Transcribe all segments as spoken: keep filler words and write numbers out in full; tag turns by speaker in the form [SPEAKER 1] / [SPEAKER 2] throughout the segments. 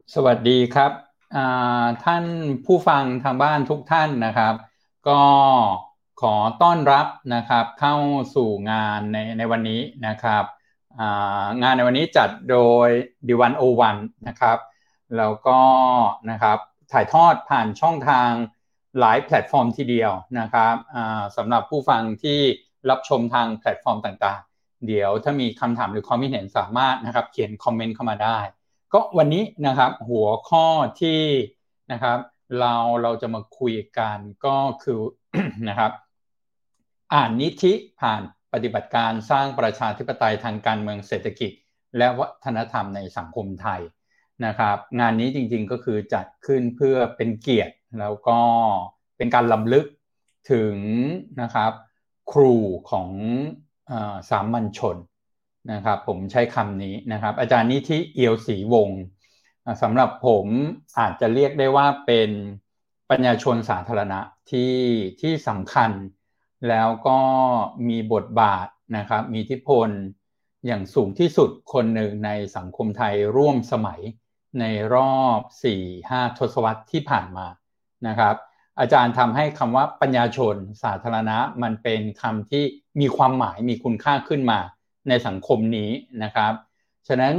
[SPEAKER 1] สวัสดีครับอ่าท่านผู้ฟังทางบ้านทุกท่านนะครับก็ขอต้อนรับนะครับเข้าสู่งานในในวันนี้นะครับอ่างานในวันนี้จัดโดย ดี วัน โอ วัน นะครับแล้วก็นะครับถ่ายทอดผ่านช่องทางหลายแพลตฟอร์มทีเดียวนะครับอ่าสำหรับผู้ฟังที่รับชมทางแพลตฟอร์มต่างๆเดี๋ยวถ้ามีคำถามหรือความคิดเห็นสามารถนะครับเขียนคอมเมนต์เข้ามาได้ ก็วันนี้นะครับหัวข้อที่นะครับเราเราจะมาคุยกันก็คือ นะครับอ่านนิธิผ่านปฏิบัติการสร้างประชาธิปไตยทางการเมืองเศรษฐกิจและวัฒนธรรมในสังคมไทยนะครับงานนี้จริงๆก็คือจัดขึ้นเพื่อเป็นเกียรติแล้วก็เป็นการล้ำลึกถึงนะครับครูของเอ่อสามัญชนนะครับผมใช้คำนี้นะครับอาจารย์นิธิเอียวศรีวงศ์สำหรับผมอาจจะเรียกได้ว่าเป็นปัญญาชนสาธารณะที่ที่สำคัญแล้วก็มีบทบาทนะครับมีอิทธิพลอย่างสูงที่สุดคนหนึ่งในสังคมไทยร่วมสมัยในรอบสี่ห้าทศวรรษที่ผ่านมานะครับอาจารย์ทำให้คำว่าปัญญาชนสาธารณะมันเป็นคำที่มีความหมายมีคุณค่าขึ้นมาในสังคมนี้นะครับฉะนั้น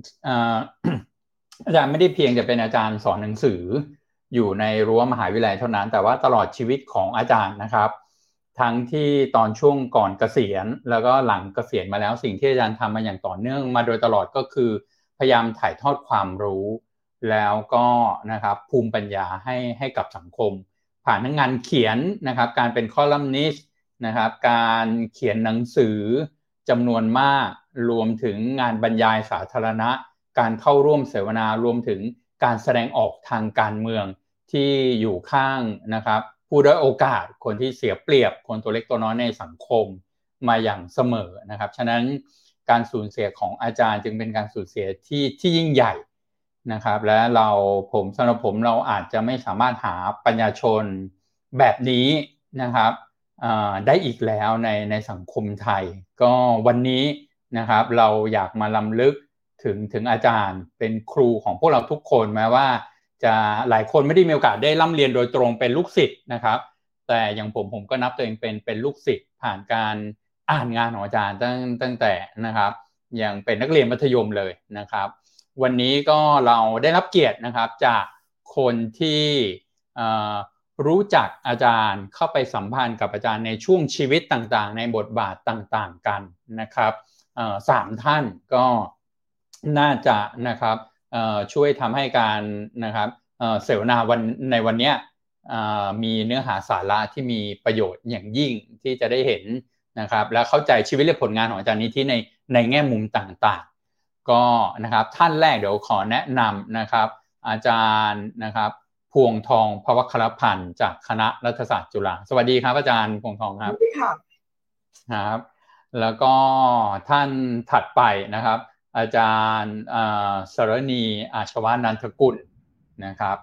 [SPEAKER 1] อาจารย์ไม่ได้เพียงแต่เป็นอาจารย์สอนหนังสืออยู่ในรั้วมหาวิทยาลัยเท่านั้นแต่ว่าตลอดชีวิตของอาจารย์นะครับทั้งที่ตอนช่วงก่อนเกษียณแล้วก็หลังเกษียณมาแล้วสิ่งที่อาจารย์ทำมาอย่างต่อเนื่องมาโดยตลอดก็คือพยายามถ่ายทอดความรู้แล้วก็นะครับภูมิปัญญาให้ให้กับสังคมผ่านทั้งงานเขียนนะครับการเป็นคอลัมนิสต์นะครับการเขียนหนังสือจำนวนมากรวมถึงงานบรรยายสาธารณะการเข้าร่วมเสวนารวมถึงการแสดงออกทางการเมืองที่อยู่ข้างนะครับผู้ด้อยโอกาสคนที่เสียเปรียบคนตัวเล็กตัวน้อยในสังคมมาอย่างเสมอนะครับฉะนั้นการสูญเสียของอาจารย์จึงเป็นการสูญเสียที่ที่ยิ่งใหญ่นะครับและเราผมสำหรับผมเราอาจจะไม่สามารถหาปัญญาชนแบบนี้นะครับได้อีกแล้วในในสังคมไทยก็วันนี้นะครับเราอยากมาล้ำลึกถึงถึงอาจารย์เป็นครูของพวกเราทุกคนแม้ว่าจะหลายคนไม่ได้มีโอกาสได้ร่ำเรียนโดยตรงเป็นลูกศิษย์นะครับแต่อย่างผมผมก็นับตัวเองเป็นเป็นลูกศิษย์ผ่านการอ่านงานของอาจารย์ตั้งตั้งแต่นะครับยังเป็นนักเรียนมัธยมเลยนะครับวันนี้ก็เราได้รับเกียรตินะครับจากคนที่รู้จักอาจารย์เข้าไปสัมพันธ์กับอาจารย์ในช่วงชีวิตต่างๆในบทบาทต่างๆกันนะครับสามท่านก็น่าจะนะครับช่วยทำให้การนะครับเสวนาวันในวันนี้มีเนื้อหาสาระที่มีประโยชน์อย่างยิ่งที่จะได้เห็นนะครับและเข้าใจชีวิตและผลงานของอาจารย์นิธิในในแง่มุมต่างๆก็นะครับท่านแรกเดี๋ยวขอแนะนำนะครับอาจารย์นะครับพวงทองภวครพันธ์จากคณะรัฐศาสตร์จุฬาสวัสดีครับอาจารย์พวงทองครับ
[SPEAKER 2] สวัสดีค่ะ
[SPEAKER 1] ครับแล้วก็ท่านถัดไปนะครับอาจารย์สรณีอาชวานันทกุลนะครับ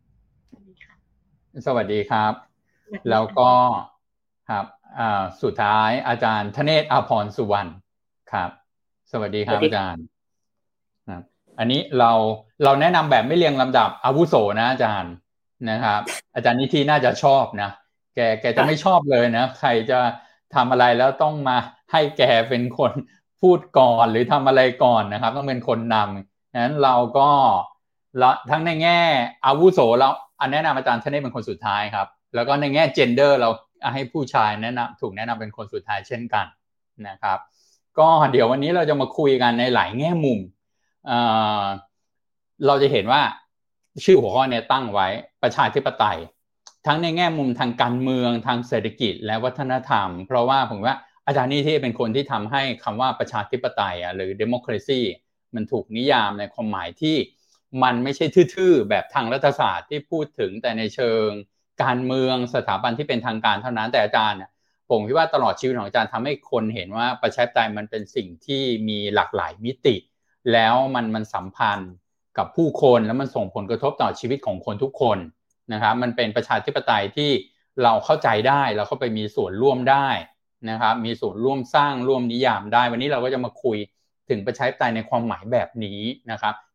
[SPEAKER 1] สวัสดีครับแล้วก็ครับสุดท้ายอาจารย์ธเนศอาภรณ์สุวรรณครับสวัสดีครับอาจารย์ครับอันนี้เราเราแนะนำแบบไม่เรียงลำดับอาวุโสนะอาจารย์นะครับอาจารย์นิธิน่าจะชอบนะแกแกจะไม่ชอบเลยนะใครจะทำอะไรแล้วต้องมาให้แกเป็นคนพูดก่อนหรือทำอะไรก่อนนะครับต้องเป็นคนนำนั้นเราก็ทั้งในแง่อาวุโสเราอันแนะนำอาจารย์ท่านนี้เป็นคนสุดท้ายครับแล้วก็ในแง่เจนเดอร์เราให้ผู้ชายแนะนำถูกแนะนำเป็นคนสุดท้ายเช่นกันนะครับก็เดี๋ยววันนี้เราจะมาคุยกันในหลายแง่มุมเอ่อเราจะเห็นว่าชื่อหัวข้อเนี่ยตั้งไว้ประชาธิปไตยทั้งในแง่มุมทางการเมืองทางเศรษฐกิจและวัฒนธรรมเพราะว่าผมว่าอาจารย์นิธิเป็นคนที่ทำให้คำว่าประชาธิปไตยหรือ democracy มันถูกนิยามในความหมายที่มันไม่ใช่ทื่อๆแบบทางรัฐศาสตร์ที่พูดถึงแต่ในเชิงการเมืองสถาบันที่เป็นทางการเท่านั้นแต่อาจารย์ผมคิดว่าตลอดชีวิตของอาจารย์ทำให้คนเห็นว่าประชาธิปไตยมันเป็นสิ่งที่มีหลากหลายมิติแล้วมันมันสัมพันธ์กับผู้คนแล้วมันส่งผลกระทบต่อชีวิตของคนทุกคนนะครับมันเป็นประชาธิปไตยที่เราเข้าใจได้เราเข้าไปมีส่วนร่วมได้นะครับมีส่วนร่วมสร้างร่วมนิยามได้วันนี้เราก็จะมาคุยถึงประชาธิปไตยในความหมายแบบนี้นะครับ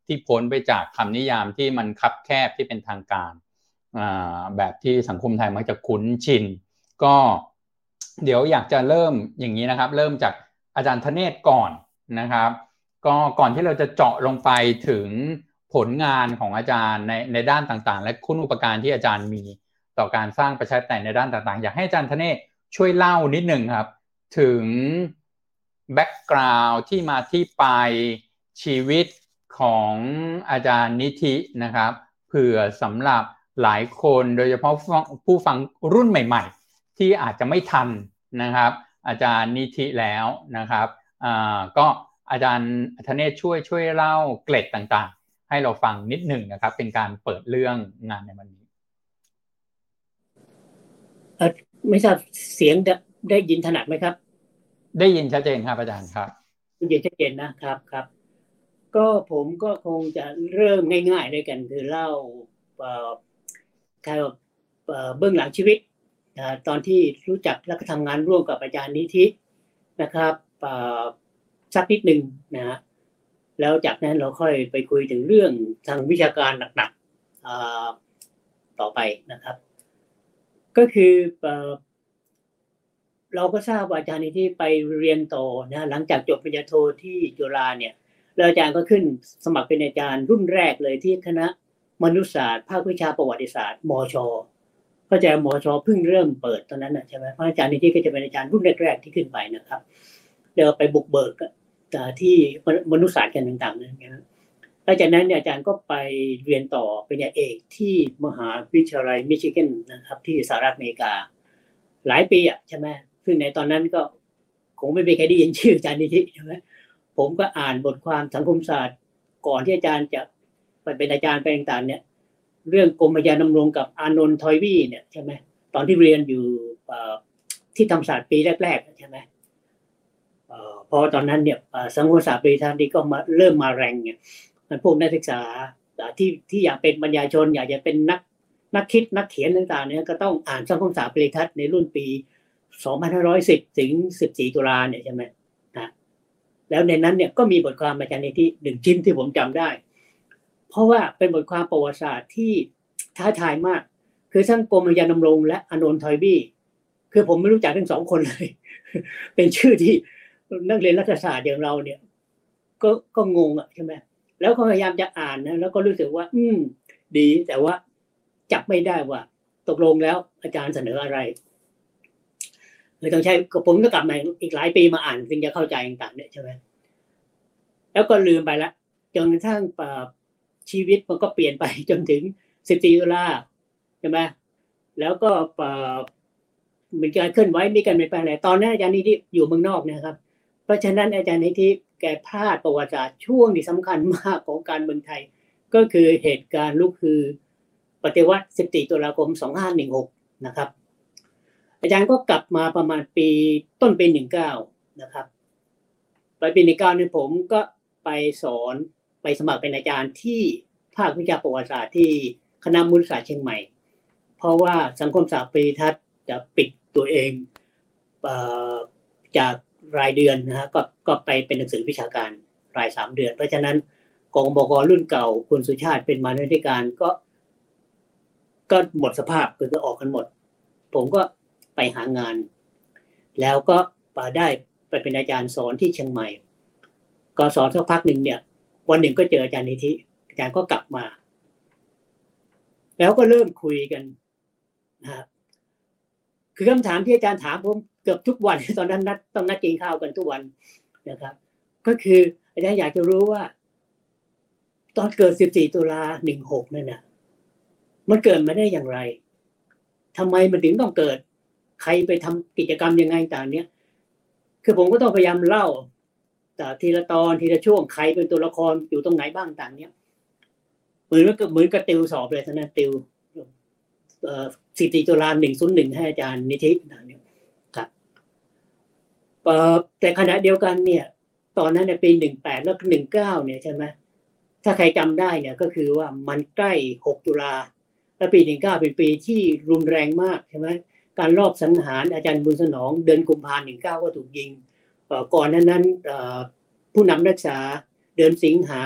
[SPEAKER 1] ที่พ้นไปจากคำนิยามที่มันคับแคบที่เป็นทางการแบบที่สังคมไทยมักจะคุ้นชินก็เดี๋ยวอยากจะเริ่มอย่างนี้นะครับเริ่มจากอาจารย์ธเนศก่อนนะครับก็ก่อนที่เราจะเจาะลงไปถึงผลงานของอาจารย์ในในด้านต่างๆและคุณอุปการที่อาจารย์มีต่อการสร้างประชาธิปไตยในด้านต่างๆอยากให้อาจารย์ธเนศช่วยเล่านิดนึงครับถึงแบ็กกราวด์ที่มาที่ไปชีวิตของอาจารย์นิธินะครับเผื่อสำหรับหลายคนโดยเฉพาะผู้ฟังรุ่นใหม่ๆที่อาจจะไม่ทันนะครับอาจารย์นิธิแล้วนะครับอ่าก็อาจารย์ธเนศช่วยช่วยเล่าเกร็ดต่างๆให้เราฟังนิดหนึ่งนะครับเป็นการเปิดเรื่องงานในวันนี้
[SPEAKER 2] เออไม่ทราบเสียงได้ยินถนัดไหมครับ
[SPEAKER 1] ได้ยินชัดเจนครับอาจารย์ครับ
[SPEAKER 2] ได้ยินชัดเจนนะครับครับก็ผมก็คงจะเริ่มง่ายๆด้วยกันคือเล่าการเบื้องหลังชีวิตตอนที่รู้จักและก็ทำงานร่วมกับอาจารย์นิธินะครับสักนิดหนึ่งนะฮะแล้วจากนั้นเราค่อยไปคุยถึงเรื่องทางวิชาการหนักๆต่อไปนะครับก็คือเราก็ทราบว่าอาจารย์นิธิไปเรียนต่อนะหลังจากจบปริญญาโทที่จุฬาเนี่ยแล้วอาจารย์ก็ขึ้นสมัครเป็นอาจารย์รุ่นแรกเลยที่คณะมนุษยศาสตร์ภาควิชาประวัติศาสตร์มช.ก็จะมช.เพิ่งเริ่มเปิดตอนนั้นนะใช่ไหมเพราะอาจารย์นิธิก็จะเป็นอาจารย์รุ่นแรกๆที่ขึ้นไปนะครับเดี๋ยวไปบุกเบิกที่มนุษยศาสตร์กันต่างๆนะหลังจากนั้นเนี่ยอาจารย์ก็ไปเรียนต่อปริญญาเอกที่มหาวิทยาลัยมิชิแกนนะครับที่สหรัฐอเมริกาหลายปีอ่ะใช่ไหมซึ่งในตอนนั้นก็คงไม่มีใครได้ยินชื่ออาจารย์นิธิใช่ไหมผมก็อ่านบทความสังคมศาสตร์ก่อนที่อาจารย์จะไปเป็นอาจารย์ไปต่างๆเนี่ยเรื่องกรมยานดำรงกับอานนท์ทอยวี่เนี่ยใช่ไหมตอนที่เรียนอยู่ที่ธรรมศาสตร์ปีแรกๆใช่ไหมพอตอนนั้นเนี่ยสังคมศาสตร์ปริญญาตรีก็มาเริ่มมาแรงเนี่ยมันพวกนักศึกษาที่ที่อยากเป็นบรรยายชนอยากจะเป็นนักนักคิดนักเขียนต่างๆเนี่ยก็ต้องอ่านสังคมศาสตร์ปริยัติในรุ่นปีสองพันห้าร้อยสิบถึงสิบสี่ตุลาเนี่ยใช่ไหมนะแล้วในนั้นเนี่ยก็มีบทความอาจารย์นิธิหนึ่งชิ้นที่ผมจำได้เพราะว่าเป็นบทความประวัติศาสตร์ที่ท้าทายมากคือทั้งกรมยานดำรงและอานนท์ทอยบี้คือผมไม่รู้จักทั้งสองคนเลยเป็นชื่อที่นักเรียนรัฐศาสตร์อย่างเราเนี่ยก็ก็งงอ่ะใช่ไหมแล้วก็พยายามจะอ่านนะแล้วก็รู้สึกว่าอืมดีแต่ว่าจับไม่ได้ว่าตกลงแล้วอาจารย์เสนออะไรเลยต้องใช้ก็ผมก็กลับมาอีกหลายปีมาอ่านถึงจะเข้าใจต่างๆเนี่ยใช่ไหมแล้วก็ลืมไปละจนกระทั่งชีวิตมันก็เปลี่ยนไปจนถึงสิบสี่ตุลาใช่ไหมแล้วก็มีการเคลื่อนไหวมีการเปลี่ยนแปลงอะไรตอนนั้นอาจารย์นิธิอยู่เมืองนอกนะครับเพราะฉะนั้นอาจารย์นิธิแกพลาดประวัติศาสตร์ช่วงที่สำคัญมากของการเมืองไทยก็คือเหตุการณ์ลุกคือปฏิวัติสิบสี่ตุลาคมสองพันห้าร้อยสิบหกนะครับอาจารย์ก็กลับมาประมาณปีต้นปีสิบเก้านะครับปลายปีสิบเก้าเนี่ยผมก็ไปสอนไปสมัครเป็นอาจารย์ที่ภาควิชาประวัติศาสตร์ที่คณะมนุษยศาสตร์เชียงใหม่เพราะว่าสังคมศาสตร์ปริยัติจะปิดตัวเองจากรายเดือนนะฮะก็ก็ไปเป็นหนังสือวิชาการรายสามเดือนเพราะฉะนั้นกองบก.รุ่นเก่าคุณสุชาติเป็นมานุษยการก็ก็หมดสภาพคือจะออกกันหมดผมก็ไปหางานแล้วก็ได้ไปเป็นอาจารย์สอนที่เชียงใหม่ก็สอนสักพักหนึ่งเนี่ยวันหนึ่งก็เจออาจารย์นิธิอาจารย์ก็กลับมาแล้วก็เริ่มคุยกันนะครับคือคำถามที่อาจารย์ถามผมเกือบทุกวันตอนนั้นนัดต้องนัดกินข้าวกันทุกวันนะครับก็คืออาจารย์อยากจะรู้ว่าตอนเกิดสิบสี่ตุลาสิบหกนั่นน่ะมันเกิดมาได้อย่างไรทำไมมันถึงต้องเกิดใครไปทำกิจกรรมยังไงต่างเนี้ยคือผมก็ต้องพยายามเล่าแต่ทีละตอนทีละช่วงใครเป็นตัวละครอยู่ตรงไหนบ้างต่างเนี้ยเหมือนกับเหมือนกับติวสอบเลยนะติวเอ่อสิบสี่ตุลาหนึ่งศูนย์หนึ่งให้อาจารย์นิธิต่างเนี้ยครับเอ่อแต่ขณะเดียวกันเนี่ยตอนนั้นในปีสิบแปดแล้วสิบเก้าเนี่ยใช่ไหมถ้าใครจำได้เนี่ยก็คือว่ามันใกล้หกตุลาและปีสิบเก้าเป็นปีที่รุนแรงมากใช่ไหมการลอบสังหารอาจารย์บุญสนองเดือนกุมภาพันธ์สิบเก้าก็ถูกยิงก่อนนั้นนั้นผู้นำนักศึกษาเดือนสิงหา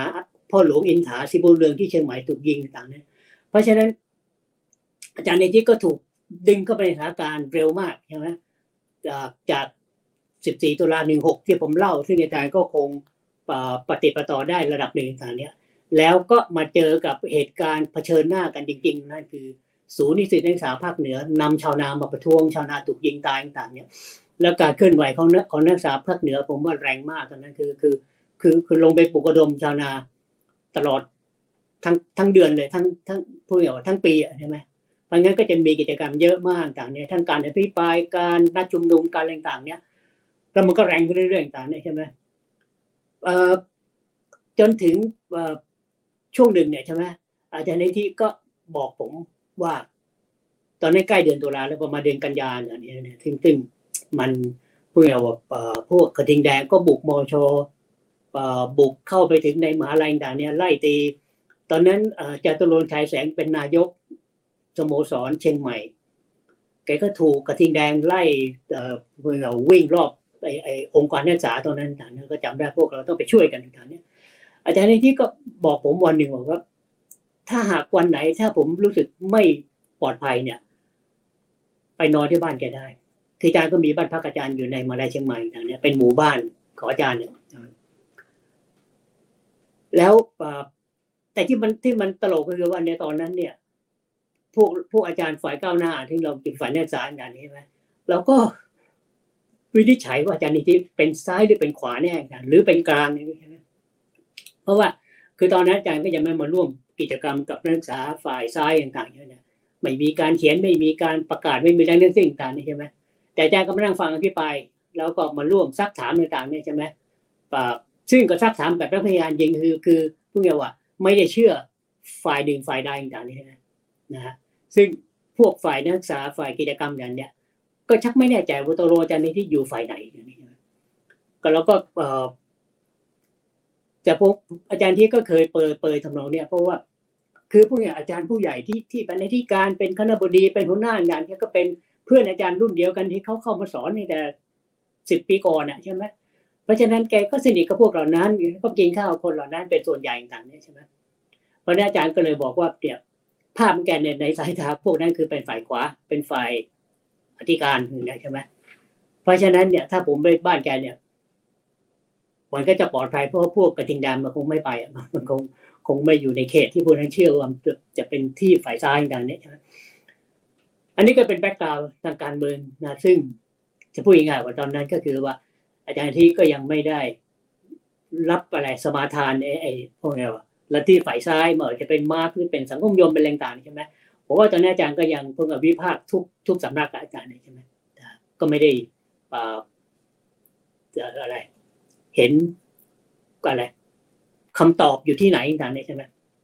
[SPEAKER 2] พ่อหลวงอินถาสิบุญเรืองที่เชียงใหม่ถูกยิงต่างๆเนี่ยเพราะฉะนั้นอาจารย์เนจิก็ถูกดึงเข้าไปในสถานการณ์เร็วมากใช่ไหมจากจากสิบสี่ตุลาหนึ่งหกที่ผมเล่าซึ่งอาจารย์ก็คงปฏิปต่อได้ระดับหนึ่งต่างๆเนี่ยแล้วก็มาเจอกับเหตุการณ์เผชิญหน้ากันจริงๆนั่นคือศูนย์นิสิตนักศึกษาภาคเหนือนำชาวนามาประท้วงชาวนาถูกยิงตายต่างๆเนี่ยแล้วการเคลื่อนไหวของนักของนักศึกษาภาคเหนือผมว่าแรงมากตอนนั้นคือคือคือคือลงไปปลุกระดมชาวนาตลอดทั้งทั้งเดือนเลยทั้งทั้งพูดง่ายว่าทั้งปีใช่ไหมเพราะงั้นก็จะมีกิจกรรมเยอะมากต่างเนี่ยทั้งการอภิปรายการนัดชุมนุมการอะไรต่างๆเนี่ยแล้วมันก็แรงขึ้นเรื่อยๆต่างเนี่ยใช่ไหมเอ่อจนถึงช่วงหนึ่งเนี่ยใช่ไหมอาจารย์ในที่ก็บอกผมว่าตอนนี้ใกล้เดือนตุลาแล้วประมาณเดือนกันยายนเนี่ยซึ่งซึ่งมันพวกเราพวกกระทิงแดงก็บุกมชบุกเข้าไปถึงในมหาลัยต่างเนี่ยไล่ตีตอนนั้นจตุรนต์ฉายแสงเป็นนายกสโมสรเชียงใหม่แกก็ถูกกระทิงแดงไล่พวกเราวิ่งรอบไอ้ไอ้องค์การนักศึกษาตอนนั้นต่างก็จำได้พวกเราต้องไปช่วยกันต่างเนี่ยอาจารย์ในที่ก็บอกผมวันหนึ่งบอกว่าถ้าหากวันไหนถ้าผมรู้สึกไม่ปลอดภัยเนี่ยไปนอนที่บ้านแกได้คืออาจารย์ก็มีบ้านพักอาจารย์อยู่ในมหาลัยเชียงใหม่ต่างเนี่ยเป็นหมู่บ้านของอาจารย์เนี่ยแล้วแต่ที่มันที่มันตลกก็คือว่าในตอนนั้นเนี่ยพวกพวกอาจารย์ฝ่ายก้าวหน้าที่เราเป็นฝ่ายนักศึกษาอย่างนี้ใช่ไหมเราก็วินิจฉัยว่าอาจารย์นี่ที่เป็นซ้ายหรือเป็นขวาแน่กันหรือเป็นกลางนี่ใช่ไหมเพราะว่าคือตอนนั้นอาจารย์ก็ยังไม่มาร่วมกิจกรรมกับนักศึกษาฝ่ายซ้ายต่างๆเนี่ยไม่มีการเขียนไม่มีการประกาศไม่มีแรงนึกสิ่งต่างๆนี่ใช่ไหมแต่อาจารย์ก็มานั่งฟังอภิปรายแล้วก็มาร่วมซักถามต่างๆนี่ใช่ไหมซึ่งก็ซักถามแบบนักพยานยิงคือคือพวกเราว่าไม่ได้เชื่อฝ่ายหนึ่งฝ่ายใดต่างๆนี่นะนะฮะซึ่งพวกฝ่ายนักศึกษาฝ่ายกิจกรรมอย่างเนี้ยก็ชักไม่แน่ใจว่าตกลงอาจารย์ในที่อยู่ฝ่ายไหนอย่างนี้ก็แล้วก็แต่พวกอาจารย์ที่ก็เคยเปิดเปิดทำนองเนี่ยเพราะว่าคือพวกอย่างอาจารย์ผู้ใหญ่ที่ที่เป็นในที่การเป็นคณบดีเป็นหัวหน้างานเนี่ยก็เป็นเพื่อนอาจารย์รุ่นเดียวกันที่เขาเข้ามาสอนในแต่สิบปีก่อนน่ะใช่ไหมเพราะฉะนั้นแกก็สนิทกับพวกเหล่านั้นก็กินข้าวคนเหล่านั้นเป็นส่วนใหญ่ต่างๆเนี่ยใช่ไหมเพราะนั้นอาจารย์ก็เลยบอกว่าเนี่ยภาพแกในในสายตาพวกนั้นคือเป็นฝ่ายขวาเป็นฝ่ายอธิการใช่ไหมเพราะฉะนั้นเนี่ยถ้าผมไปบ้านแกเนี่ยมันก็จะปลอดภัยเพราะพวกกระทิงดำมันคงไม่ไปมันคงคงไม่อยู่ในเขตที่พวกนั้นเชื่อว่าจะเป็นที่ฝ่ายซ้ายดังนี้ใช่ไหมอันนี้ก็เป็นแบ็คกราวด์ทางการเมืองนะซึ่งจะพูดง่ายๆว่าตอนนั้นก็คือว่าอาจารย์ที่ก็ยังไม่ได้รับอะไรสมาทานไอ้ไอ้พวกนี้ว่าและที่ฝ่ายซ้ายเหมือนจะเป็นมาร์กหรือเป็นสังคมนิยมเป็นแรงต่างใช่ไหมผมว่าตอนนี้อาจารย์ก็ยังเพิ่งวิพากษ์ทุกทุกสำนักอาจารย์ใช่ไหมก็ไม่ได้อ่าอะไรเห็นอะไรคำตอบอยู่ที่ไหนต่างๆใช่ไหม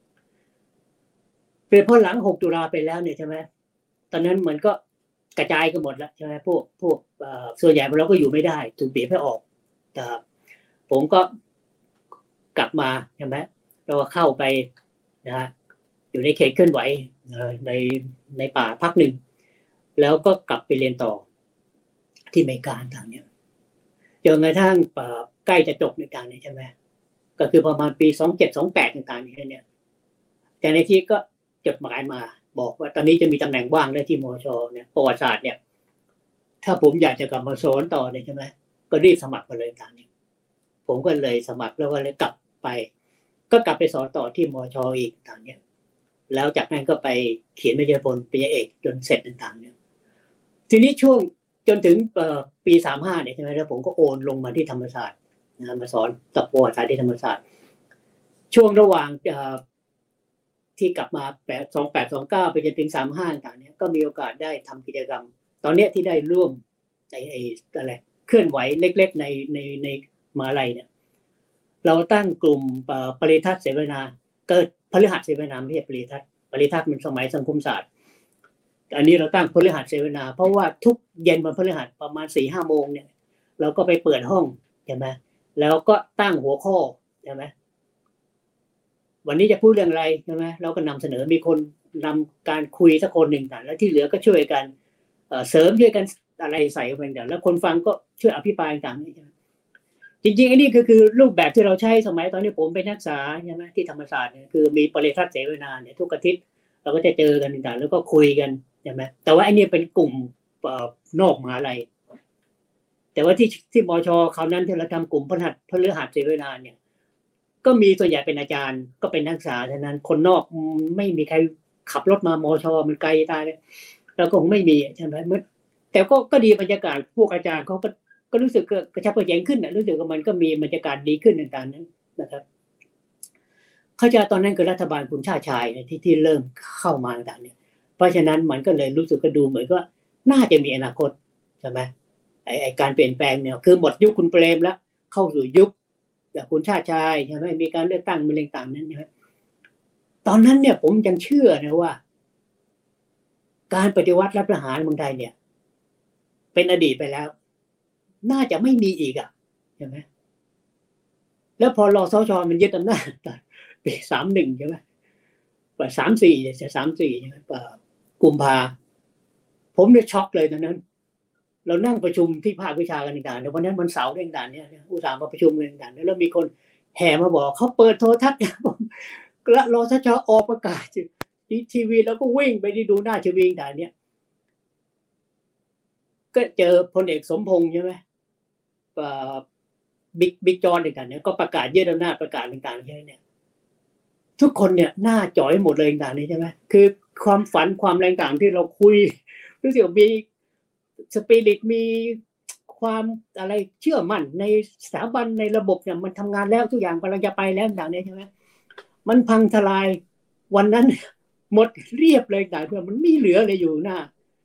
[SPEAKER 2] เป็นเพราะหลังหกตุลาไปแล้วเนี่ยใช่ไหมตอนนั้นมันก็กระจายกันหมดแล้วใช่ไหมพวกพวกส่วนใหญ่เราก็อยู่ไม่ได้ถูกบีบให้ออกแต่ผมก็กลับมาใช่ไหมเราก็เข้าไปนะฮะอยู่ในเขตเคลื่อนไหวในในป่าพักหนึ่งแล้วก็กลับไปเรียนต่อที่อเมริกาต่างเนี่ยจนกระทั่งใกล้จะจบในการนี้ใช่ไหมก็คือประมาณปีสองเจ็ด สองแปดต่างๆนี่เนี่ยแต่ในที่ก็จดหมายมาบอกว่าตอนนี้จะมีตำแหน่งว่างได้ที่มชเนี่ยประวัติศาสตร์เนี่ยถ้าผมอยากจะกลับมาสอนต่อเนี่ยใช่ไหมก็รีบสมัครมาเลยต่างนี้ผมก็เลยสมัครแล้วก็เลยกลับไปก็กลับไปสอนต่อที่มชอีกต่างเนี่ยแล้วจากนั้นก็ไปเขียนปริญญาผลปริญญาเอกจนเสร็จต่างๆเนี่ยทีนี้ช่วงจนถึงปีสามห้าเนี่ยใช่ไหมแล้วผมก็โอนลงมาที่ธรรมศาสตร์นะมาสอนตับประวัติศาสตร์ที่ธรรมศาสตร์ช่วงระหว่างที่กลับมาแปดสองแปดสองเก้าไปจนถึงสามห้าต่างๆเนี่ยก็มีโอกาสได้ทำกิจกรรมตอนนี้ที่ได้ร่วมในไอ้อะไรเคลื่อนไหวเล็กๆในในในมหาลัยเนี่ยเราตั้งกลุ่มปริทัศน์เสวนาเกิดพฤหัสเสวนาไม่ใช่ปริทัศน์ปริทัศน์มันสมัยสังคมศาสตร์อันนี้เราตั้งพฤหัสเสวนาเพราะว่าทุกเย็นวันพฤหัสประมาณ สี่ห้า โมงเนี่ยเราก็ไปเปิดห้องใช่ไหมแล้วก็ตั้งหัวข้อใช่ไหมวันนี้จะพูดเรื่องอะไรใช่ไหมเราก็นำเสนอมีคนนำการคุยสักคนหนึ่งต่างแล้วที่เหลือก็ช่วยกันเสริมช่วยกันอะไรใส่ไปต่างแล้วคนฟังก็ช่วยอภิปรายต่างใช่ไหมจริงๆอันนี้คือคือรูปแบบที่เราใช้สมัยตอนนี้ผมเป็นนักศึกษาใช่ไหมที่ธรรมศาสตร์เนี่ยคือมีปริทัศน์เสวนาเนี่ยทุกอาทิตย์เราก็จะเจอกันต่างๆแล้วก็คุยกันใช่ไหมแต่ว่าอันนี้เป็นกลุ่มนอกมหาลัยแต่ว่าที่ที่มชคราวนั้นที่เราทำกลุ่มพฤหัสพฤหัสเสวนาเนี่ยก็มีส่วนใหญ่เป็นอาจารย์ก็เป็นนักศึกษาเท่านั้นคนนอกไม่มีใครขับรถมามชมันไกลตายเลยเราก็คงไม่มีใช่ไหมแต่ก็ก็ดีบรรยากาศพวกอาจารย์เขาก็ก็รู้สึกกระชับกระเฉงขึ้นนะรู้สึกว่ามันก็มีบรรยากาศดีขึ้นต่างๆนั้นนะครับเขาจะตอนนั้นคือรัฐบาลคุณชาติชายเนี่ยที่ที่เริ่มเข้ามาต่างๆเนี่ยเพราะฉะนั้นมันก็เลยรู้สึกก็ดูเหมือนก็น่าจะมีอนาคตใช่ไหมไอ้ไอ้การเปลี่ยนแปลงเนี่ยคือหมดยุคคุณเปรมแล้วเข้าสู่ยุคแบบคุณชาติชายใช่ไหมมีการเลือกตั้งมีอะไรต่างๆนั้นใช่ไหมตอนนั้นเนี่ยผมยังเชื่อนะว่าการปฏิวัติรัฐประหารเมืองไทยเนี่ยเป็นอดีตไปแล้วน่าจะไม่มีอีกอ่ะใช่ไหมแล้วพอรอสชมันยึดอำนาจปีสามหนึ่งใช่ไหมป่ะสามสี่จะสามสี่ใช่ไหมป่ะกุมภาผมเนี่ยช็อกเลยตอนนั้นเรานั่งประชุมที่ภาควิชากันต่างๆในวันนั้นวันเสาร์ต่างๆเนี่ยอุตส่าห์มาประชุมกันต่างๆแล้วมีคนแห่มาบอกเขาเปิดโทรทัศน์ผมแล้วรอสชออกประกาศทีวีแล้วก็วิ่งไปดูหน้าทีวีต่างๆเนี่ยก็เจอพลเอกสมพงษ์ใช่ไหมบิ๊กบิ๊กจอนต่างๆเนี่ยก็ประกาศยึดอำนาจประกาศต่างๆใช่ไหมเนี่ยทุกคนเนี่ยหน้าจ่อยหมดเลยต่างๆนี่ใช่ไหมคือความฝันความแรงต่างที่เราคุยรู้สึกมีสปิริตมีความอะไรเชื่อมั่นในสถาบันในระบบเนี่ยมันทำงานแล้วทุกอย่างกำลังจะไปแล้วต่างๆนี่ใช่ไหมมันพังทลายวันนั้นหมดเรียบเลยต่างๆเพื่อมันไม่เหลือเลยอยู่หน้า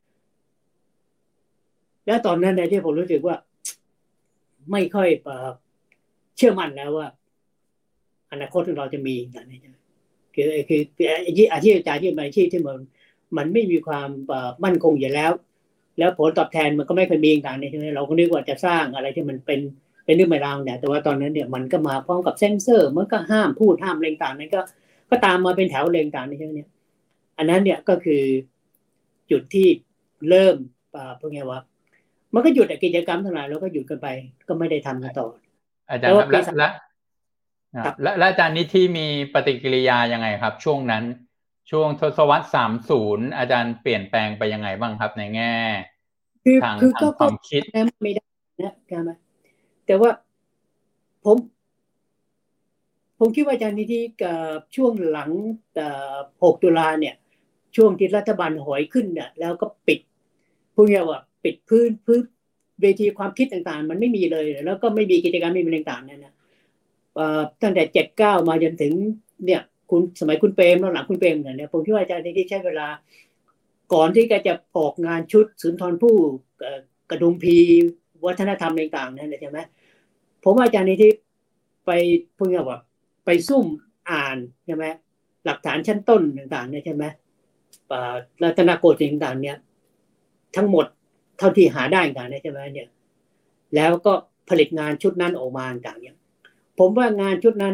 [SPEAKER 2] แล้วตอนนั้นเนี่ยที่ผมรู้สึกว่าไม่ค่อยเชื่อมั่นแล้วว่าอนาคตของเราจะมีอย่างนี้คือคืออาชีพอาจารย์ที่เป็นอาชีพที่มันมันไม่มีความมั่นคงอยู่แล้วแล้วผลตอบแทนมันก็ไม่เคยมีต่างๆใช่ไหมเราก็นึกว่าจะสร้างอะไรที่มันเป็นเป็นเรื่องไม่ราวเนี่ยแต่ว่าตอนนั้นเนี่ยมันก็มาพร้อมกับเซ็นเซอร์มันก็ห้ามพูดห้ามอะไรต่างๆนั้นก็ก็ตามมาเป็นแถวอะไรต่างๆใช่ไหมเนี่ยอันนั้นเนี่ยก็คือจุดที่เริ่มพวกนี้ว่ามันก็หยุดกิจกรรมทั้งหลายแล้วก็หยุดกันไปก็ไม่ได้ทำกันต่อ
[SPEAKER 1] อาจารย์ครับและและและและอาจารย์นิธิมีปฏิกิริยายังไงครับช่วงนั้นช่วงทศวรรษสามสิบอาจารย์เปลี่ยนแปลงไปยังไงบ้างครับในแง่ทางทางความคิด
[SPEAKER 2] ไม่ได้นะแต่ว่าผมผมคิดว่าอาจารย์นิธิกับช่วงหลังหกตุลาเนี่ยช่วงที่รัฐบาลหอยขึ้นเนี่ยแล้วก็ปิดพวกนี้ว่าปิดพื้นพื้นเวทีความคิดต่างๆมันไม่มีเลยแล้วก็ไม่มีกิจกรรมไม่มีต่างๆนั่นนะตั้งแต่เจ็ดเก้ามาจนถึงเนี่ยคุณสมัยคุณเปรมแล้วหลังคุณเปรมเนี่ยผมคิดว่าอาจารย์นิธิใช้เวลาก่อนที่แกจะออกงานชุดสุนทรภู่กระดุมพีวัฒนธรรมต่างๆนั่นใช่ไหมผมว่าอาจารย์นิธิไปพวกนี้ว่าไปซุ่มอ่านใช่ไหมหลักฐานชั้นต้นต่างๆเนี่ยใช่ไหมรัตนโกสินทร์ต่างๆเนี่ยทั้งหมดเท่าที่หาได้ต่างๆเนี่ยใช่ไหมเนี่ยแล้วก็ผลิตงานชุดนั้นออกมาต่างๆเนี่ยผมว่างานชุดนั้น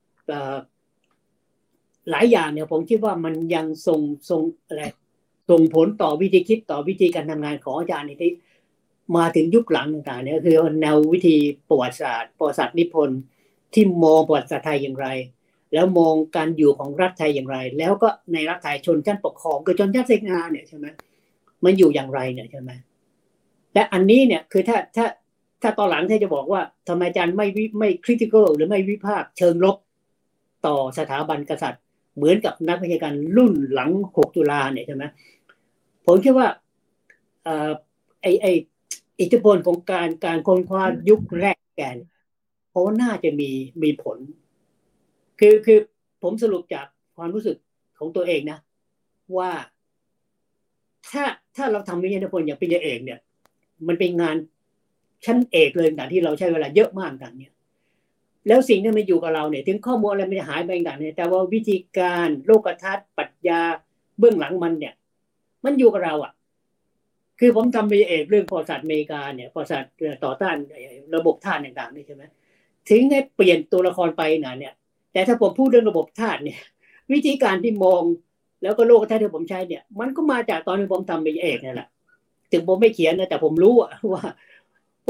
[SPEAKER 2] หลายอย่างเนี่ยผมคิดว่ามันยังส่งส่งอะไรส่งผลต่อวิธีคิดต่อวิธีการทำงานของอาจารย์ที่มาถึงยุคหลังต่างๆเนี่ยคือแนววิธีประวัติศาสตร์ประวัติศาสตร์นิพนธ์ที่มองประวัติศาสตร์ไทยอย่างไรแล้วมองการอยู่ของรัฐไทยอย่างไรแล้วก็ในรัฐไทยชนชั้นปกครองคือชนชั้นเสนาเนี่ยใช่ไหมมันอยู่อย่างไรเนี่ยใช่ไหมและอันนี้เนี่ยคือถ้าถ้าถ้าตอนหลังถ้าจะบอกว่าทำไมอาจารย์ไม่ไม่คริติคอลหรือไม่วิพากษ์เชิงลบต่อสถาบันกษัตริย์เหมือนกับนักวิชาการรุ่นหลังหกตุลาเนี่ยใช่ไหมผมคิดว่าเอ่อไอไออิทธิพลของการการค้นคว้ายุคแรกแกนเพราะน่าจะมีมีผลคือคือผมสรุปจากความรู้สึกของตัวเองนะว่าถ้าถ้าเราทำวิทยาพลอย่างปริญญาเอกเนี่ยมันเป็นงานชั้นเอกเลยต่างที่เราใช้เวลาเยอะมากต่างเนี่ยแล้วสิ่งที่มันอยู่กับเราเนี่ยถึงข้อมูลอะไรมันจะหายไปต่างเนี่ยแต่ว่าวิธีการโลกทัศน์ปรัชญาเบื้องหลังมันเนี่ยมันอยู่กับเราอ่ะคือผมทำปริญญาเอกเรื่องประวัติศาสตร์อเมริกาเนี่ยประวัติศาสตร์ต่อต้านระบบทาสต่างๆนี่ใช่ไหมถึงให้เปลี่ยนตัวละครไปนะเนี่ยแต่ถ้าผมพูดเรื่องระบบทาสเนี่ยวิธีการที่มองแล้วก็โลกทัศน์ที่ผมใช้เนี่ยมันก็มาจากตอนที่ผมทำปริญญาเอกนี่แหละถึงผมไม่เขียนนะแต่ผมรู้ว่า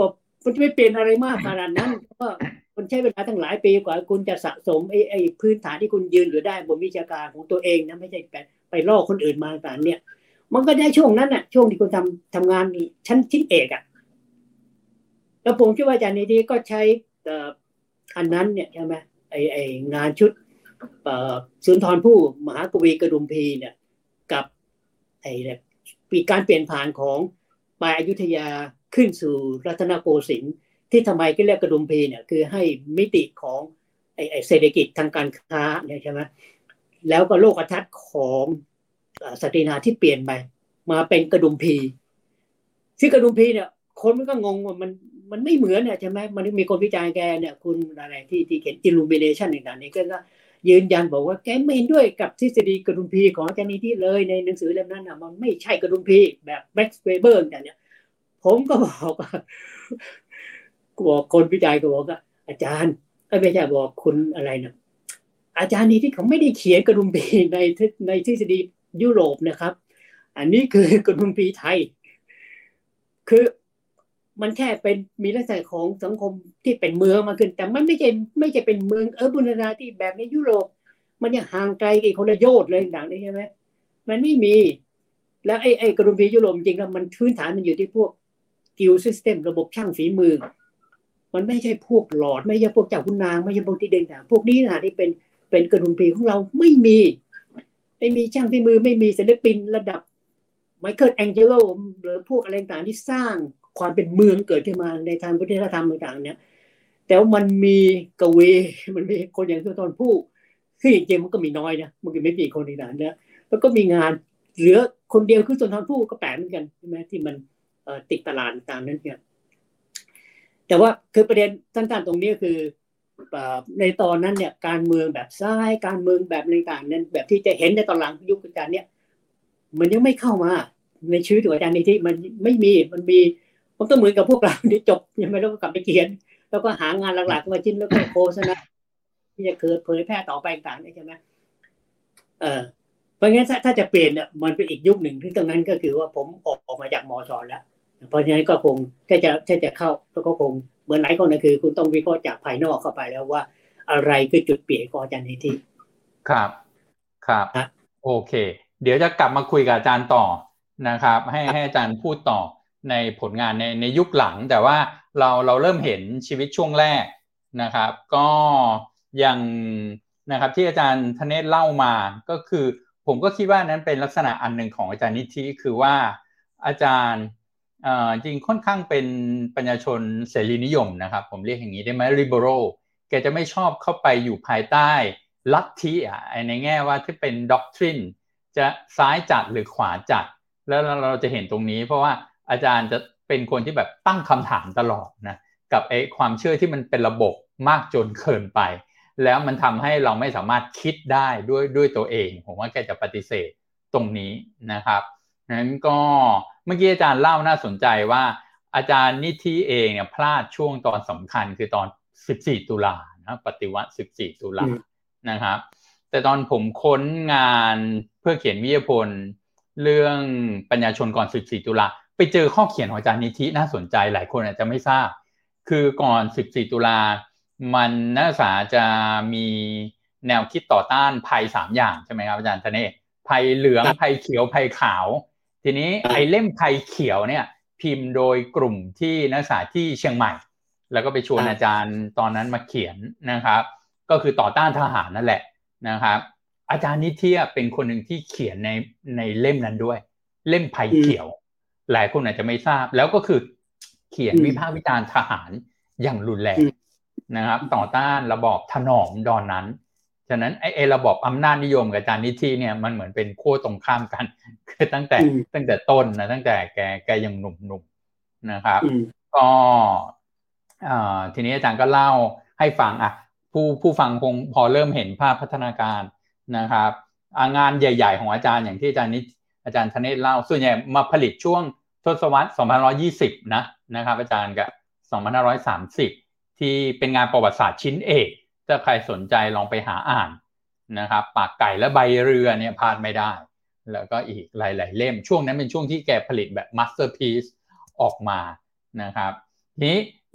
[SPEAKER 2] คุณจะไม่เปลี่ยนอะไรมากขนาดนั้นเพราะมันใช้เวลาตั้งหลายปีกว่าคุณจะสะสมไอ้ไอ้พื้นฐานที่คุณยืนอยู่ได้บนวิชาการของตัวเองนะไม่ใช่ไปไปลอกคนอื่นมาต่างเนี่ยมันก็ได้ช่วงนั้นน่ะช่วงที่คุณทำทำงานชั้นชิ้นเอกอ่ะแล้วผมคิดว่าอาจารย์นิติก็ใช้อันนั้นเนี่ยใช่ไหมไอ้ไอ้งานชุดสุนทรภู่มหากวีกระดุมพีเนี่ยกับไอ้ปีการเปลี่ยนผ่านของปลายอยุธยาขึ้นสู่รัตนโกสินทร์ที่ทำไมก็เรียกกระดุมพีเนี่ยคือให้มิติของไอ้ไอ้เศรษฐกิจทางการค้าเนี่ยใช่ไหมแล้วก็โลกทัศน์ของสตรีนาที่เปลี่ยนไปมาเป็นกระดุมพีซึ่งกระดุมพีเนี่ยคนมันก็งงว่ามันมันไม่เหมือนเนี่ยใช่ไหมมันมีคนวิจารณ์แกเนี่ยคุณอะไรที่ที่เขียน illumination ต่างๆนี่ก็ยืนยันบอกว่าแกไม่เห็นด้วยกับทฤษฎีกระดุมพีของอาจารย์นิติเลยในหนังสือเล่มนั้นนะมันไม่ใช่กระดุมพีแบบแม็กซ์เวเบอร์อย่างเนี้ยผมก็บอกว่าบอกคนวิจัยก็บอกว่าอาจารย์ไม่ใช่บอกคุณอะไรนะอาจารย์นิติเขาไม่ได้เขียนกระดุมพีในในทฤษฎียุโรปนะครับอันนี้คือกระดุมพีไทยคือมันแค่เป็นมีลักษณะของสังคมที่เป็นเมืองมาขึ้นแต่มันไม่ใช่ไม่ใช่เป็นเมืองเออบุรณาที่แบบในยุโรปมันยังห่างไกลกันคนละโยชน์เลยต่างๆใช่ไหมมันไม่มีแล้วไอ้ไอ้กระดุมพียุโรปจริงๆแล้วมันพื้นฐานมันอยู่ที่พวกกิลด์ซิสเต็มระบบช่างฝีมือมันไม่ใช่พวกหลอดไม่ใช่พวกเจ้าคุณนางไม่ใช่พวกที่เด่นต่างพวกนี้นะที่เป็นเป็นกระดุมพีของเราไม่มีไม่มีช่างฝีมือไม่มีศิลปินระดับไมเคิลแองเจโลหรือพวกอะไรต่างที่สร้างความเป็นเมืองเกิดขึ้นมาในทางวัฒนธรรมต่างๆเนี่ยแต่ว่ามันมีกวีมันมีคนอย่างสุนทรภู่ซึ่งจริงๆมันก็มีน้อยนะมันก็ไม่มีคนอีกนั้นนะแล้วก็มีงานเหลือคนเดียวคือสุนทรภู่ก็แปลกเหมือนกันใช่ไหมที่มันติดตลาดต่างนั้นเนี่ยแต่ว่าคือประเด็นสั้นๆตรงนี้คือในตอนนั้นเนี่ยการเมืองแบบซ้ายการเมืองแบบต่างๆนั้นแบบที่จะเห็นในตอนหลังยุคอาจารย์เนี่ยมันยังไม่เข้ามาในชีวิตของอาจารย์ในที่มันไม่มีมันมีมันก็เหมือนกับพวกเราที่จบยังไม่ต้องกลับไปเขียนแล้วก็หางานหลักๆมาชิ้นแล้วก็โฆษณาที่จะเกิดเผยแพร่ต่อไปต่างๆใช่ไหมเออเพราะงั้นถ้าจะเปลี่ยนเนี่ยมันเป็นอีกยุคหนึ่งที่ตรงนั้นก็คือว่าผมออกออกมาจากมอชอนแล้วเพราะฉะนั้นก็คงถ้าจะถ้าจะเข้าก็คงเหมือนหลายคนนะคือคุณต้องวิเคราะห์จากภายนอกเข้าไปแล้วว่าอะไรคือจุดเปลี่ยนของอาจารย์นิติ
[SPEAKER 1] ครับครับโอเคเดี๋ยวจะกลับมาคุยกับอาจารย์ต่อนะครับให้ให้อาจารย์พูดต่อในผลงานในในยุคหลังแต่ว่าเราเราเริ่มเห็นชีวิตช่วงแรกนะครับก็ยังนะครับที่อาจารย์ธเนศเล่ามาก็คือผมก็คิดว่านั้นเป็นลักษณะอันหนึ่งของอาจารย์นิธิคือว่าอาจารย์จริงค่อนข้างเป็นปัญญาชนเสรีนิยมนะครับผมเรียกอย่างนี้ได้ไหม liberal แกจะไม่ชอบเข้าไปอยู่ภายใต้ลัทธิอ่ะในแง่ว่าที่เป็น doctrine จะซ้ายจัดหรือขวาจัดแล้วเราจะเห็นตรงนี้เพราะว่าอาจารย์จะเป็นคนที่แบบตั้งคำถามตลอดนะกับไอ้ความเชื่อที่มันเป็นระบบมากจนเกินไปแล้วมันทำให้เราไม่สามารถคิดได้ด้วยด้วยตัวเองผมว่าแกจะปฏิเสธตรงนี้นะครับนั้นก็เมื่อกี้อาจารย์เล่าน่าสนใจว่าอาจารย์นิธิเองเนี่ยพลาดช่วงตอนสำคัญคือตอนสิบสี่ตุลานะปฏิวัติสิบสี่ตุลานะครับแต่ตอนผมค้นงานเพื่อเขียนวิทยาพลเรื่องปัญญาชนก่อนสิบสี่ตุลาไปเจอข้อเขียนของอาจารย์นิธิน่าสนใจหลายคนอาจจะไม่ทราบคือก่อนสิบสี่ตุลามันนักศึกษาจะมีแนวคิดต่อต้านภัยสามอย่างใช่ไหมครับอาจารย์ธเนศภัยเหลืองภัยเขียวภัยขาวทีนี้ไอ้เล่มภัยเขียวเนี่ยพิมพ์โดยกลุ่มที่นักศึกษาที่เชียงใหม่แล้วก็ไปชวนอาจารย์ตอนนั้นมาเขียนนะครับก็คือต่อต้านทหารนั่นแหละนะครับอาจารย์นิธิเป็นคนหนึ่งที่เขียนในในเล่มนั้นด้วยเล่มภัยเขียวหลายคนอาจจะไม่ทราบแล้วก็คือเขียนวิพากษ์วิจารณ์ทหารอย่างรุนแรงนะครับต่อต้านระบอบถนอมตอนนั้นฉะนั้นไอ้ไอ้ระบอบอำนาจนิยมกับอาจารย์นิธิเนี่ยมันเหมือนเป็นขั้วตรงข้ามกันคือตั้งแต่ตั้งแต่ต้นนะตั้งแต่แกแกยังหนุ่มๆนะครับก็ทีนี้อาจารย์ก็เล่าให้ฟังอ่ะผู้ผู้ฟังคงพอเริ่มเห็นภาพพัฒนาการนะครับงานใหญ่ๆของอาจารย์อย่างที่อาจารย์นิอาจารย์ธเนศเล่าส่วนใหญ่มาผลิตช่วงทศวรรษสองพันห้าร้อยยี่สิบนะนะครับอาจารย์กับสองพันห้าร้อยสามสิบที่เป็นงานประวัติศาสตร์ชิ้นเอกถ้าใครสนใจลองไปหาอ่านนะครับปากไก่และใบเรือเนี่ยพลาดไม่ได้แล้วก็อีกหลายๆเล่มช่วงนั้นเป็นช่วงที่แกผลิตแบบมาสเตอร์พีซออกมานะครับทีนี้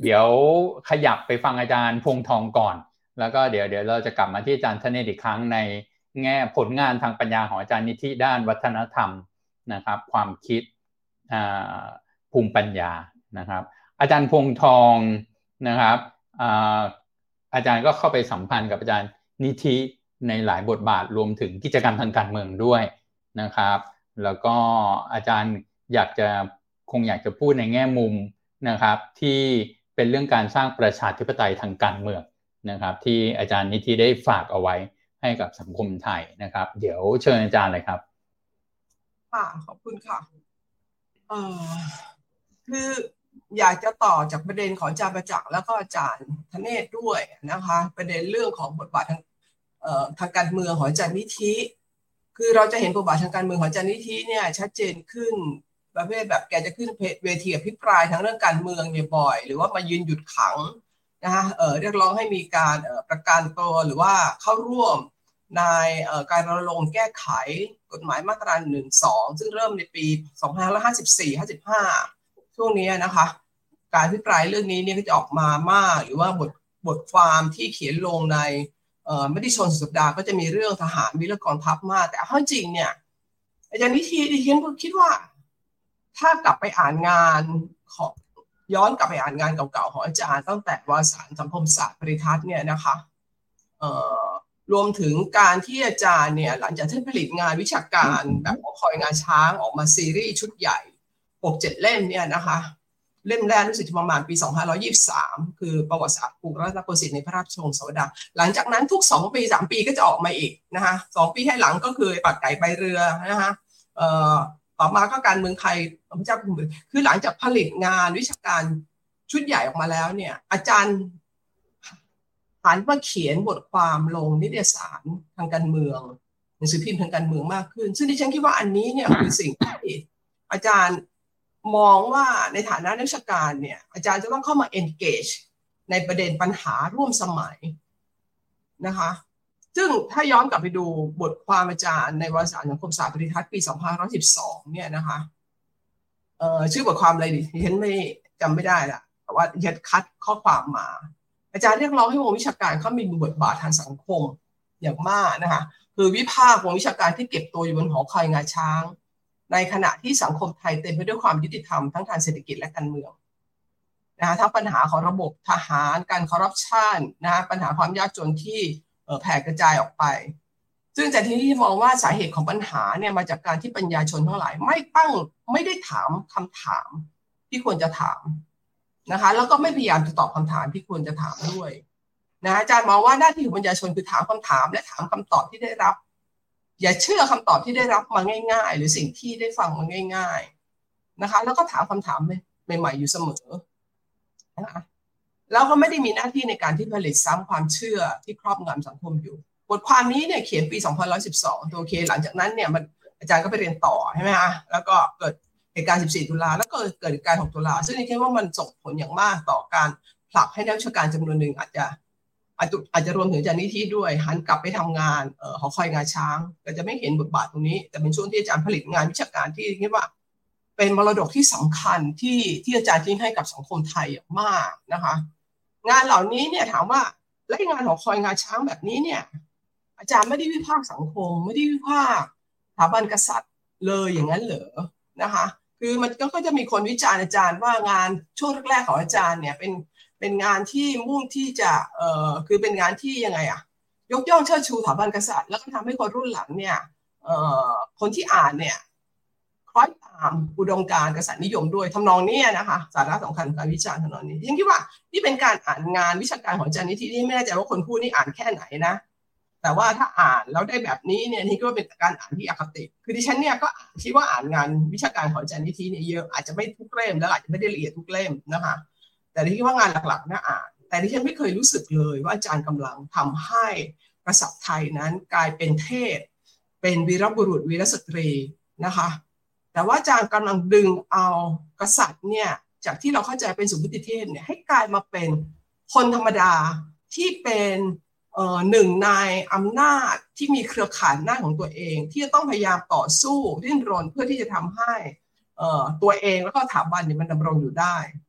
[SPEAKER 1] เดี๋ยวขยับไปฟังอาจารย์พงษ์ทองก่อนแล้วก็เดี๋ยวเดี๋ยวเราจะกลับมาที่อาจารย์ธเนศอีกครั้งในแง่ผลงานทางปัญญาของอาจารย์นิธิด้านวัฒนธรรมนะครับความคิดภูมิปัญญานะครับอาจารย์พงษ์ทองนะครับอาจารย์ก็เข้าไปสัมพันธ์กับอาจารย์นิธิในหลายบทบาทรวมถึงกิจกรรมทางการเมืองด้วยนะครับแล้วก็อาจารย์อยากจะคงอยากจะพูดในแง่มุมนะครับที่เป็นเรื่องการสร้างประชาธิปไตยทางการเมืองนะครับที่อาจารย์นิธิได้ฝากเอาไว้ให้กับสังคมไทยนะครับเดี๋ยวเชิญอาจารย์เลยครับ
[SPEAKER 3] ค่ะขอบคุณค่ะเอ่อคืออยากจะต่อจากประเด็นของอาจารย์ประจักษ์แล้วก็อาจารย์ธเนศด้วยนะคะประเด็นเรื่องของบทบาททางเอ่อทางการเมืองของอาจารย์นิธิคือเราจะเห็นบทบาททางการเมืองของอาจารย์นิธิเนี่ยชัดเจนขึ้นประเภทแบบแกจะขึ้นเวทีอภิปรายทางเรื่องการเมืองเนี่ยบ่อยหรือว่ามายืนหยุดขังนะคะเอ่อเรียกร้องให้มีการเอ่อประกันตัวหรือว่าเข้าร่วมในเอ่อการรณรงค์แก้ไขกฎหมายมาตราหนึ่งสองซึ่งเริ่มในปีสองพันห้าร้อยห้าสิบสี่ ห้าสิบห้าช่วงนี้นะคะการอภิปรายเรื่องนี้เนี่ยก็จะออกมามากหรือว่าบทบทความที่เขียนลงในเอ่อมติชนสุดสัปดาห์ก็จะมีเรื่องทหารวิรกองทัพมากแต่เอาจริงเนี่ยอาจารย์นิธิดิฉันคิดว่าถ้ากลับไปอ่านงานของย้อนกลับไปอ่านงานเก่าๆของอาจารย์ตั้งแต่วารสารสังคมศาสตร์ปริทัศน์เนี่ยนะคะเอ่อรวมถึงการที่อาจารย์เนี่ยหลังจากที่ผลิตงานวิชาการแบบคอยงานช้างออกมาซีรีส์ชุดใหญ่ หกเจ็ด เล่มเนี่ยนะคะเล่มแรกรู้สึกประมาณปีสองพันห้าร้อยยี่สิบสามคือประวัติศาสตร์กรุงรัตนโกสินทร์ในพระราชวงศ์สวดาหลังจากนั้นทุกสองปีสามปีก็จะออกมาอีกนะคะสองปีให้หลังก็คือปักไก่ใบเรือนะคะเอ่อต่อมาก็การเมืองไทยพระเจ้าคุณคือหลังจากผลิตงานวิชาการชุดใหญ่ออกมาแล้วเนี่ยอาจารย์หันมาเขียนบทความลงนิตยสารทางการเมืองหนังสือพิมพ์ทางการเมืองมากขึ้นซึ่งดิฉันคิดว่าอันนี้เนี่ยคือสิ่งที่อาจารย์มองว่าในฐานะนักวิชาการเนี่ยอาจารย์จะต้องเข้ามา engage ในประเด็นปัญหาร่วมสมัยนะคะซึ่งถ้าย้อนกลับไปดูบทความอาจารย์ในวารสารสังคมศาสตร์ปริทัศน์ปีสองพันห้าร้อยสิบสองเนี่ยนะคะเอ่อชื่อบทความอะไรดิฉันไม่จำไม่ได้ละแต่ว่าฉันคัดข้อความมาอาจารย์เรียกร้องให้วงวิชาการเขามีบทบาททางสังคมอย่างมากนะคะคือวิพากษ์วงวิชาการที่เก็บตัวอยู่บนหอคอยงาช้างในขณะที่สังคมไทยเต็มไปด้วยความยุติธรรมทั้งทางเศรษฐกิจและการเมืองนะคะทั้งปัญหาของระบบทหารการคอร์รัปชันนะปัญหาความยากจนที่แผ่กระจายออกไปซึ่งแต่ที่นี่มองว่าสาเหตุของปัญหาเนี่ยมาจากการที่ปัญญาชนทั้งหลายไม่ตั้งไม่ได้ถามคำถามที่ควรจะถามนะคะแล้วก็ไม่พยายามจะตอบคำถามที่ควรจะถามด้วยนะอาจารย์มองว่าหน้าที่ของปัญญาชนคือถามคำถามและถามคำตอบที่ได้รับอย่าเชื่อคำตอบที่ได้รับมาง่ายๆหรือสิ่งที่ได้ฟังมาง่ายๆนะคะแล้วก็ถามคำถามใหม่ๆอยู่เสมอนะคะแล้วก็ไม่ได้มีหน้าที่ในการที่ผลิตซ้ำความเชื่อที่ครอบงำสังคมอยู่บทความนี้เนี่ยเขียนปีสองพันหนึ่งร้อยสิบสองโอเคหลังจากนั้นเนี่ยมันอาจารย์ก็ไปเรียนต่อใช่ไหมคะแล้วก็เกิดเหตุการณ์สิบสี่ตุลาแล้วก็เกิดเหตุการณ์หกตุลาซึ่งดิฉันว่ามันส่งผลอย่างมากต่อการผลักให้นักวิชาการจำนวนหนึ่งอาจจะอาจจะอาจจะรวมถึงอาจารย์นิธิด้วยหันกลับไปทำงานเอ่อหอคอยงาช้างก็จะไม่เห็นบทบาทตรงนี้แต่เป็นช่วงที่อาจารย์ผลิตงานวิชาการที่คิดว่าเป็นมรดกที่สำคัญที่ที่อาจารย์ทิ้งให้กับสังคมไทยอย่างมากนะคะงานเหล่านี้เนี่ยถามว่าและงานหอคอยงาช้างแบบนี้เนี่ยอาจารย์ไม่ได้วิพากษ์สังคมไม่ได้วิพากษ์สถาบันกษัตริย์เลยอย่างนั้นเหรอนะคะคือมันก็จะมีคนวิจารณ์อาจารย์ว่างานช่วงแรกๆของอาจารย์เนี่ยเป็นเป็นงานที่มุ่งที่จะเอ่อคือเป็นงานที่ยังไงอะยกย่องเชิดชูสถาบันกษัตริย์แล้วก็ทำให้คนรุ่นหลังเนี่ยเอ่อคนที่อ่านเนี่ยคล้อยตามอุดมการณ์กษัตริย์นิยมด้วยทำนองนี้นะคะสาระสำคัญของการวิจารณ์ทำนองนี้ยังคิดว่านี่เป็นการอ่านงานวิชาการของอาจารย์นิธิที่ไม่แน่ใจว่าคนพูดนี่อ่านแค่ไหนนะแต่ว่าถ้าอ่านแล้วได้แบบนี้เนี่ยนี่ก็เป็นการอ่านที่อคติคือดิฉันเนี่ยก็คิดว่าอ่านงานวิชาการของอาจารย์นิธิเนี่ยเยอะอาจจะไม่ทุกเล่มแล้วอาจจะไม่ได้ละเอียดทุกเล่มนะคะแต่ที่คิดว่างานหลักๆน่าอ่านแต่ดิฉันไม่เคยรู้สึกเลยว่าอาจารย์กำลังทำให้กษัตริย์ไทยนั้นกลายเป็นเทพเป็นวีรบุรุษวีรสตรีนะคะแต่ว่าอาจารย์กำลังดึงเอากษัตริย์เนี่ยจากที่เราเข้าใจเป็นสมมุติเทพเนี่ยให้กลายมาเป็นคนธรรมดาที่เป็นเอ่อหนึ่งในอำนาจที่มีเครือข่ายหน้าของตัวเองที่จะต้องพยายามต่อสู้ดิ้นรนเพื่อที่จะทำให้เอ่อตัวเองแล้วก็สถาบันเนี่ยมันดำรงอยู่ได้เว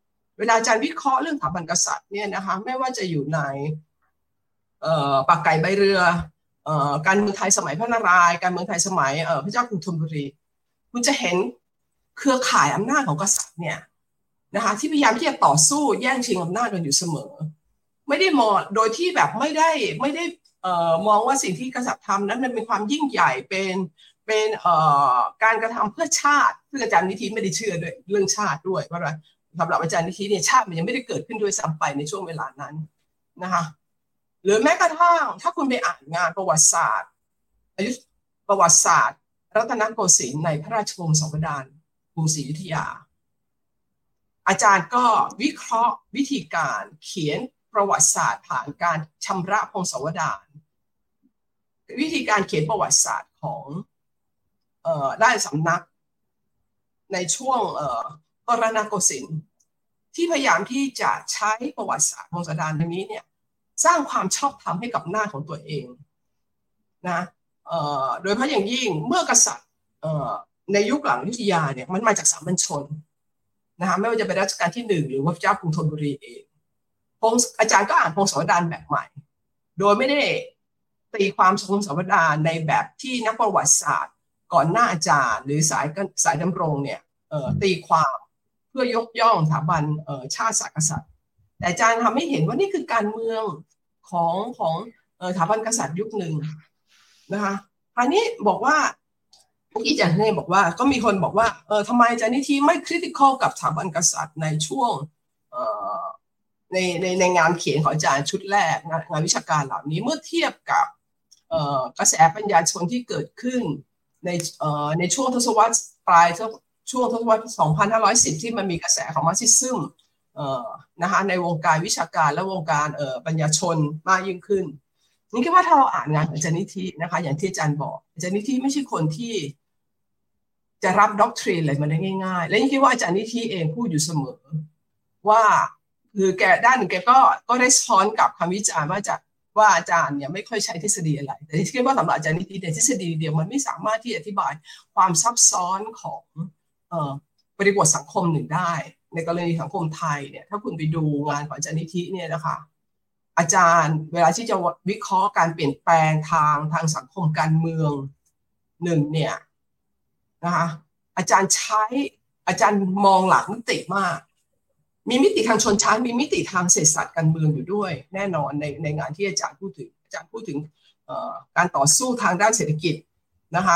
[SPEAKER 3] วลาอาจารย์วิเคราะห์เรื่องสถาบันกษัตริย์เนี่ยนะคะไม่ว่าจะอยู่ในเอ่อปากไก่ใบเรือเอ่อการเมืองไทยสมัยพระนารายณ์การเมืองไทยสมัยเอ่อพระเจ้ากรุงธนบุรีคุณจะเห็นเครือข่ายอำนาจของกษัตริย์เนี่ยนะคะที่พยายามที่จะต่อสู้แย่งชิงอำนาจกันอยู่เสมอไม่ได้มองโดยที่แบบไม่ได้ไม่ได้เอ่อมองว่าสิ่งที่กษัตริย์ทำนั้นมันเป็นความยิ่งใหญ่เป็นเป็นเอ่อการกระทำเพื่อชาติซึ่งอาจารย์นิธิไม่ได้เชื่อด้วยเรื่องชาติด้วยเพราะอะไรสำหรับอาจารย์นิธิเนี่ยชาติมันยังไม่ได้เกิดขึ้นด้วยซ้ำไปในช่วงเวลานั้นนะคะหรือแม้กระทั่งถ้าคุณไปอ่านงานประวัติศาสตร์อายุประวัติศาสตร์รัตนโกสินทร์ในพระราชวงศ์สวดานกรุงศรีอยุธยาอาจารย์ก็วิเคราะห์วิธีการเขียนประวัติศาสตร์ผ่านการชำระพงศาวดารวิธีการเขียนประวัติศาสตร์ของเอ่อได้สำนักในช่วงเอ่อรัตนโกสินทร์ที่พยายามที่จะใช้ประวัติศาสตร์พงศาวดารตรงนี้เนี่ยสร้างความชอบธรรมให้กับหน้าของตัวเองนะเอ่อโดยเฉพาะอย่างยิ่งเมื่อกษัตริย์เอ่อในยุคหลังอยุธยาเนี่ยมันมาจากสามัญชนนะคะไม่ว่าจะเป็นรัชกาลที่หนึ่งหรือว่าพระเจ้ากรุงธนบุรีเองพงอาจารย์ก็อ่านพงศาวดารแบบใหม่โดยไม่ได้ตีความพงศาวดารในแบบที่นักประวัติศาสตร์ก่อนหน้าอาจารย์หรือสายสายดำรงเนี่ยเอ่อตีความเพื่อยกย่องสถาบันเอ่อชาติศาสตร์กษัตริย์แต่อาจารย์ทำให้เห็นว่านี่คือการเมืองของของเอ่อสถาบันกษัตริย์ยุคหนึ่งนะคะคราวนี้บอกว่าเมื่อกี้อาจารย์เนี่ยบอกว่าก็มีคนบอกว่าเออทำไมอาจารย์นิธิไม่คริติคอลกับสถาบันกษัตริย์ในช่วงเอ่อในในในงานเขียนของอาจารย์ชุดแรกงานงานวิชาการเหล่านี้เมื่อเทียบกับเอ่อกระแสปัญญาชนที่เกิดขึ้นในเอ่อในช่วงทศวรรษปลายช่วงทศวรรษสองพันห้าร้อยสิบที่มันมีกระแสของมาร์กซิซึมเอ่อนะคะในวงการวิชาการและวงการเอ่อปัญญาชนมากยิ่งขึ้นนี่คิดว่าถ้าเราอ่านงานของอาจารย์นิธินะคะอย่างที่อาจารย์บอกอาจารย์นิธิไม่ใช่คนที่จะรับด็อกทรีนอะไรมาได้ง่ายๆและยิ่งคิดว่าอาจารย์นิธิเองพูดอยู่เสมอว่าคือแกด้านหนึ่งแกก็ก็ได้ซ้อนกับคำวิจารณ์ว่าจะว่าอาจารย์เนี่ยไม่ค่อยใช้ทฤษฎีอะไรแต่ที่คิดว่าสำหรับอาจารย์นิธิเนี่ยทฤษฎีเดียวมันไม่สามารถที่อธิบายความซับซ้อนของเอ่อบริบทสังคมหนึ่งได้ในกรณีสังคมไทยเนี่ยถ้าคุณไปดูงานของอาจารย์นิธิเนี่ยนะคะอาจารย์เวลาที่จะวิเคราะห์การเปลี่ยนแปลงทางทางสังคมการเมืองหนึ่งเนี่ยนะคะอาจารย์ใช้อาจารย์มองหลากมิติมากมีมิติทางชนชั้นมีมิติทางเศรษฐศาสตร์การเมืองอยู่ด้วยแน่นอนในในงานที่อาจารย์พูดถึงอาจารย์พูดถึงการต่อสู้ทางด้านเศรษฐกิจนะคะ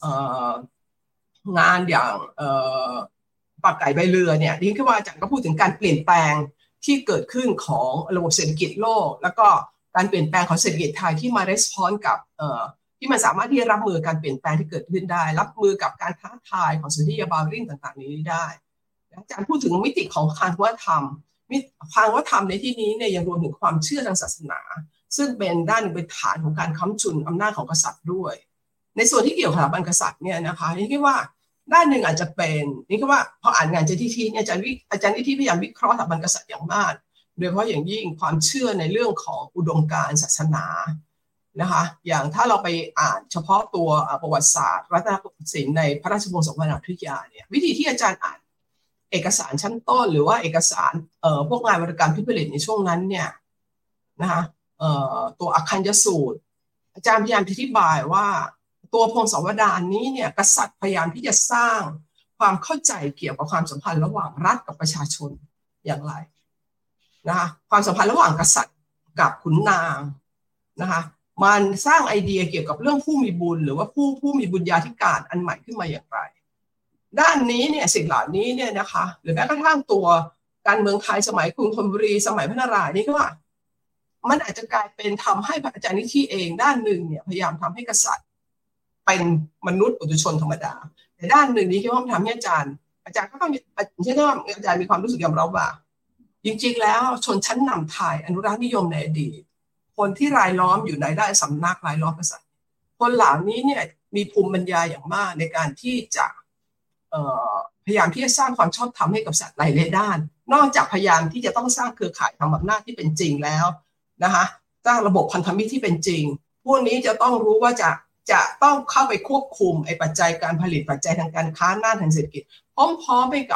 [SPEAKER 3] งานอย่างปากไก่ใบเรือเนี่ยที่คิดว่าอาจารย์ก็พูดถึงการเปลี่ยนแปลงที่เกิดขึ้นของระบบเศรษฐกิจโลกแล้วก็การเปลี่ยนแปลงของเศรษฐกิจไทยที่มารีสปอนส์กับที่มันสามารถที่จะรับมือการเปลี่ยนแปลงที่เกิดขึ้นได้รับมือกับการท้าทายของสุนทรียบาริ่งต่างๆนี้ได้อาจารย์พูดถึงมิติของทางวัฒนธรรมทางวัฒนธรรมในที่นี้เนี่ยยังรวมถึงความเชื่อทางศาสนาซึ่งเป็นด้านเป็นฐานของการค้ำจุนอำนาจของกษัตริย์ด้วยในส่วนที่เกี่ยวกับสถาบันกษัตริย์เนี่ยนะคะนี่คิดว่าด้านหนึ่งอาจจะเป็นนี่คิดว่าพออ่านงานอาจารย์นิธิเนี่ยอาจารย์วิอาจารย์นิธิพยายามวิเคราะห์สถาบันกษัตริย์อย่างมากโดยเฉพาะอย่างยิ่งความเชื่อในเรื่องของอุดมการณ์ศาสนานะคะอย่างถ้าเราไปอ่านเฉพาะตัวประวัติศาสตร์รัตนโกสินทร์ในพระราชวงศ์สวรรณอยุธยาเนี่ยวิธีที่อาจารย์อ่านเอกสารชั้นต้นหรือว่าเอกสารเอ่อพวกงานวรรณกรรมพิพิธในช่วงนั้นเนี่ยนะคะเอ่อตัวอักขัญญสูตรอาจารย์พยายามอธิบายว่าตัวพงศาวดารนี้เนี่ยกษัตริย์พยายามที่จะสร้างความเข้าใจเกี่ยวกับความสัมพันธ์ระหว่างรัฐกับประชาชนอย่างไรนะคะความสัมพันธ์ระหว่างกษัตริย์กับขุนนางนะคะมันสร้างไอเดียเกี่ยวกับเรื่องผู้มีบุญหรือว่าผู้ผู้มีบุญญาธิการอันใหม่ขึ้นมาอย่างไรด้านนี้เนี่ยสิ่งเหล่านี้เนี่ยนะคะหรือแม้กระทั่งตัวการเมืองไทยสมัยกรุงธนบุรีสมัยพระนารายณ์นี่ก็ว่ามันอาจจะกลายเป็นทำให้อาจารย์นิธิเองด้านหนึ่งเนี่ยพยายามทำให้กษัตริย์เป็นมนุษย์ปุถุชนธรรมดาแต่ด้านหนึ่งนี้คิดว่ามันทำให้อาจารย์อาจารย์ก็ต้องเช่นว่าอาจารย์มีความรู้สึกยอมรับว่าจริงๆแล้วชนชั้นนำไทยอนุรักษ์นิยมในอดีตคนที่รายล้อมอยู่ในด้านสำนักรายล้อมกษัตริย์คนเหล่านี้เนี่ยมีภูมิปัญญาอย่างมากในการที่จะพยายามที่จะสร้างความชอบธรรมให้กับสัตว์หลายด้านนอกจากพยายามที่จะต้องสร้างเครือข่ายทางอำนาจที่เป็นจริงแล้วนะคะสร้างระบบพันธมิตรที่เป็นจริงพวกนี้จะต้องรู้ว่าจะจะต้องเข้าไปควบคุมไอ้ปัจจัยการผลิตปัจจัยทางการค้าหน้าทางเศรษฐกิจพร้อมๆไปกับ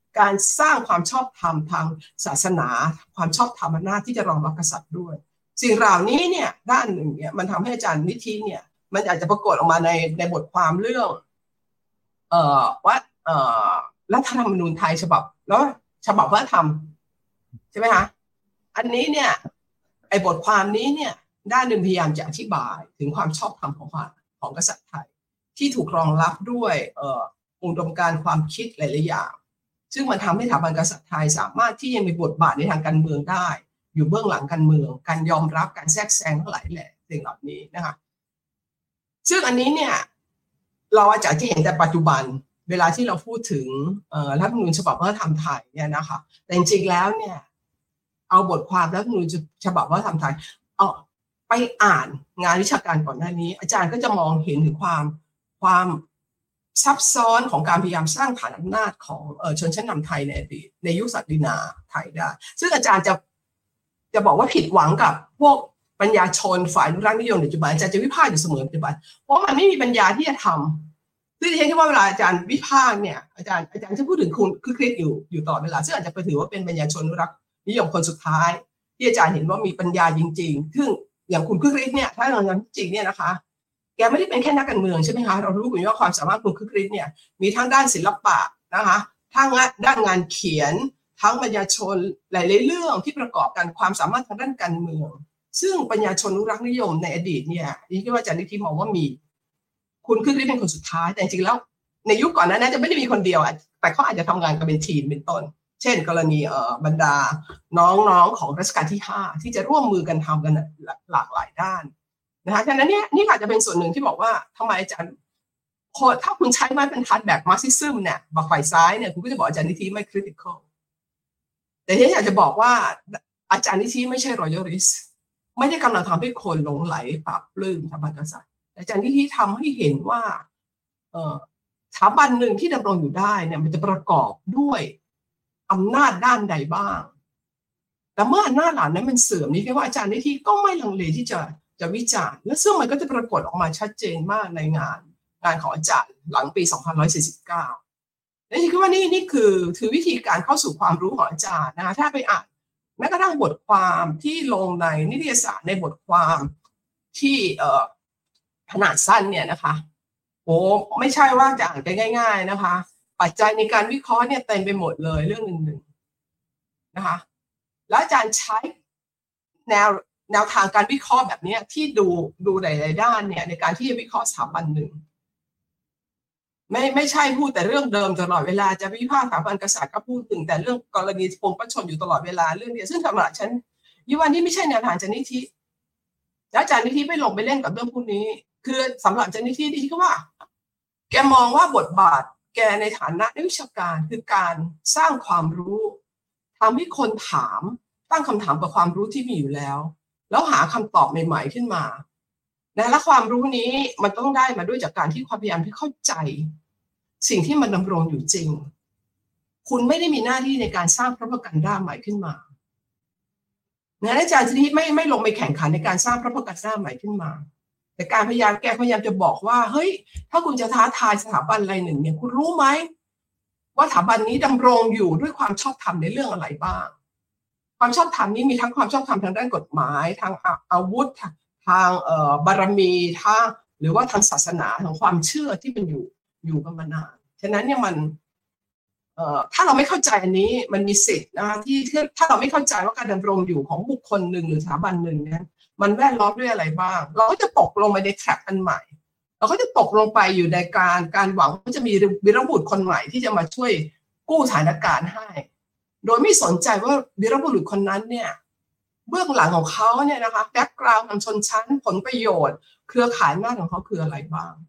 [SPEAKER 3] การสร้างความชอบธรรมทางศาสนาความชอบธรรมอำนาจที่จะรองรับกษัตริย์ด้วยสิ่งเหล่านี้เนี่ยด้านหนึ่งเนี่ยมันทำให้อาจารย์นิธิเนี่ยมันอาจจะปรากฏออกมาในในบทความเรื่องเอ่อว่าเอ่อรัฐธรรมนูญไทยฉบับแล้วฉบับวัฒนธรรมใช่ไหมคะอันนี้เนี่ยไอ้บทความนี้เนี่ยด้านหนึ่งพยายามจะอธิบายถึงความชอบธรรมของของกษัตริย์ไทยที่ถูกรองรับด้วยเอ่ออุดมการณ์ความคิดหลายๆอย่างซึ่งมันทำให้สถาบันกษัตริย์ไทยสามารถที่ยังมีบทบาทในทางการเมืองได้อยู่เบื้องหลังการเมืองการยอมรับการแทรกแซงทั้งหลายแหละสิ่งเหล่านี้นะคะซึ่งอันนี้เนี่ยเราอาจจะเห็นแต่ปัจจุบันเวลาที่เราพูดถึงรัฐธรรมนูญฉบับวัฒนธรรมไทยเนี่ยนะคะแต่จริงๆแล้วเนี่ยเอาบทความรัฐธรรมนูญฉบับวัฒนธรรมไทยเอาไปอ่านงานวิชาการก่อนหน้านี้อาจารย์ก็จะมองเห็นถึงความความซับซ้อนของการพยายามสร้างฐานอำนาจของเอ่อชนชั้นนำไทยในอดีตในยุคศักดินาไทยได้ซึ่งอาจารย์จะจะบอกว่าผิดหวังกับพวกปัญญาชนฝ่ายอนุรักษ์นิยมในปัจจุบันอาจารย์จะวิพากษ์อยู่เสมอปัจจุบันเพราะมันไม่มีปัญญาที่จะทำซึ่งที่เห็นที่ว่าเวลาอาจารย์วิพากษ์เนี่ยอาจารย์อาจารย์จะพูดถึงคุณคือคริสอยู่อยู่ตลอดเวลาซึ่งอาจจะไปถือว่าเป็นปัญญาชนอนุรักษ์นิยมคนสุดท้ายที่อาจารย์เห็นว่ามีปัญญาจริงๆซึ่งอย่างคุณคือคริสเนี่ยถ้าเราจริงเนี่ยนะคะแกไม่ได้เป็นแค่นักการเมืองใช่ไหมคะเรารู้กันว่าความสามารถคุณคือคริสเนี่ยมีทั้งด้านศิลปะนะคะทั้งด้านงานเขียนทั้งปัญญาชนหลายๆเรื่องที่ประกอบกันความสามารถทางด้านการเมืองซึ่งปัญญาชนอนุรักษ์นิยมในอดีตเนี่ยนี่คิดว่าอาจารย์นิธิมองว่ามีคุณคือคริสเป็นคนสุดท้ายแต่จริงๆแล้วในยุคก่อนนั้นจะไม่ได้มีคนเดียวแต่เขาอาจจะทำงานกันเป็นทีมเป็นต้นเช่นกรณีเอ่อบรรดาน้องๆของรัชกาลที่ห้าที่จะร่วมมือกันทำกันหลากหลายด้านนะคะฉะนั้นเนี่ยนี่อาจจะเป็นส่วนหนึ่งที่บอกว่าทำไมอาจารย์ถ้าคุณใช้ไม้บรรทัดแบบมาร์กซิซึมเนี่ยแบบฝ่ายซ้ายเนี่ยคุณก็จะบอกอาจารย์นิธิไม่ critical แต่ที่อยากจะบอกว่าอาจารย์นิธิไม่ใช่ royalist ไม่ได้กำลังทำให้คนหลงไหลปราบปลื้มสถาบันกษัตริย์อาจารย์นิธิทำให้เห็นว่าเอ่อสถาบันหนึ่งที่ดำรงอยู่ได้เนี่ยมันจะประกอบด้วยอำนาจด้านใดบ้างแต่เมื่ออำนาจเหล่านั้นมันเสื่อมนี่คือว่าอาจารย์นิธิก็ไม่ลังเลที่จะจะวิจารณ์และซึ่งมันก็จะปรากฏออกมาชัดเจนมากในงานงานของอาจารย์หลังปีสองพันหนึ่งร้อยสี่สิบเก้าและที่คิดว่านี่นี่คือคือวิธีการเข้าสู่ความรู้ของอาจารย์นะคะถ้าไปอ่านแม้กระทั่งบทความที่ลงในนิตยสารในบทความที่เอ่อขนาดสั้นเนี่ยนะคะโอ้ไม่ใช่ว่าจะอ่านไปง่ายๆนะคะปัจจัยในการวิเคราะห์เนี่ยเต็มไปหมดเลยเรื่องหนึ่งๆนะคะแล้วอาจารย์ใช้แนวแนวทางการวิเคราะห์แบบนี้ที่ดูดูหลายๆด้านเนี่ยในการที่จะวิเคราะห์สถาบันหนึ่งไม่ไม่ใช่พูดแต่เรื่องเดิมตลอดเวลาจะวิพากษ์สถาบันกษัตริย์ก็พูดถึงแต่เรื่องกรณีปงประชนอยู่ตลอดเวลาเรื่องเดียวซึ่งสำหรับฉันยี่ว่านี่ไม่ใช่แนวทางอาจารย์นิธิแล้วอาจารย์นิธิไม่ลงไปเล่นกับเรื่องพวกนี้คือสำหรับอาจารย์นิธิที่คิดว่าแกมองว่าบทบาทแกในฐานะนักวิชาการคือการสร้างความรู้ทำให้คนถามตั้งคำถามกับความรู้ที่มีอยู่แล้วแล้วหาคำตอบใหม่ๆขึ้นมานะและความรู้นี้มันต้องได้มาด้วยจากการที่ความพยายามที่เข้าใจสิ่งที่มันดำรงอยู่จริงคุณไม่ได้มีหน้าที่ในการสร้างพระพกันด้าใหม่ขึ้นมานะอาจารย์ที่ไม่ไม่ลงไปแข่งขันในการสร้างพระพกันด้าใหม่ขึ้นมาแต่การพยายามแกพยายามจะบอกว่าเฮ้ยถ้าคุณจะท้าทายสถาบันอะไรหนึ่งเนี่ยคุณรู้ไหมว่าสถาบันนี้ดำรงอยู่ด้วยความชอบธรรมในเรื่องอะไรบ้างความชอบธรรมนี้มีทั้งความชอบธรรมทางด้านกฎหมายทางอาวุธทางเอ่อบารมีทางหรือว่าทางศาสนาทางความเชื่อที่มันอยู่อยู่กันมานานฉะนั้นเนี่ยมันเอ่อถ้าเราไม่เข้าใจอันนี้มันมีสิทธิ์นะคะที่ถ้าเราไม่เข้าใจว่าการดำรงอยู่ของบุคคลหนึ่งหรือสถาบันหนึ่งนั้นมันแวดล้อมด้วยอะไรบ้างเราก็จะตกลงไปในแทร็กอันใหม่เราก็จะตกลงไปอยู่ในการการหวังว่าจะมีวีรบุรุษคนใหม่ที่จะมาช่วยกู้สถานการณ์ให้โดยไม่สนใจว่าวีรบุรุษคนนั้นเนี่ยเบื้องหลังของเขาเนี่ยนะคะแบ็กกราวด์ทางชนชั้นผลประโยชน์เครือข่ายอำนาจของเขาคืออะไรบ้าง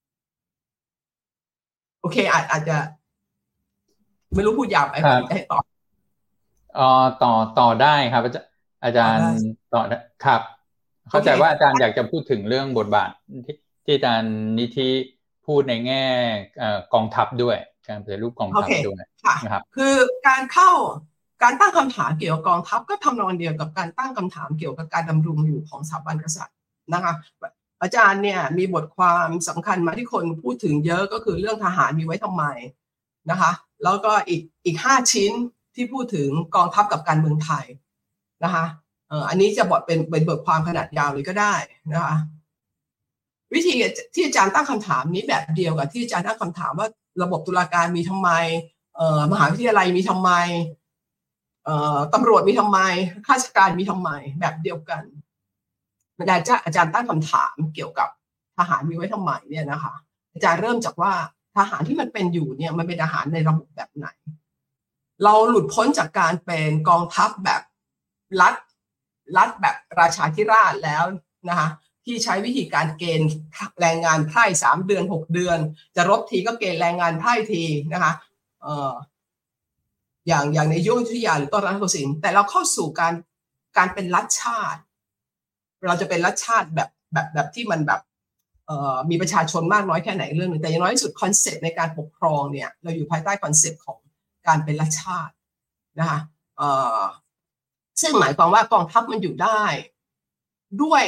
[SPEAKER 3] โอเคอาจอาจจะไม่รู้พูดยาวไปให้ต่อ
[SPEAKER 1] อ๋อต่อต่อได้ครับอาจารย์ต่อครับเข้าใจว่าอาจารย์อยากจะพูดถึงเรื่องบทบาทที่ที่อาจารย์นิธิพูดในแง่กองทัพด้วยการปฏิรูปกองทัพด้วยนะครับ
[SPEAKER 3] คือการเข้าการตั้งคำถามเกี่ยวกับกองทัพก็ทำนองเดียวกับการตั้งคำถามเกี่ยวกับการดำรงอยู่ของสถาบันกษัตริย์นะคะอาจารย์เนี่ยมีบทความสำคัญมาที่คนพูดถึงเยอะก็คือเรื่องทหารมีไว้ทำไมนะคะแล้วก็อีกอีกห้าชิ้นที่พูดถึงกองทัพกับการเมืองไทยนะคะเอ่ออันนี้จะบอกเป็นเป็นบทความขนาดยาวเลยก็ได้นะคะวิธีที่อาจารย์ตั้งคำถามนี้แบบเดียวกับที่อาจารย์ตั้งคำถามว่าระบบตุลาการมีทำไมเอ่อมหาวิทยาลัยมีทำไมเอ่อตำรวจมีทำไมข้าราชการมีทำไมแบบเดียวกันเวลาอาจารย์ตั้งคำถามเกี่ยวกับทหารมีไว้ทำไมเนี่ยนะคะอาจารย์เริ่มจากว่าทหารที่มันเป็นอยู่เนี่ยมันเป็นทหารในระบบแบบไหนเราหลุดพ้นจากการเป็นกองทัพแบบรัฐรัฐแบบราชาธิราชแล้วนะคะที่ใช้วิธีการเกณฑ์แรงงานไพร่สามเดือนหกเดือนจะรบทีก็เกณฑ์แรงงานไพร่ทีนะคะเอ่ออย่างอย่างในยุคอยุธยาหรือต้นรัตนโกสินทร์แต่เราเข้าสู่การการเป็นรัฐชาติเราจะเป็นรัฐชาติแบบแบบแบบที่มันแบบเอ่อมีประชาชนมากน้อยแค่ไหนเรื่องนึงแต่อย่างน้อยที่สุดคอนเซ็ปต์ในการปกครองเนี่ยเราอยู่ภายใต้คอนเซ็ปต์ของการเป็นรัฐชาตินะคะเอ่อซึ่งหมายความว่ากองทัพมันอยู่ได้ด้วย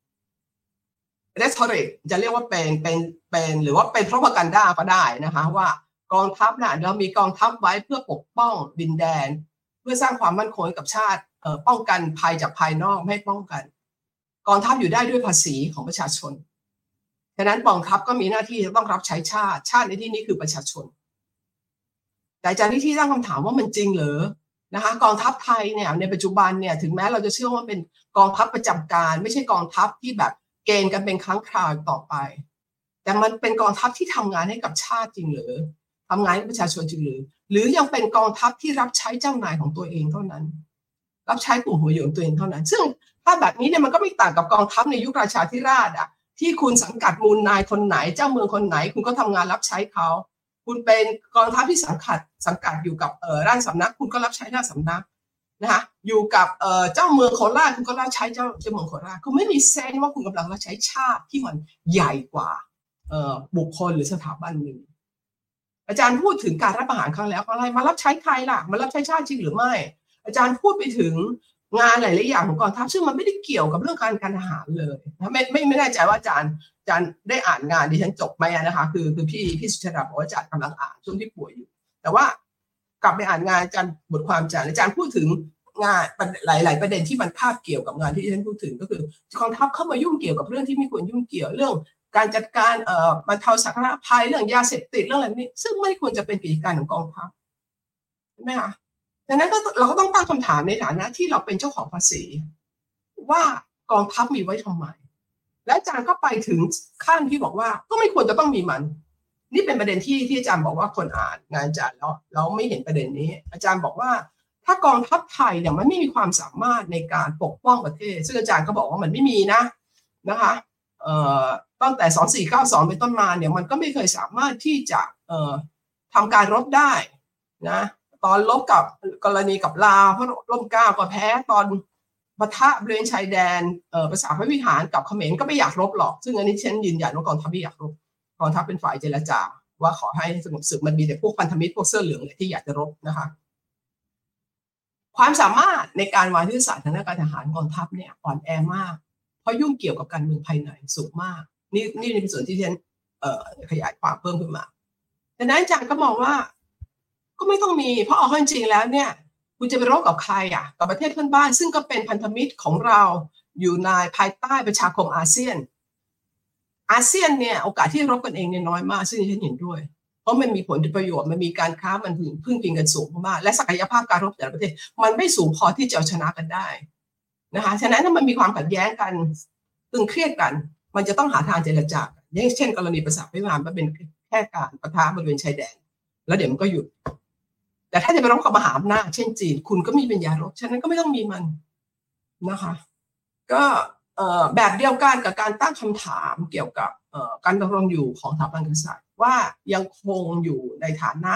[SPEAKER 3] rhetoric จะเรียกว่าเป็นเป็นเป็นหรือว่าเป็น propaganda ก็ได้นะคะว่ากองทัพน่ะเรามีกองทัพไว้เพื่อปกป้องดินแดนเพื่อสร้างความมั่นคงกับชาติเอ่อป้องกันภัยจากภายนอกไม่ให้ป้องกันกองทัพอยู่ได้ด้วยภาษีของประชาชนฉะนั้นกองทัพก็มีหน้าที่จะต้องรับใช้ชาติชาติในที่นี้คือประชาชนแต่อาจารย์นิธิตั้งคำถามว่ามันจริงเหรอนะคะกองทัพไทยเนี่ยในปัจจุบันเนี่ยถึงแม้เราจะเชื่อว่าเป็นกองทัพประจำการไม่ใช่กองทัพที่แบบเกณฑ์กันเป็นครั้งคราวต่อไปแต่มันเป็นกองทัพที่ทำงานให้กับชาติจริงหรือทำงานให้ประชาชนจริงหรือหรือยังเป็นกองทัพที่รับใช้เจ้านายของตัวเองเท่านั้นรับใช้กลุ่มหัวโยนตัวเองเท่านั้นซึ่งถ้าแบบนี้เนี่ยมันก็ไม่ต่างกับกองทัพในยุคราชาธิราชอ่ะที่คุณสังกัดมูลนายคนไหนเจ้าเมืองคนไหนคุณก็ทำงานรับใช้เขาคุณเป็นกองทัพที่สังกัดสังกัดอยู่กับเอ่อราชสำนักคุณก็รับใช้ราชสำนักนะคะอยู่กับเอ่อเจ้าเมืองโคราชคุณก็รับใช้เจ้าเจ้าเมืองโคราชคุณไม่มีเซนว่าคุณกำลังรับใช้ชาติที่มันใหญ่กว่าเอ่อบุคคลหรือสถาบันหนึ่งอาจารย์พูดถึงการรับประหารครั้งแล้วอะไรมารับใช้ใครล่ะมารับใช้ชาติจริงหรือไม่อาจารย์พูดไปถึงงานหลายๆอย่างของกองทัพซึ่งมันไม่ได้เกี่ยวกับเรื่องการการทหารเลยนะไม่ไม่ไม่แน่ใจว่าอาจารย์อาจารย์ได้อ่านงานดิฉันจบไหมนะคะคือคือพี่พี่สุชาดาบอกว่าอาจารย์กำลังอ่านช่วงที่ป่วยอยู่แต่ว่ากลับไปอ่านงานอาจารย์บทความอาจารย์อาจารย์พูดถึงงานหลายๆประเด็นที่มันคาบเกี่ยวกับงานที่ดิฉันพูดถึงก็คือกองทัพเข้ามายุ่งเกี่ยวกับเรื่องที่ไม่ควรยุ่งเกี่ยวเรื่องการจัดการเอ่อบรรเทาสาธารณภัยเรื่องยาเสพติดเรื่องอะไรนี้ซึ่งไม่ควรจะเป็นกิจการของกองทัพใช่ไหมคะดังนั้นก็เราก็ต้องตั้งคำถามในฐานะที่เราเป็นเจ้าของภาษีว่ากองทัพมีไว้ทำไมและอาจารย์ก็ไปถึงขั้นที่บอกว่าก็ไม่ควรจะต้องมีมันนี่เป็นประเด็นที่ที่อาจารย์บอกว่าคนอ่านงานอาจารย์แล้วเราไม่เห็นประเด็นนี้อาจารย์บอกว่าถ้ากองทัพไทยเนี่ยมันไม่มีความสามารถในการปกป้องประเทศซึ่งอาจารย์ก็บอกว่ามันไม่มีนะนะคะเอ่อตั้งแต่สองสี่เก้าสองเป็นต้นมาเนี่ยมันก็ไม่เคยสามารถที่จะเอ่อทำการรบได้นะตอนลบกับกรณีกับลาวเพราะร่มเกล้าก็แพ้ตอนปะทะบริเวณชายแดนเอ่อภาษาพระวิหารกับเขมรก็ไม่อยากรบหรอกซึ่งอันนี้ฉันยืนยันว่ากองทัพไม่อยากรบกองทัพเป็นฝ่ายเจรจาว่าขอให้สงบศึกมันมีแต่พวกพันธมิตรพวกเสื้อเหลืองเลยที่อยากจะรบนะคะความสามารถในการวางยุทธศาสตร์ทางด้านการทหารกองทัพเนี่ยอ่อนแอมากเพราะยุ่งเกี่ยวกับการเมืองภายในสูงมากนี่นี่เป็นส่วนที่ฉันเอ่อขยายความเพิ่มขึ้นมาดังนั้นอาจารย์ก็มองว่าก็ไม่ต้องมีเพราะเอาจริงแล้วเนี่ยคุณจะไปรบกับใครอ่ะกับประเทศเพื่อนบ้านซึ่งก็เป็นพันธมิตรของเราอยู่ในภายใต้ประชาคมอาเซียนอาเซียนเนี่ยโอกาสที่รบกันเองเนี่ยน้อยมากซึ่งฉันเห็นด้วยเพราะมันมีผลประโยชน์มันมีการค้ามันพึ่งพิงกันสูงมากและศักยภาพการรบแต่ละประเทศมันไม่สูงพอที่จะเอาชนะกันได้นะคะฉะนั้นถ้ามันมีความขัดแย้งกันตึงเครียดกันมันจะต้องหาทางเจรจาอย่างเช่นกรณีประสาทวิมานมันเป็นแค่การปะทะบริเวณชายแดนแล้วเดี๋ยวมันก็หยุดแต่ถ้าจะไปรบกับมหาอำนาจเช่นจีนคุณก็มีปัญญารบฉะนั้นก็ไม่ต้องมีมันนะคะก็แบบเดียวกันกับการตั้งคำถามเกี่ยวกับการดำรงอยู่ของสถาบันกษัตริย์ว่ายังคงอยู่ในฐานะ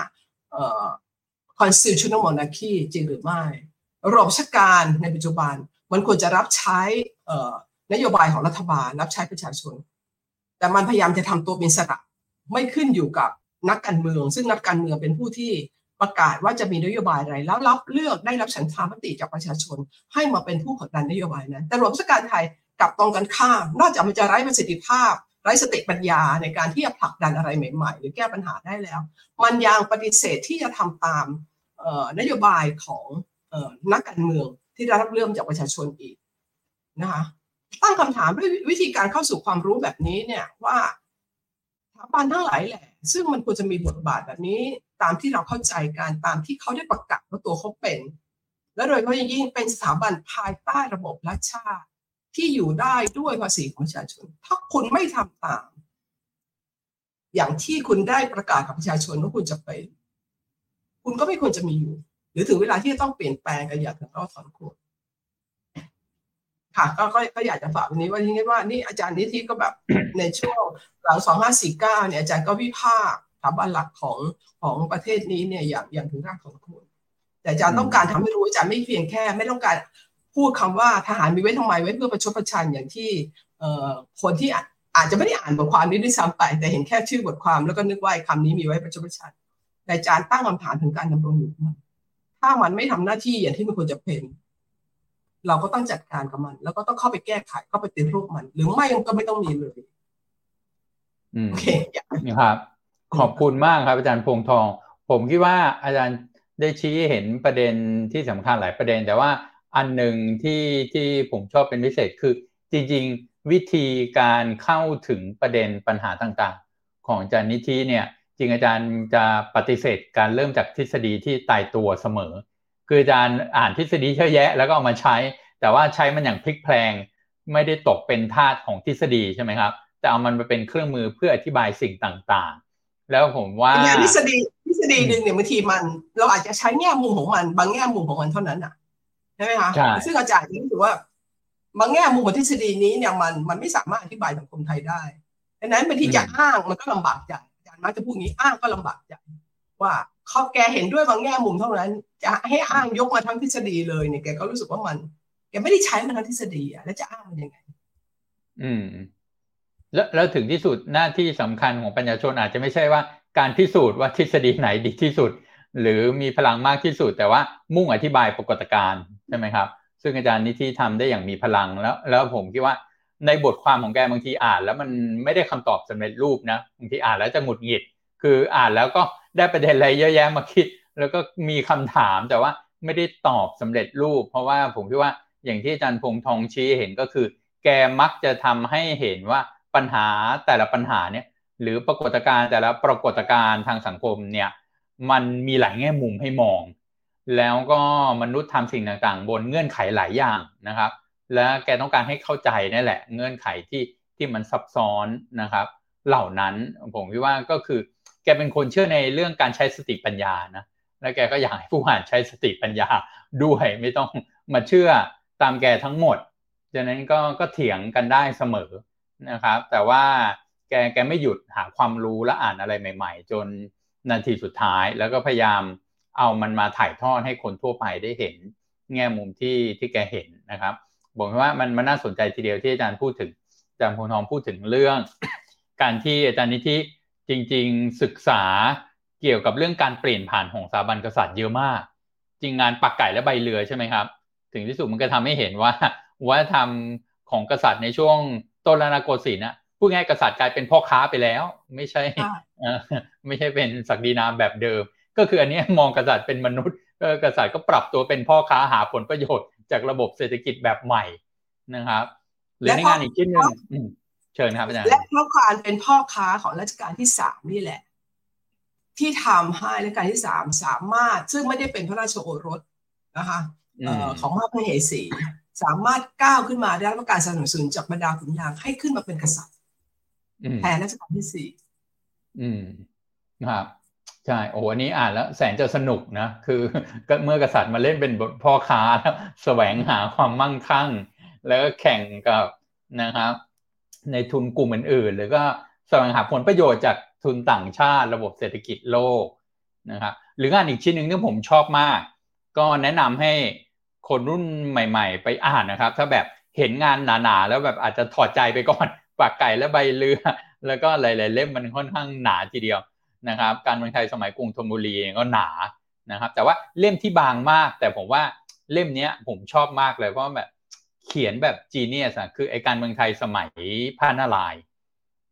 [SPEAKER 3] constitutional monarchy จริงหรือไม่ระบบราชการในปัจจุบันมันควรจะรับใช้นโยบายของรัฐบาลรับใช้ประชาชนแต่มันพยายามจะทำตัวเป็นอิสระไม่ขึ้นอยู่กับนักการเมืองซึ่งนักการเมืองเป็นผู้ที่ประกาศว่าจะมีนโยบายอะไรแล้วรับเลือกได้รับฉันทามติจากประชาชนให้มาเป็นผู้ผลักดันนโยบายนั้นแต่ระบบราชการไทยกลับตรงกันข้ามนอกจากมันจะไร้ประสิทธิภาพร้สติปัญญาในการที่จะผลักดันอะไรใหม่ๆหรือแก้ปัญหาได้แล้วมันยังปฏิเสธที่จะทำตามนโยบายของนักการเมืองที่ได้รับเลือกจากประชาชนอีกนะคะตั้งคำถามด้วยวิธีการเข้าสู่ความรู้แบบนี้เนี่ยว่าสถาบันทั้งหลายแหละซึ่งมันควรจะมีบทบาทแบบนี้ตามที่เราเข้าใจกันตามที่เขาได้ประกาศว่าตัวเขาเป็นและโดยเฉพาะยิ่งเป็นสถาบันภายใต้ระบบรัฐชาติที่อยู่ได้ด้วยภาษีของประชาชนถ้าคุณไม่ทำตามอย่างที่คุณได้ประกาศกับประชาชนว่าคุณจะเป็นคุณก็ไม่ควรจะมีอยู่หรือถึงเวลาที่จะต้องเปลี่ยนแปลงกันอย่างถึงรอบสองคนค่ะก็ก็อยากจะฝากวันนี้ว่าที่นี่ว่านี่อาจารย์นิธิก็แบบในช่วงหลังสองพันห้าร้อยสี่สิบเก้าเนี่ยอาจารย์ก็วิพากษ์สถาบันหลักของของประเทศนี้เนี่ยอย่างอย่างถึงรากของคุณแต่อาจารย์ต้องการทำให้รู้อาจารย์ไม่เพียงแค่ไม่ต้องการพูดคำว่าทหารมีไว้ทำไมไว้เพื่อประชดประชันอย่างที่คนที่อาจจะไม่ได้อ่านบทความนี้ด้วยซ้ำไปแต่เห็นแค่ชื่อบทความแล้วก็นึกว่าคำนี้มีไว้ประชดประชันแต่อาจารย์ตั้งคำถามถึงการดำรงอยู่มันถ้ามันไม่ทำหน้าที่อย่างที่มันควรจะเป็นเราก็ต้องจัดการกับมันแล้วก็ต้องเข้าไปแก้ไขเข้าไปติดรูปมันหรือไม่ก็ไม่ต้องมีเลยโอเค
[SPEAKER 1] ครับขอบคุณมากครับอาจารย์พงษ์ทองผมคิดว่าอาจารย์ได้ชี้เห็นประเด็นที่สำคัญหลายประเด็นแต่ว่าอันหนึ่งที่ที่ผมชอบเป็นพิเศษคือจริงๆวิธีการเข้าถึงประเด็นปัญหาต่างๆของอาจารย์นิธิเนี่ยจริงอาจารย์จะปฏิเสธการเริ่มจากทฤษฎีที่ตายตัวเสมอคืออาจารย์อ่านทฤษฎีเยอะแยะแล้วก็เอามาใช้แต่ว่าใช้มันอย่างพลิกแพลงไม่ได้ตกเป็นทาสของทฤษฎีใช่ไหมครับแต่เอามันมาเป็นเครื่องมือเพื่ออธิบายสิ่งต่างๆแล้วผมว่า
[SPEAKER 3] ทฤษฎีทฤษฎีหนึ่งเนี่ยบางทีมันเราอาจจะใช้แง่มุมของมันบางแง่มุมของมันเท่านั้นอ่ะใช่ไหมคะซึ่งอาจารย์รู้สึกว่าบางแง่มุมของทฤษฎีนี้เนี่ยมันมันไม่สามารถอธิบายสังคมไทยได้ดังนั้นบางทีจะอ้างมันก็ลำบากใจอาจารย์มักจะพูดงี้อ้างก็ลำบากใจว่าเขาแกเห็นด้วยบางแง่มุมเท่านั้นจะให้อ้างยกมาทั้งทฤษฎีเลยเนี่ยแกก็รู้สึกว่ามันแกไม่ได้ใช้มันทั้งทฤษฎีอ่ะแล้วจะอ้างมันยังไง
[SPEAKER 1] อืมแล้วแล้วถึงที่สุดหน้าที่สำคัญของปัญญาชนอาจจะไม่ใช่ว่าการพิสูจน์ว่าทฤษฎีไหนดีที่สุดหรือมีพลังมากที่สุดแต่ว่ามุ่งอธิบายปรากฏการณ์ใช่ไหมครับซึ่งอาจารย์นิธิทำได้อย่างมีพลังแล้วแล้วผมคิดว่าในบทความของแกบางทีอ่านแล้วมันไม่ได้คำตอบสำเร็จรูปนะบางทีอ่านแล้วจะหงุดหงิดคืออ่านแล้วก็ได้ประเด็นอะไรเยอะแยะมาคิดแล้วก็มีคำถามแต่ว่าไม่ได้ตอบสำเร็จรูปเพราะว่าผมคิดว่าอย่างที่อาจารย์พงษ์ทองชี้เห็นก็คือแกมักจะทำให้เห็นว่าปัญหาแต่ละปัญหาเนี่ยหรือปรากฏการณ์แต่ละปรากฏการณ์ทางสังคมเนี่ยมันมีหลายแง่มุมให้มองแล้วก็มนุษย์ทำสิ่งต่างๆบนเงื่อนไขหลายอย่างนะครับและแกต้องการให้เข้าใจนั่นแหละเงื่อนไขที่ที่มันซับซ้อนนะครับเหล่านั้นผมคิดว่าก็คือแกเป็นคนเชื่อในเรื่องการใช้สติปัญญานะและแกก็อยากให้ผู้อ่านใช้สติปัญญาด้วยไม่ต้องมาเชื่อตามแกทั้งหมดดังนั้นก็ก็เถียงกันได้เสมอนะครับแต่ว่าแกแกไม่หยุดหาความรู้และอ่านอะไรใหม่ๆจนนาทีสุดท้ายแล้วก็พยายามเอามันมาถ่ายทอดให้คนทั่วไปได้เห็นแง่มุมที่ที่แกเห็นนะครับบอกว่ามันมันน่าสนใจทีเดียวที่อาจารย์พูดถึงอาจารย์พงษ์ทองพูดถึงเรื่องการที่อาจารย์นิธิจริงๆศึกษาเกี่ยวกับเรื่องการเปลี่ยนผ่านของสถาบันกษัตริย์เยอะมากจริงงานปักไก่และใบเรือใช่ไหมครับถึงที่สุดมันก็ทำให้เห็นว่าวัฒนธรรมของกษัตริย์ในช่วงต้นรัตนโกสินทร์นะพูดง่ายกษัตริย์กลายเป็นพ่อค้าไปแล้วไม่ใช่ไม่ใช่เป็นศักดินาแบบเดิมก็คืออันนี้มองกษัตริย์เป็นมนุษย์กษัตริย์ก็ปรับตัวเป็นพ่อค้าหาผลประโยชน์จากระบบเศรษฐกิจแบบใหม่นะครับหรือในงานอีกชิ้นหนึ่งเชิญครับอาจารย์
[SPEAKER 3] และเพราะการเป็นพ่อค้าของรัชกาลที่สามนี่แหละที่ทำให้รัชกาลที่สามสามารถซึ่งไม่ได้เป็นพระราชโอรสนะคะของพระมเหสีสามารถก้าวขึ้นมาได้รับการสนับสนุนจากบรรดาขุนนางให้ขึ้นมาเป็นกษัตริย์แทนรัชกาลที่สี่
[SPEAKER 1] อืมครับใช่โอ้อันนี้อ่านแล้วแสนจะสนุกนะคือเมื่อกษัตริย์มาเล่นเป็นพ่อค้าแล้วแสวงหาความมั่งคั่งแล้วก็แข่งกับนะครับในทุนกลุ่มอื่นๆหรือก็แสวงหาผลประโยชน์จากทุนต่างชาติระบบเศรษฐกิจโลกนะครับหรืองานอีกชิ้นหนึ่งที่ผมชอบมากก็แนะนำให้คนรุ่นใหม่ๆไปอ่านนะครับถ้าแบบเห็นงานหนาๆแล้วแบบอาจจะถอดใจไปก่อนปากไก่และใบเรือแล้วก็หลายๆเล่มมันค่อนข้างหนาทีเดียวนะครับการเมืองไทยสมัยกรุงธนบุรีก็หนานะครับแต่ว่าเล่มที่บางมากแต่ผมว่าเล่มนี้ผมชอบมากเลยเพราะแบบเขียนแบบจีเนียสอะคือไอการเมืองไทยสมัยพระนารายณ์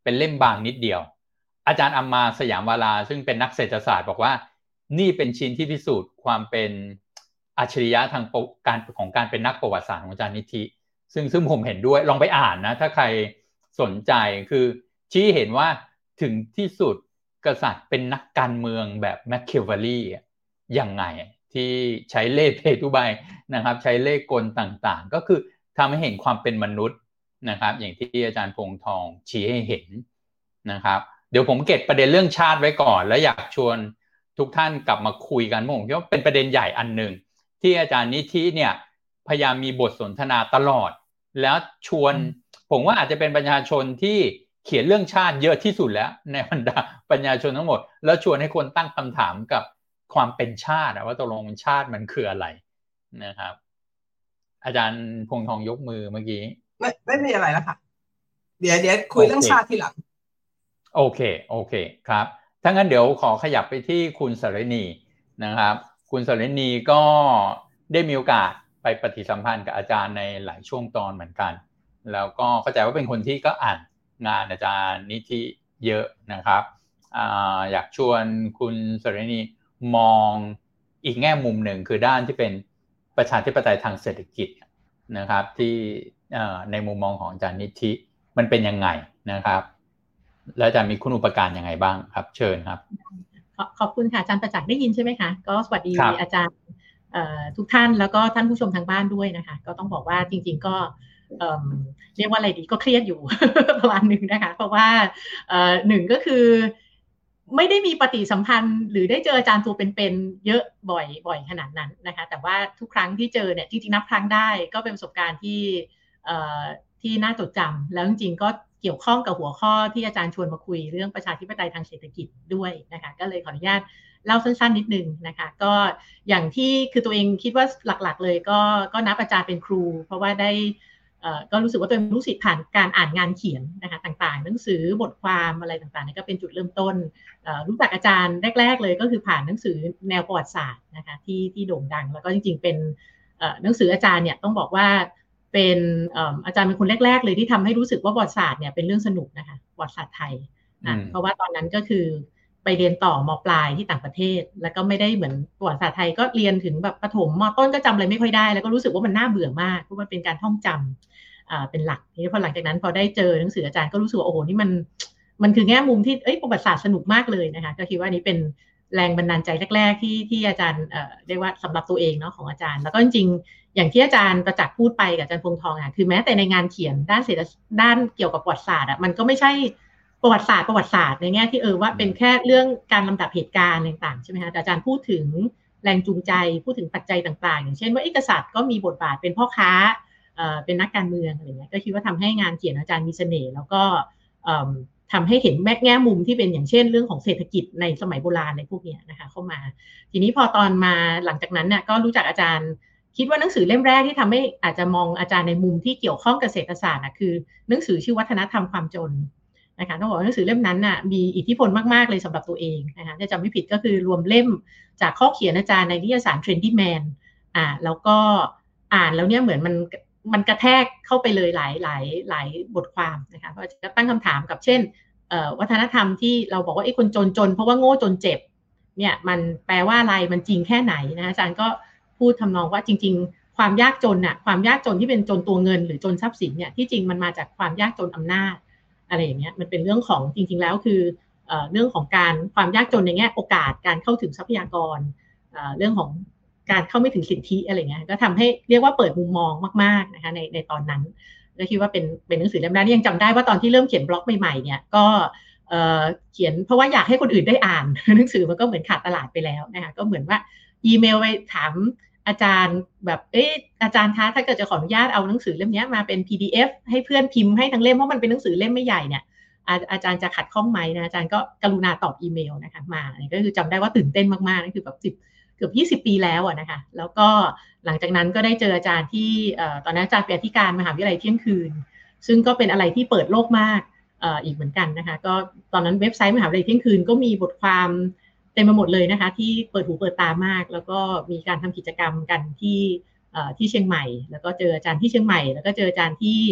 [SPEAKER 1] เป็นเล่มบางนิดเดียวอาจารย์อัมมาสยามวาราซึ่งเป็นนักเศรษฐศาสตร์บอกว่านี่เป็นชิ้นที่พิสูจน์ความเป็นอัจฉริยะทางการของการเป็นนักประวัติศาสตร์ของอาจารย์นิธิซึ่งซึ่งผมเห็นด้วยลองไปอ่านนะถ้าใครสนใจคือชี้เห็นว่าถึงที่สุดกษัตริย์เป็นนักการเมืองแบบแมคคิวเวลลี่ยังไงที่ใช้เล่ห์เพทุบายนะครับใช้เล่ห์กลต่างๆก็คือทำให้เห็นความเป็นมนุษย์นะครับอย่างที่อาจารย์พงษ์ทองชี้ให้เห็นนะครับเดี๋ยวผมเก็บประเด็นเรื่องชาติไว้ก่อนแล้วอยากชวนทุกท่านกลับมาคุยกันผมคิดว่าเป็นประเด็นใหญ่อันหนึ่งที่อาจารย์นิธิเนี่ยพยายามมีบทสนทนาตลอดแล้วชวนผมว่าอาจจะเป็นประชาชนที่เขียนเรื่องชาติเยอะที่สุดแล้วในบรรดาประชาชนทั้งหมดแล้วชวนให้คนตั้งคำถามกับความเป็นชาติว่าตกลงชาติมันคืออะไรนะครับอาจารย์พงษ์ทองยกมือเมื่อกี้
[SPEAKER 3] ไม่ไม่มีอะไรแล้วค่ะเดี๋ยวเดี๋ยวคุยเรื่องชาติทีหลัง
[SPEAKER 1] โอเคโอเคครับถ้างั้นเดี๋ยวขอขยับไปที่คุณสรณีนะครับคุณสรณีก็ได้มีโอกาสไปปฏิสัมพันธ์กับอาจารย์ในหลายช่วงตอนเหมือนกันแล้วก็เข้าใจว่าเป็นคนที่ก็อ่านงานอาจารย์นิธิเยอะนะครับ อ, อยากชวนคุณสรณีมองอีกแง่มุมหนึ่งคือด้านที่เป็นประชาธิปไตยทางเศรษฐกิจนะครับที่ในมุมมองของอาจารย์นิธิมันเป็นยังไงนะครับแล้วจะมีคุณอุปการยังไงบ้างครับเชิญครับ
[SPEAKER 4] ขอบคุณค่ะอาจารย์ประจักษ์ได้ยินใช่ไหมคะก็สวัสดีอาจารย์ทุกท่านแล้วก็ท่านผู้ชมทางบ้านด้วยนะคะก็ต้องบอกว่าจริงๆก็เรียกว่าอะไรดีก็เครียดอยู่ ประมาณนึงนะคะเพราะว่าหนึ่งก็คือไม่ได้มีปฏิสัมพันธ์หรือได้เจออาจารย์ตัวเป็นๆเยอะบ่อยบ่อยขนาดนั้นนะคะแต่ว่าทุกครั้งที่เจอเนี่ยจริงๆนับครั้งได้ก็เป็นประสบการณ์ที่ที่น่าจดจำแล้วจริงๆก็เกี่ยวข้องกับหัวข้อที่อาจารย์ชวนมาคุยเรื่องประชาธิปไตยทางเศรษฐกิจด้วยนะคะก็เลยขออนุญาตเล่าสั้นๆนิดนึงนะคะก็อย่างที่คือตัวเองคิดว่าหลักๆเลยก็ก็นับอาจารย์เป็นครูเพราะว่าได้ก็รู้สึกว่าตัวเองรู้สึกผ่านการอ่านงานเขียนนะคะต่างๆหนังสือบทความอะไรต่างๆนี่ก็เป็นจุดเริ่มต้นรู้จักอาจารย์แรกๆเลยก็คือผ่านหนังสือแนวประวัติศาสตร์นะคะที่ที่โด่งดังแล้วก็จริงๆเป็นหนังสืออาจารย์เนี่ยต้องบอกว่าเป็นอาจารย์เป็นคนแรกๆเลยที่ทำให้รู้สึกว่าประวัติศาสตร์เนี่ยเป็นเรื่องสนุกนะคะประวัติศาสตร์ไทยเพราะว่าตอนนั้นก็คือไปเรียนต่อม.ปลายที่ต่างประเทศแล้วก็ไม่ได้เหมือนประวัติศาสตร์ไทยก็เรียนถึงแบบประถมม.ต้นก็จำอะไรไม่ค่อยได้แล้วก็รู้สึกว่ามันน่าเบื่อมากเพราะมันเป็นการท่องจำอ่าเป็นหลักทีนี้พอหลังจากนั้นพอได้เจอหนังสืออาจารย์ก็รู้สึกว่าโอ้โหนี่มันมันคือแง่มุมที่เอ้ยประวัติศาสตร์สนุกมากเลยนะคะก็คิดว่านี้เป็นแรงบันดาลใจแรกๆที่ที่อาจารย์เอ่อเรียกว่าสำหรับตัวเองเนาะของอาจารย์แล้วก็จริงๆอย่างที่อาจารย์ประจักษ์พูดไปกับอาจารย์พงษ์ทองอ่ะคือแม้แต่ในงานเขียนด้านเศรษฐด้านเกี่ยวกับประวัติศาสตร์อ่ะมันก็ไม่ใช่ประวัติศาสตร์ประวัติศาสตร์ในแง่ที่เออว่าเป็นแค่เรื่องการลำดับเหตุการณ์ต่างๆใช่ไหมคะอาจารย์พูดถึงแรงจูงใจพูดถึงปัจจัยต่างๆอย่างเช่นว่าเอกษัตริย์ก็มีบทบาทเป็นพ่อค้าเอ่อเป็นนักการเมืองอะไรเงี้ยก็คิดว่าทำให้งานเขียนอาจารย์มีเสน่ห์แล้วก็เอ่อทำให้เห็นแง่มุมที่เป็นอย่างเช่นเรื่องของเศรษฐกิจในสมัยโบราณในพวกนี้นะคะเข้ามาทีนี้พอตอนมาหลังจากนั้นเนี่ยก็รู้จักอาจารย์คิดว่าหนังสือเล่มแรกที่ทำให้อาจจะมองอาจารย์ในมุมที่เกี่ยวข้องกับเศรษฐศาสตร์นะคือหนังสือชื่อวัฒนธรรมความจนนะคะต้องบอกว่าหนังสือเล่มนั้นน่ะมีอิทธิพลมากๆเลยสำหรับตัวเองนะคะถ้าจำไม่ผิดก็คือรวมเล่มจากข้อเขียนอาจารย์ในนิตยสาร Trendy Man อ่าแล้วก็อ่านแล้วเนี่ยเหมือนมันมันกระแทกเข้าไปเลยหลายหลายหลายบทความนะคะเพราะจะตั้งคำถามกับเช่นวัฒนธรรมที่เราบอกว่าไอ้คนจนจนเพราะว่าโง่จนเจ็บเนี่ยมันแปลว่าอะไรมันจริงแค่ไหนนะอาจารย์ก็พูดทำนองว่าจริงๆความยากจนน่ะความยากจนที่เป็นจนตัวเงินหรือจนทรัพย์สินเนี่ยที่จริงมันมาจากความยากจนอำนาจอะไรอย่างเงี้ยมันเป็นเรื่องของจริงๆแล้วคือเอ่อเรื่องของการความยากจนในแง่โอกาสการเข้าถึงทรัพยากรเอ่อเรื่องของการเข้าไม่ถึงสิทธิอะไรเงี้ยก็ทำให้เรียกว่าเปิดมุมมองมากๆนะคะในในตอนนั้นก็คิดว่าเป็นเป็นหนังสือเล่มแรกที่ยังจำได้ว่าตอนที่เริ่มเขียนบล็อกใหม่ๆเนี่ยก็เอ่อเขียนเพราะว่าอยากให้คนอื่นได้อ่านหนังสือมันก็เหมือนขาดตลาดไปแล้วนะคะก็เหมือนว่าอีเมลไปถามอาจารย์แบบเอ๊ะอาจารย์คะถ้าเกิดจะขออนุญาตเอาหนังสือเล่มนี้มาเป็น พี ดี เอฟ ให้เพื่อนพิมพ์ให้ทั้งเล่มเพราะมันเป็นหนังสือเล่มไม่ใหญ่เนี่ยอาอาจารย์จะขัดข้องไหมนะอาจารย์ก็กรุณาตอบอีเมลนะคะมาก็คือจำได้ว่าตื่นเต้นมากๆนั่นคือแบบสิบเกือบยี่สิบปีแล้วอ่ะนะคะแล้วก็หลังจากนั้นก็ได้เจออาจารย์ที่เอ่อตอนนั้นอาจารย์เป็นอธิการมหาวิทยาลัยเที่ยงคืนซึ่งก็เป็นอะไรที่เปิดโลกมากเอ่ออีกเหมือนกันนะคะก็ตอนนั้นเว็บไซต์มหาวิทยาลัยเที่ยงคืนก็มีบทความเต็มไปหมดเลยนะคะที่เปิดหูเปิดตามากแล้วก็มีการทำกิจกรรมกันที่เอ่อที่เชียงใหม่แล้วก็เจออาจารย์ที่เชียงใหม่แล้วก็เจออาจารย์ที่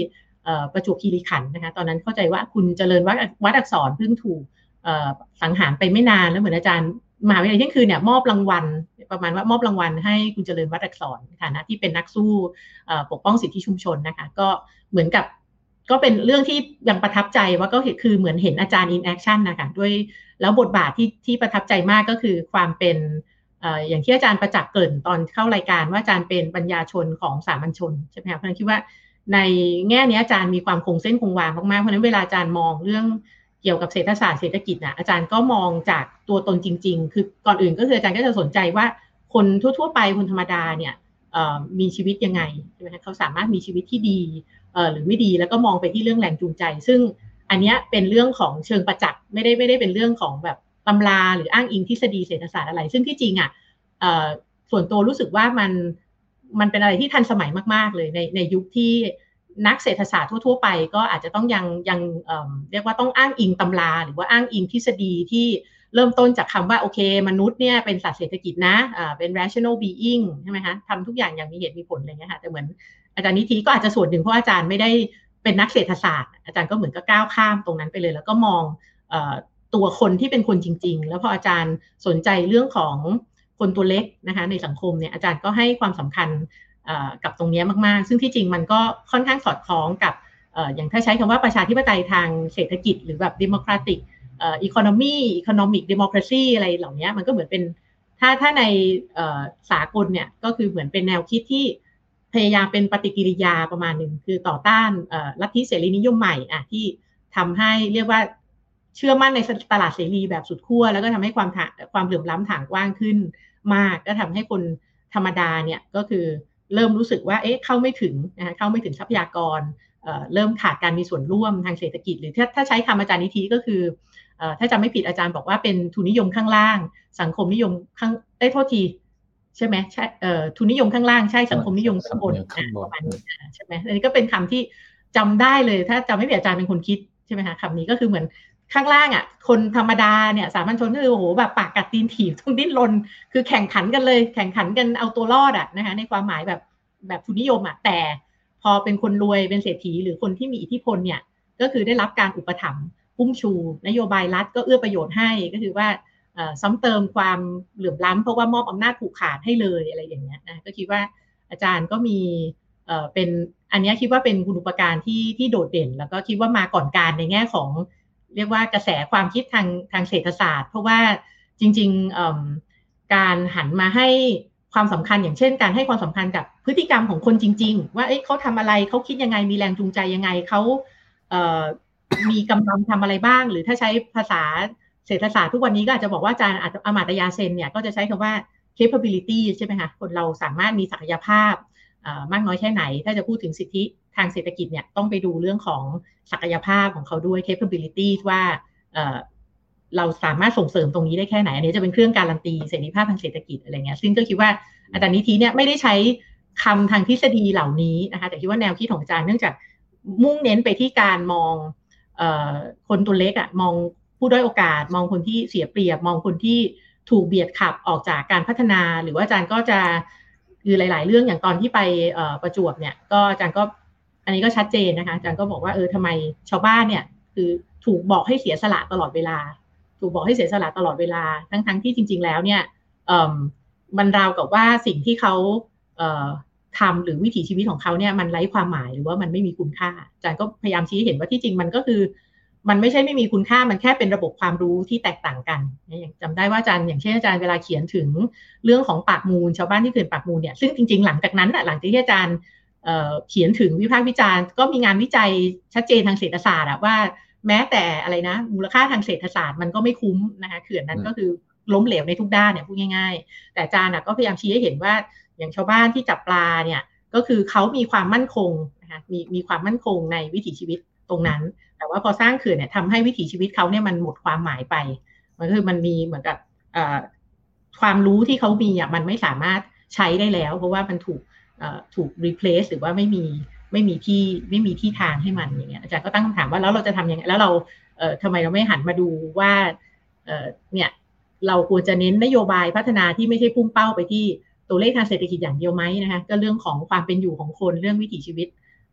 [SPEAKER 4] ประจวบคีรีขันธ์นะคะตอนนั้นเข้าใจว่าคุณเจริญวัดอักษรเพิ่งถูกสังหารไปไม่นานแล้วเหมือนอาจารย์มหาวิทยาลัยเที่ยงคืนเนี่ยมอบรางวัลประมาณว่ามอบรางวัลให้คุณเจริญวัดอักษรในฐานะที่เป็นนักสู้ปกป้องสิทธิชุมชนนะคะก็เหมือนกับก็เป็นเรื่องที่ยังประทับใจว่าก็คือเหมือนเห็นอาจารย์ in action นะคะด้วยแล้วบทบาทที่ที่ประทับใจมากก็คือความเป็นอย่างที่อาจารย์ประจักษ์เกริ่นตอนเข้ารายการว่าอาจารย์เป็นปัญญาชนของสามัญชนใช่ไหมคะเพราะฉะนั้นคิดว่าในแง่นี้อาจารย์มีความคงเส้นคงวามากๆเพราะฉะนั้นเวลาอาจารย์มองเรื่องเกี่ยวกับเศรษฐศาสตร์เศรษฐกิจนะอาจารย์ก็มองจากตัวตนจริงๆคือก่อนอื่นก็คืออาจารย์ก็จะสนใจว่าคนทั่วๆไปคนธรรมดาเนี่ยมีชีวิตยังไงใช่ไหมคะเขาสามารถมีชีวิตที่ดีหรือไม่ดีแล้วก็มองไปที่เรื่องแรงจูงใจซึ่งอันนี้เป็นเรื่องของเชิงประจักษ์ไม่ได้ไม่ได้เป็นเรื่องของแบบตำราหรืออ้างอิงทฤษฎีเศรษฐศาสตร์อะไรซึ่งที่จริงอ่ะส่วนตัวรู้สึกว่ามันมันเป็นอะไรที่ทันสมัยมากๆเลยในในยุคที่นักเศรษฐศาสตร์ทั่วๆไปก็อาจจะต้องยังยัง เอ่อ เรียกว่าต้องอ้างอิงตำราหรือว่าอ้างอิงทฤษฎีที่เริ่มต้นจากคำว่าโอเคมนุษย์เนี่ยเป็นสัตว์เศรษฐกิจนะอ่าเป็น rational being ใช่ไหมคะทำทุกอย่างอย่างมีเหตุมีผลอะไรเงี้ยค่ะแต่เหมือนอาจารย์นิธิก็อาจจะส่วนหนึ่งเพราะอาจารย์ไม่ได้เป็นนักเศรษฐศาสตร์อาจารย์ก็เหมือนก็ก้าวข้ามตรงนั้นไปเลยแล้วก็มองเอ่อตัวคนที่เป็นคนจริงๆแล้วพออาจารย์สนใจเรื่องของคนตัวเล็กนะคะในสังคมเนี่ยอาจารย์ก็ให้ความสำคัญกับตรงนี้มากๆซึ่งที่จริงมันก็ค่อนข้างสอดคล้องกับอย่างถ้าใช้คำว่าประชาธิปไตยทางเศรษฐกิจหรือแบบ democratic economy economic democracy อะไรเหล่านี้มันก็เหมือนเป็นถ้าถ้าในสากลเนี่ยก็คือเหมือนเป็นแนวคิดที่พยายามเป็นปฏิกิริยาประมาณหนึ่งคือต่อต้านลัทธิเสรีนิยมใหม่อ่ะที่ทำให้เรียกว่าเชื่อมั่นในตลาดเสรีแบบสุดขั้วแล้วก็ทำให้ความความเหลื่อมล้ำฐานกว้างขึ้นมากก็ทำให้คนธรรมดาเนี่ยก็คือเริ่มรู้สึกว่าเอ๊ะเข้าไม่ถึงนะคะเข้าไม่ถึงทรัพยากรเอ่อเริ่มขาดการมีส่วนร่วมทางเศรษฐกิจหรือถ้าถ้าใช้คำอาจารย์นิธิก็คือเอ่อถ้าจำไม่ผิดอาจารย์บอกว่าเป็นทุนนิยมข้างล่างสังคมนิยมข้างเอ้ยโทษทีใช่ไหมใช่เอ่อทุนนิยมข้างล่างใช่สังคมนิยมข้างบนประมาณนี้ใช่ไหมอันนี้ก็เป็นคำที่จำได้เลยถ้าจำไม่ผิดอาจารย์เป็นคนคิดใช่ไหมคะคำนี้ก็คือเหมือนข้างล่างอ่ะคนธรรมดาเนี่ยสามัญชนก็คือโอ้โหแบบปากกัดตีนถีบต้องดิ้นรนคือแข่งขันกันเลยแข่งขันกันเอาตัวรอดอ่ะนะคะในความหมายแบบแบบทุนนิยมอ่ะแต่พอเป็นคนรวยเป็นเศรษฐีหรือคนที่มีอิทธิพลเนี่ยก็คือได้รับการอุปถัมภ์พุ่งชูนโยบายรัฐก็เอื้อประโยชน์ให้ก็คือว่าซ้ำเติมความเหลื่อมล้ำเพราะว่ามอบอำนาจผูกขาดให้เลยอะไรอย่างเงี้ยนะก็คิดว่าอาจารย์ก็มีเป็นอันนี้คิดว่าเป็นคุณูปการที่ที่โดดเด่นแล้วก็คิดว่ามาก่อนการในแง่ของเรียกว่ากระแสความคิดทางทางเศรษฐศาสตร์เพราะว่าจริงๆการหันมาให้ความสำคัญอย่างเช่นการให้ความสำคัญกับพฤติกรรมของคนจริงๆว่าเอ๊ะเขาทำอะไรเขาคิดยังไงมีแรงจูงใจยังไงเขาเอ่อมีกำลังทำอะไรบ้างหรือถ้าใช้ภาษาเศรษฐศาสตร์ทุกวันนี้ก็อาจจะบอกว่าอาจารย์อมาตยาเซนเนี่ยก็จะใช้คำว่า capability ใช่ไหมคะคนเราสามารถมีศักยภาพมากน้อยแค่ไหนถ้าจะพูดถึงสิทธิทางเศรษฐกิจเนี่ยต้องไปดูเรื่องของศักยภาพของเขาด้วย capability ว่าเอ่อเราสามารถส่งเสริมตรงนี้ได้แค่ไหนอันนี้จะเป็นเครื่องการันตีเสรีภาพทางเศรษฐกิจอะไรเงี้ยซึ่งก็คิดว่าอาจารย์นิธิเนี่ยไม่ได้ใช้คำทางทฤษฎีเหล่านี้นะคะแต่คิดว่าแนวคิดของอาจารย์เนื่องจากมุ่งเน้นไปที่การมองเอ่อคนตัวเล็กอ่ะมองผู้ด้อยโอกาสมองคนที่เสียเปรียบมองคนที่ถูกเบียดขับออกจากการพัฒนาหรือว่าอาจารย์ก็จะคือหลายๆเรื่องอย่างตอนที่ไปประจวบเนี่ยก็อาจารย์ก็อันนี้ก็ชัดเจนนะคะอาจารย์ก็บอกว่าเออทำไมชาวบ้านเนี่ยคือถูกบอกให้เสียสละตลอดเวลาถูกบอกให้เสียสละตลอดเวลาทั้งๆที่จริงๆแล้วเนี่ยมันราวกับว่าสิ่งที่เขาทำหรือวิถีชีวิตของเขาเนี่ยมันไร้ความหมายหรือว่ามันไม่มีคุณค่าอาจารย์ก็พยายามชี้ให้เห็นว่าที่จริงมันก็คือมันไม่ใช่ไม่มีคุณค่ามันแค่เป็นระบบความรู้ที่แตกต่างกันอย่างจำได้ว่าอาจารย์อย่างเช่นอาจารย์เวลาเขียนถึงเรื่องของปากมูลชาวบ้านที่เขื่อนปากมูลเนี่ยซึ่งจริงๆหลังจากนั้นหลังจากที่อาจารย์เอ่อเขียนถึงวิพากษ์วิจารณ์ก็มีงานวิจัยชัดเจนทางเศรษฐศาสตร์ว่าแม้แต่อะไรนะมูลค่าทางเศรษฐศาสตร์มันก็ไม่คุ้มนะคะเขื่อนนั้นก็คือล้มเหลวในทุกด้านเนี่ยพูดง่ายๆแต่อาจารย์ก็พยายามชี้ให้เห็นว่าอย่างชาวบ้านที่จับปลาเนี่ยก็คือเขามีความมั่นคงนะคะมีมีความมั่นคงในวิถีชีวิตตรงนั้นแต่ว่าพอสร้างเขื่อนเนี่ยทำให้วิถีชีวิตเขาเนี่ยมันหมดความหมายไปมันคือมันมีเหมือนกับความรู้ที่เขามีอ่ะมันไม่สามารถใช้ได้แล้วเพราะว่ามันถูกถูก replace หรือว่าไม่มีไม่มีที่ไม่มีที่ทางให้มันอย่างเงี้ยอาจารย์ก็ตั้งคำถามว่าแล้วเราจะทำยังไงแล้วเราเอ่อทำไมเราไม่หันมาดูว่าเอ่อเนี่ยเราควรจะเน้นนโยบายพัฒนาที่ไม่ใช่พุ่งเป้าไปที่ตัวเลขทางเศรษฐกิจอย่างเดียวไหมนะคะก็เรื่องของความเป็นอยู่ของคนเรื่องวิถีชีวิต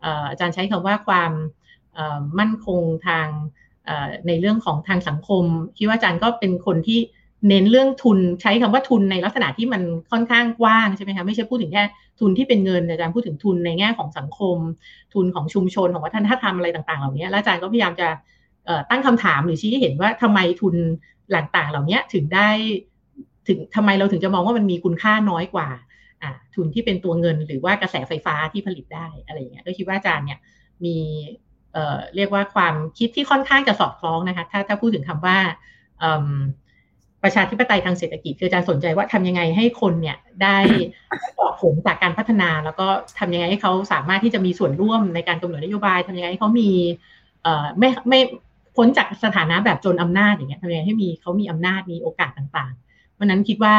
[SPEAKER 4] อาจารย์ใช้คำว่าความมั่นคงทางในเรื่องของทางสังคมคิดว่าอาจารย์ก็เป็นคนที่เน้นเรื่องทุนใช้คำว่าทุนในลักษณะที่มันค่อนข้างกว้างใช่ไหมคะไม่ใช่พูดถึงแค่ทุนที่เป็นเงินอาจารย์พูดถึงทุนในแง่ของสังคมทุนของชุมชนของวัฒนธรรมอะไรต่างๆเหล่านี้แล้วอาจารย์ก็พยายามจะตั้งคำถามหรือชี้ให้เห็นว่าทำไมทุนต่างๆเหล่านี้ถึงได้ถึงทำไมเราถึงจะมองว่ามันมีคุณค่าน้อยกว่าทุนที่เป็นตัวเงินหรือว่ากระแสไฟฟ้าที่ผลิตได้อะไรอย่างเงี้ยก็คิดว่าอาจารย์เนี่ยมีเอ่อเรียกว่าความคิดที่ค่อนข้างจะสอดคล้องนะคะถ้าถ้าพูดถึงคำว่าประชาธิปไตยทางเศรษฐกิจคืออาจารย์สนใจว่าทำยังไงให้คนเนี่ยได้ปลอดผลจากการพัฒนาแล้วก็ทำยังไงให้เขาสามารถที่จะมีส่วนร่วมในการกำหนดนโยบายทำยังไงให้เขามีเอ่อไม่ไม่พ้นจากสถานะแบบจนอำนาจอย่างเงี้ยทำยังไงให้มีเขามีอำนาจมีโอกาสต่างๆเพราะนั้นคิดว่า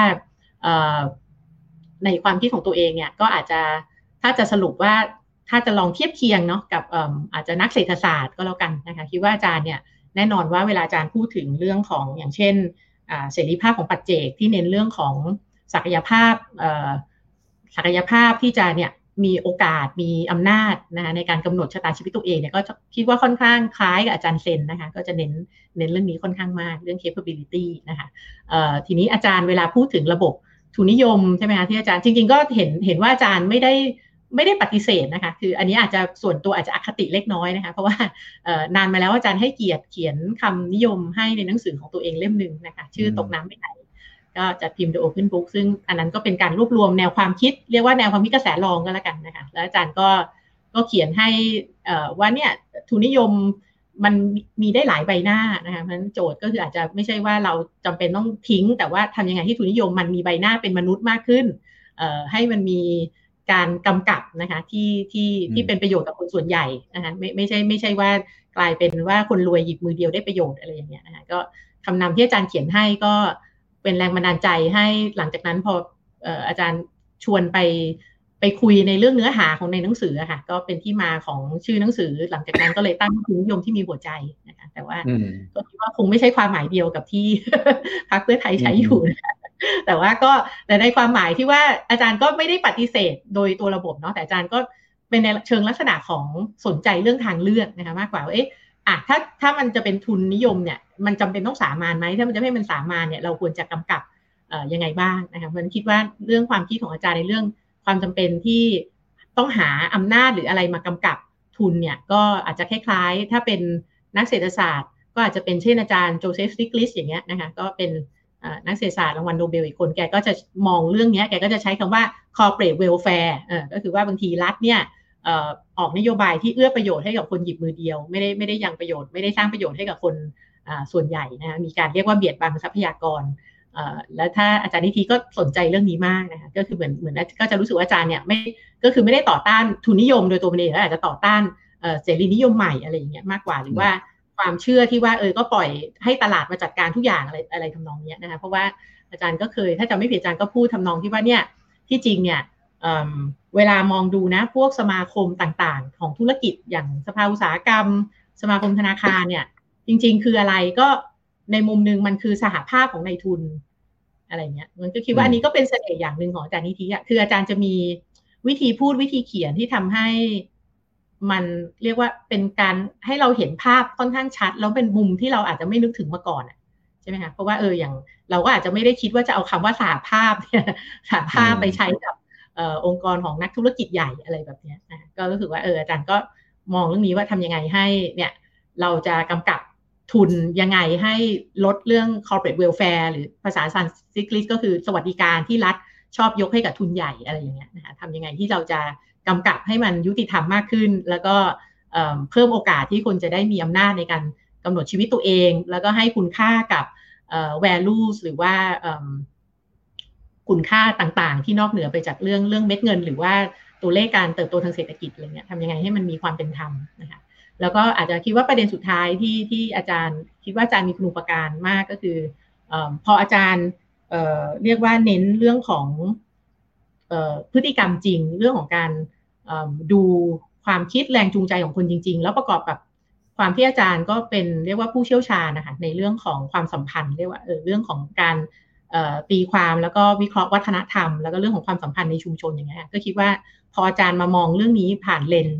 [SPEAKER 4] ในความคิดของตัวเองเนี่ยก็อาจจะถ้าจะสรุปว่าถ้าจะลองเทียบเคียงเนาะกับอาจจะนักเศรษฐศาสตร์ก็แล้วกันนะคะคิดว่าอาจารย์เนี่ยแน่นอนว่าเวลาอาจารย์พูดถึงเรื่องของอย่างเช่นเสรีภาพของปัจเจกที่เน้นเรื่องของศักยภาพศักยภาพที่จะเนี่ยมีโอกาสมีอำนาจนะในการกำหนดชะตาชีวิตตัวเองเนี่ยก็คิดว่าค่อนข้างคล้ายกับอาจารย์เซนนะคะก็จะเน้นเน้นเรื่องนี้ค่อนข้างมากเรื่อง capability นะคะทีนี้อาจารย์เวลาพูดถึงระบบทุนนิยมใช่ไหมคะที่อาจารย์จริงๆก็เห็นเห็นว่าอาจารย์ไม่ได้ไม่ได้ปฏิเสธนะคะคืออันนี้อาจจะส่วนตัวอาจจะอคติเล็กน้อยนะคะเพราะว่านานมาแล้วอาจารย์ให้เกียรติเขียนคำนิยมให้ในหนังสือของตัวเองเล่มหนึ่งนะคะชื่อตกน้ำไม่ไหลก็จะพิมพ์ The Open Book ซึ่งอันนั้นก็เป็นการรวบรวมแนวความคิดเรียกว่าแนวความคิดกระแสรองก็แล้วกันนะคะแล้วอาจารย์ก็ก็เขียนให้ว่าเนี่ยทุนนิยมมันมีได้หลายใบหน้านะคะเพราะฉะนั้นโจทย์ก็คืออาจจะไม่ใช่ว่าเราจำเป็นต้องทิ้งแต่ว่าทำยังไงให้ทุนนิยมมันมีใบหน้าเป็นมนุษย์มากขึ้นให้มันมีการกำกับนะคะที่ที่ที่เป็นประโยชน์กับคนส่วนใหญ่นะคะไม่ไม่ใช่ไม่ใช่ว่ากลายเป็นว่าคนรวยหยิบมือเดียวได้ประโยชน์อะไรอย่างเงี้ยนะคะก็คำนำที่อาจารย์เขียนให้ก็เป็นแรงบันดาลใจให้หลังจากนั้นพอเอ่ออาจารย์ชวนไปไปคุยในเรื่องเนื้อหาของในหนังสือค่ะก็เป็นที่มาของชื่อหนังสือหลังจากนั้นก็เลยตั้งทุนนิยมที่มีหัวใจนะคะแต่ว่าก็คิดว่าคงไม่ใช่ความหมายเดียวกับที่พรรคเพื่อไทยใช้อยู่นะคะแต่ว่าก็แต่ในความหมายที่ว่าอาจารย์ก็ไม่ได้ปฏิเสธโดยตัวระบบเนาะแต่อาจารย์ก็เป็นในเชิงลักษณะของสนใจเรื่องทางเลือกนะคะมากกว่าว่าเอ๊ะอ่ะถ้าถ้ามันจะเป็นทุนนิยมเนี่ยมันจำเป็นต้องสามัญไหมถ้ามันจะให้มันสามัญเนี่ยเราควรจะกำกับเอ่อยังไงบ้างนะคะเพราะฉะนั้นคิดว่าเรื่องความคิดของอาจารย์ในเรื่องความจำเป็นที่ต้องหาอำนาจหรืออะไรมากำกับทุนเนี่ยก็อาจจะคล้ายๆถ้าเป็นนักเศรษฐศาสตร์ก็อาจจะเป็นเช่นอาจารย์โจเซฟ สติกลิสอย่างเงี้ยนะคะก็เป็นนักเศรษฐศาสตร์รางวัลโนเบลอีกคนแกก็จะมองเรื่องนี้แกก็จะใช้คำว่า corporate welfare เออก็คือว่าบางทีรัฐเนี่ยเอ่อออกนโยบายที่เอื้อประโยชน์ให้กับคนหยิบมือเดียวไม่ได้ไม่ได้ยังประโยชน์ไม่ได้สร้างประโยชน์ให้กับคนอ่าส่วนใหญ่นะมีการเรียกว่าเบียดบังทรัพยากรเอ่อแล้วถ้าอาจารย์นิธิก็สนใจเรื่องนี้มากนะคะก็คือเหมือนเหมือนก็จะรู้สึกว่าอาจารย์เนี่ยไม่ก็คือไม่ได้ต่อต้านทุนนิยมโดยตัวมันเองแล้วอาจจะต่อต้านเอ่อเสรีนิยมใหม่อะไรอย่างเงี้ยมากกว่าหรือว่าความเชื่อที่ว่าเออก็ปล่อยให้ตลาดมาจัดการทุกอย่างอะไรอะไรทำนองนี้นะคะเพราะว่าอาจารย์ก็เคยถ้าจำไม่ผิดอาจารย์ก็พูดทำนองที่ว่าเนี่ยที่จริงเนี่ย เ, เวลามองดูนะพวกสมาคมต่างๆของธุรกิจอย่างสภาอุตสาหกรรมสมาคมธนาคารเนี่ยจริงๆคืออะไรก็ในมุมนึงมันคือสหภาพของนายทุนอะไรเงี้ยมันก็คิดว่าอันนี้ก็เป็นเสน่ห์อย่างหนึ่งของอาจารย์นิธิอ่ะคืออาจารย์จะมีวิธีพูดวิธีเขียนที่ทำให้มันเรียกว่าเป็นการให้เราเห็นภาพค่อนข้างชัดแล้วเป็นมุมที่เราอาจจะไม่นึกถึงมาก่อนใช่ไหมคะเพราะว่าเอออย่างเราก็อาจจะไม่ได้คิดว่าจะเอาคำว่าสหภาพเนี่ยสหภาพไปใช้กับเอ่อองค์กรของนักธุรกิจใหญ่อะไรแบบนี้นะก็รู้สึกว่าเอออาจารย์ก็มองเรื่องนี้ว่าทำยังไงให้เนี่ยเราจะกำกับทุนยังไงให้ลดเรื่อง corporate welfare หรือภาษาสันสกฤตก็คือสวัสดิการที่รัฐชอบยกให้กับทุนใหญ่อะไรอย่างเงี้ยนะคะทำยังไงที่เราจะกำกับให้มันยุติธรรมมากขึ้นแล้วก็เอ่อเพิ่มโอกาสที่คนจะได้มีอำนาจในการกำหนดชีวิตตัวเองแล้วก็ให้คุณค่ากับเอ่อ values หรือว่าเอ่อคุณค่าต่างๆที่นอกเหนือไปจากเรื่องเรื่องเม็ดเงินหรือว่าตัวเลขการเติบโตทางเศรษฐกิจอะไรเงี้ยทำยังไงให้มันมีความเป็นธรรมนะคะแล้วก็อาจจะคิดว่าประเด็นสุดท้ายที่ที่อาจารย์คิดว่าอาจารย์มีคุณูปการมากก็คือเอ่อพออาจารย์เอ่อเรียกว่าเน้นเรื่องของเอ่อพฤติกรรมจริงเรื่องของการเอ่อดูความคิดแรงจูงใจของคนจริงๆแล้วประกอบกับความที่อาจารย์ก็เป็นเรียกว่าผู้เชี่ยวชาญนะคะในเรื่องของความสัมพันธ์เรียกว่าเออเรื่องของการเอ่อตีความแล้วก็วิเคราะห์วัฒนธรรมแล้วก็เรื่องของความสัมพันธ์ในชุมชนอย่างเงี้ยก็คิดว่าพออาจารย์มามองเรื่องนี้ผ่านเลนส์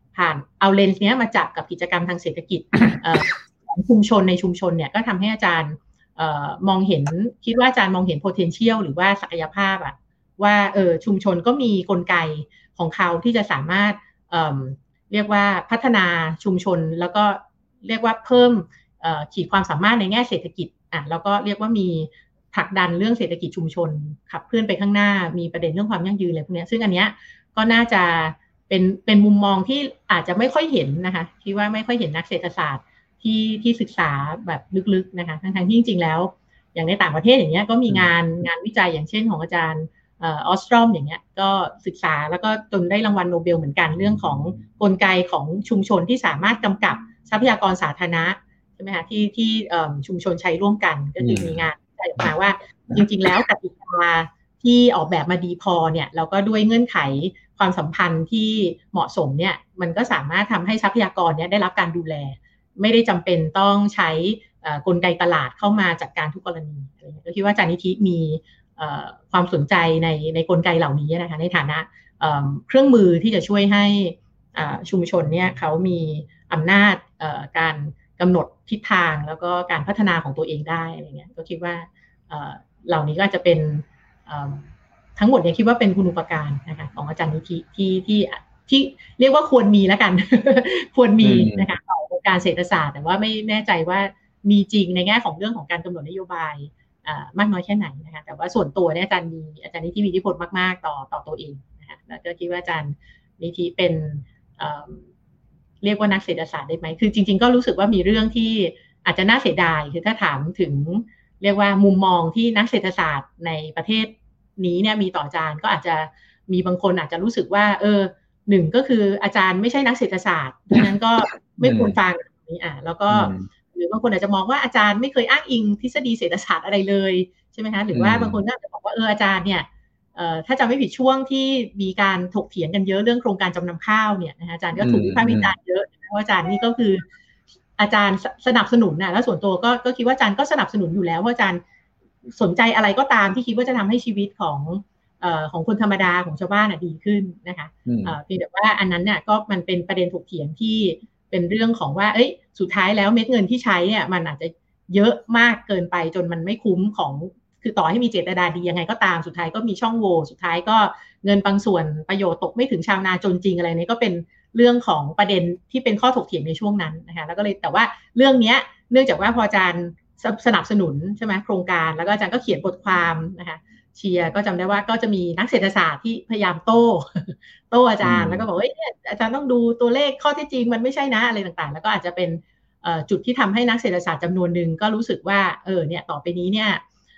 [SPEAKER 4] ผ่านเอาเลนส์เนี้ยมาจับกับกิจกรรมทางเศรษฐกิจของชุมชนในชุมชนเนี่ยก็ทำให้อาจารย์เอ่อมองเห็นคิดว่าอาจารย์มองเห็น potential หรือว่าศักยภาพอะว่าเออชุมชนก็มีกลไกของเขาที่จะสามารถเอ่อเรียกว่าพัฒนาชุมชนแล้วก็เรียกว่าเพิ่มเอ่อขีดความสามารถในแง่เศรษฐกิจอ่ะแล้วก็เรียกว่ามีผลักดันเรื่องเศรษฐกิจชุมชนขับเคลื่อนไปข้างหน้ามีประเด็นเรื่องความยั่งยืนอะไรพวกนี้ซึ่งอันเนี้ยก็น่าจะเป็นเป็นมุมมองที่อาจจะไม่ค่อยเห็นนะคะคิดว่าไม่ค่อยเห็นนักเศรษฐศาสตร์ที่ที่ศึกษาแบบลึกๆนะคะทั้งๆที่จริงๆแล้วอย่างในต่างประเทศอย่างเงี้ยก็มีงานงานวิจัยอย่างเช่นของอาจารย์ออสตรอมอย่างเงี้ยก็ศึกษาแล้วก็จนได้รางวัลโนเบลเหมือนกันเรื่องของกลไกของชุมชนที่สามารถกำกับทรัพยากรสาธารณะใช่ไหมคะที่ที่ชุมชนใช้ร่วมกันก็คือมีงานวิจัยออกมาว่าจริงๆแล้วกติกาที่ออกแบบมาดีพอเนี่ยแล้วก็ด้วยเงื่อนไขความสัมพันธ์ที่เหมาะสมเนี่ยมันก็สามารถทำให้ทรัพยากรเนี่ยได้รับการดูแลไม่ได้จำเป็นต้องใช้กลไกตลาดเข้ามาจัดการทุกกรณีอะไรอย่างเงี้ยก็คิดว่าอาจารย์นิธิมีความสนใจในในกลไกเหล่านี้นะคะในฐานะเครื่องมือที่จะช่วยให้ชุมชนเนี่ยเขามีอำนาจการกำหนดทิศทางแล้วก็การพัฒนาของตัวเองได้อะไรเงี้ยก็คิดว่าเหล่านี้ก็จะเป็นทั้งหมดเนี่ยคิดว่าเป็นคุณูปการนะคะของอาจารย์นิธิที่ที่ที่เรียกว่าควรมีแล้วกัน ควรมีนะคะต่อการเศรษฐศาสตร์แต่ว่าไม่แน่ใจว่ามีจริงในแง่ของเรื่องของการกำหนดนโยบายมากน้อยแค่ไหนนะคะแต่ว่าส่วนตัวเนี่ยอาจารย์มีอาจารย์นิธิมีอิทธิพลมากๆต่อต่อตัวเองนะคะแล้วก็คิดว่าอาจารย์นิธิเป็นเรียกว่านักเศรษฐศาสตร์ได้ไหมคือจริงๆก็รู้สึกว่ามีเรื่องที่อาจจะน่าเสียดายคือถ้าถามถึงเรียกว่ามุมมองที่นักเศรษฐศาสตร์ในประเทศนี้เนี่ยมีต่ออาจารย์ก็อาจจะมีบางคนอาจจะรู้สึกว่าเออหนึ่งก็คืออาจารย์ไม่ใช่นักเศรษฐศาสตร์ดังนั้นก็ไม่ควรฟังนี้อ่ะแล้วก็หรือบางคนอาจจะมองว่าอาจารย์ไม่เคยอ้างอิงทฤษฎีเศรษฐศาสตร์อะไรเลยใช่ไหมคะหรือว่าบางคนก็อาจจะบอกว่าเอออาจารย์เนี่ยเอ่อถ้าจำไม่ผิดช่วงที่มีการถกเถียงกันเยอะเรื่องโครงการจำนำข้าวเนี่ยนะคะอาจารย์ก็ถูกวิพากษ์วิจารณ์เยอะเพราะอาจารย์นี่ก็คืออาจารย์สนับสนุนนะแล้วส่วนตัวก็ก็คิดว่าอาจารย์ก็สนับสนุนอยู่แล้วว่าอาจารย์สนใจอะไรก็ตามที่คิดว่าจะทำให้ชีวิตของเอ่อของคนธรรมดาของชาวบ้านอ่ะดีขึ้นนะคะเอ่อเพียงแต่ว่าอันนั้นเนี่ยก็มันเป็นประเด็นถกเถียงที่เป็นเรื่องของว่าเอ้ยสุดท้ายแล้วเม็ดเงินที่ใช้เนี่ยมันอาจจะเยอะมากเกินไปจนมันไม่คุ้มของคือต่อให้มีเจตนาดียังไงก็ตามสุดท้ายก็มีช่องโหว่สุดท้ายก็เงินบางส่วนประโยชน์ตกไม่ถึงชาวนาจนจริงอะไรนี้ก็เป็นเรื่องของประเด็นที่เป็นข้อถกเถียงในช่วงนั้นนะคะแล้วก็เลยแต่ว่าเรื่องนี้เนื่องจากว่าพออาจารย์สนับสนุนใช่ไหมโครงการแล้วก็อาจารย์ก็เขียนบทความนะคะเชียร์ก็จำได้ว่าก็จะมีนักเศรษฐศาสตร์ที่พยายามโต้โต้อาจารย์แล้วก็บอกว่าอาจารย์ต้องดูตัวเลขข้อที่จริงมันไม่ใช่นะอะไรต่างๆแล้วก็อาจจะเป็นจุดที่ทำให้นักเศรษฐศาสตร์จำนวนหนึ่งก็รู้สึกว่าเออเนี่ยต่อไปนี้เนี่ย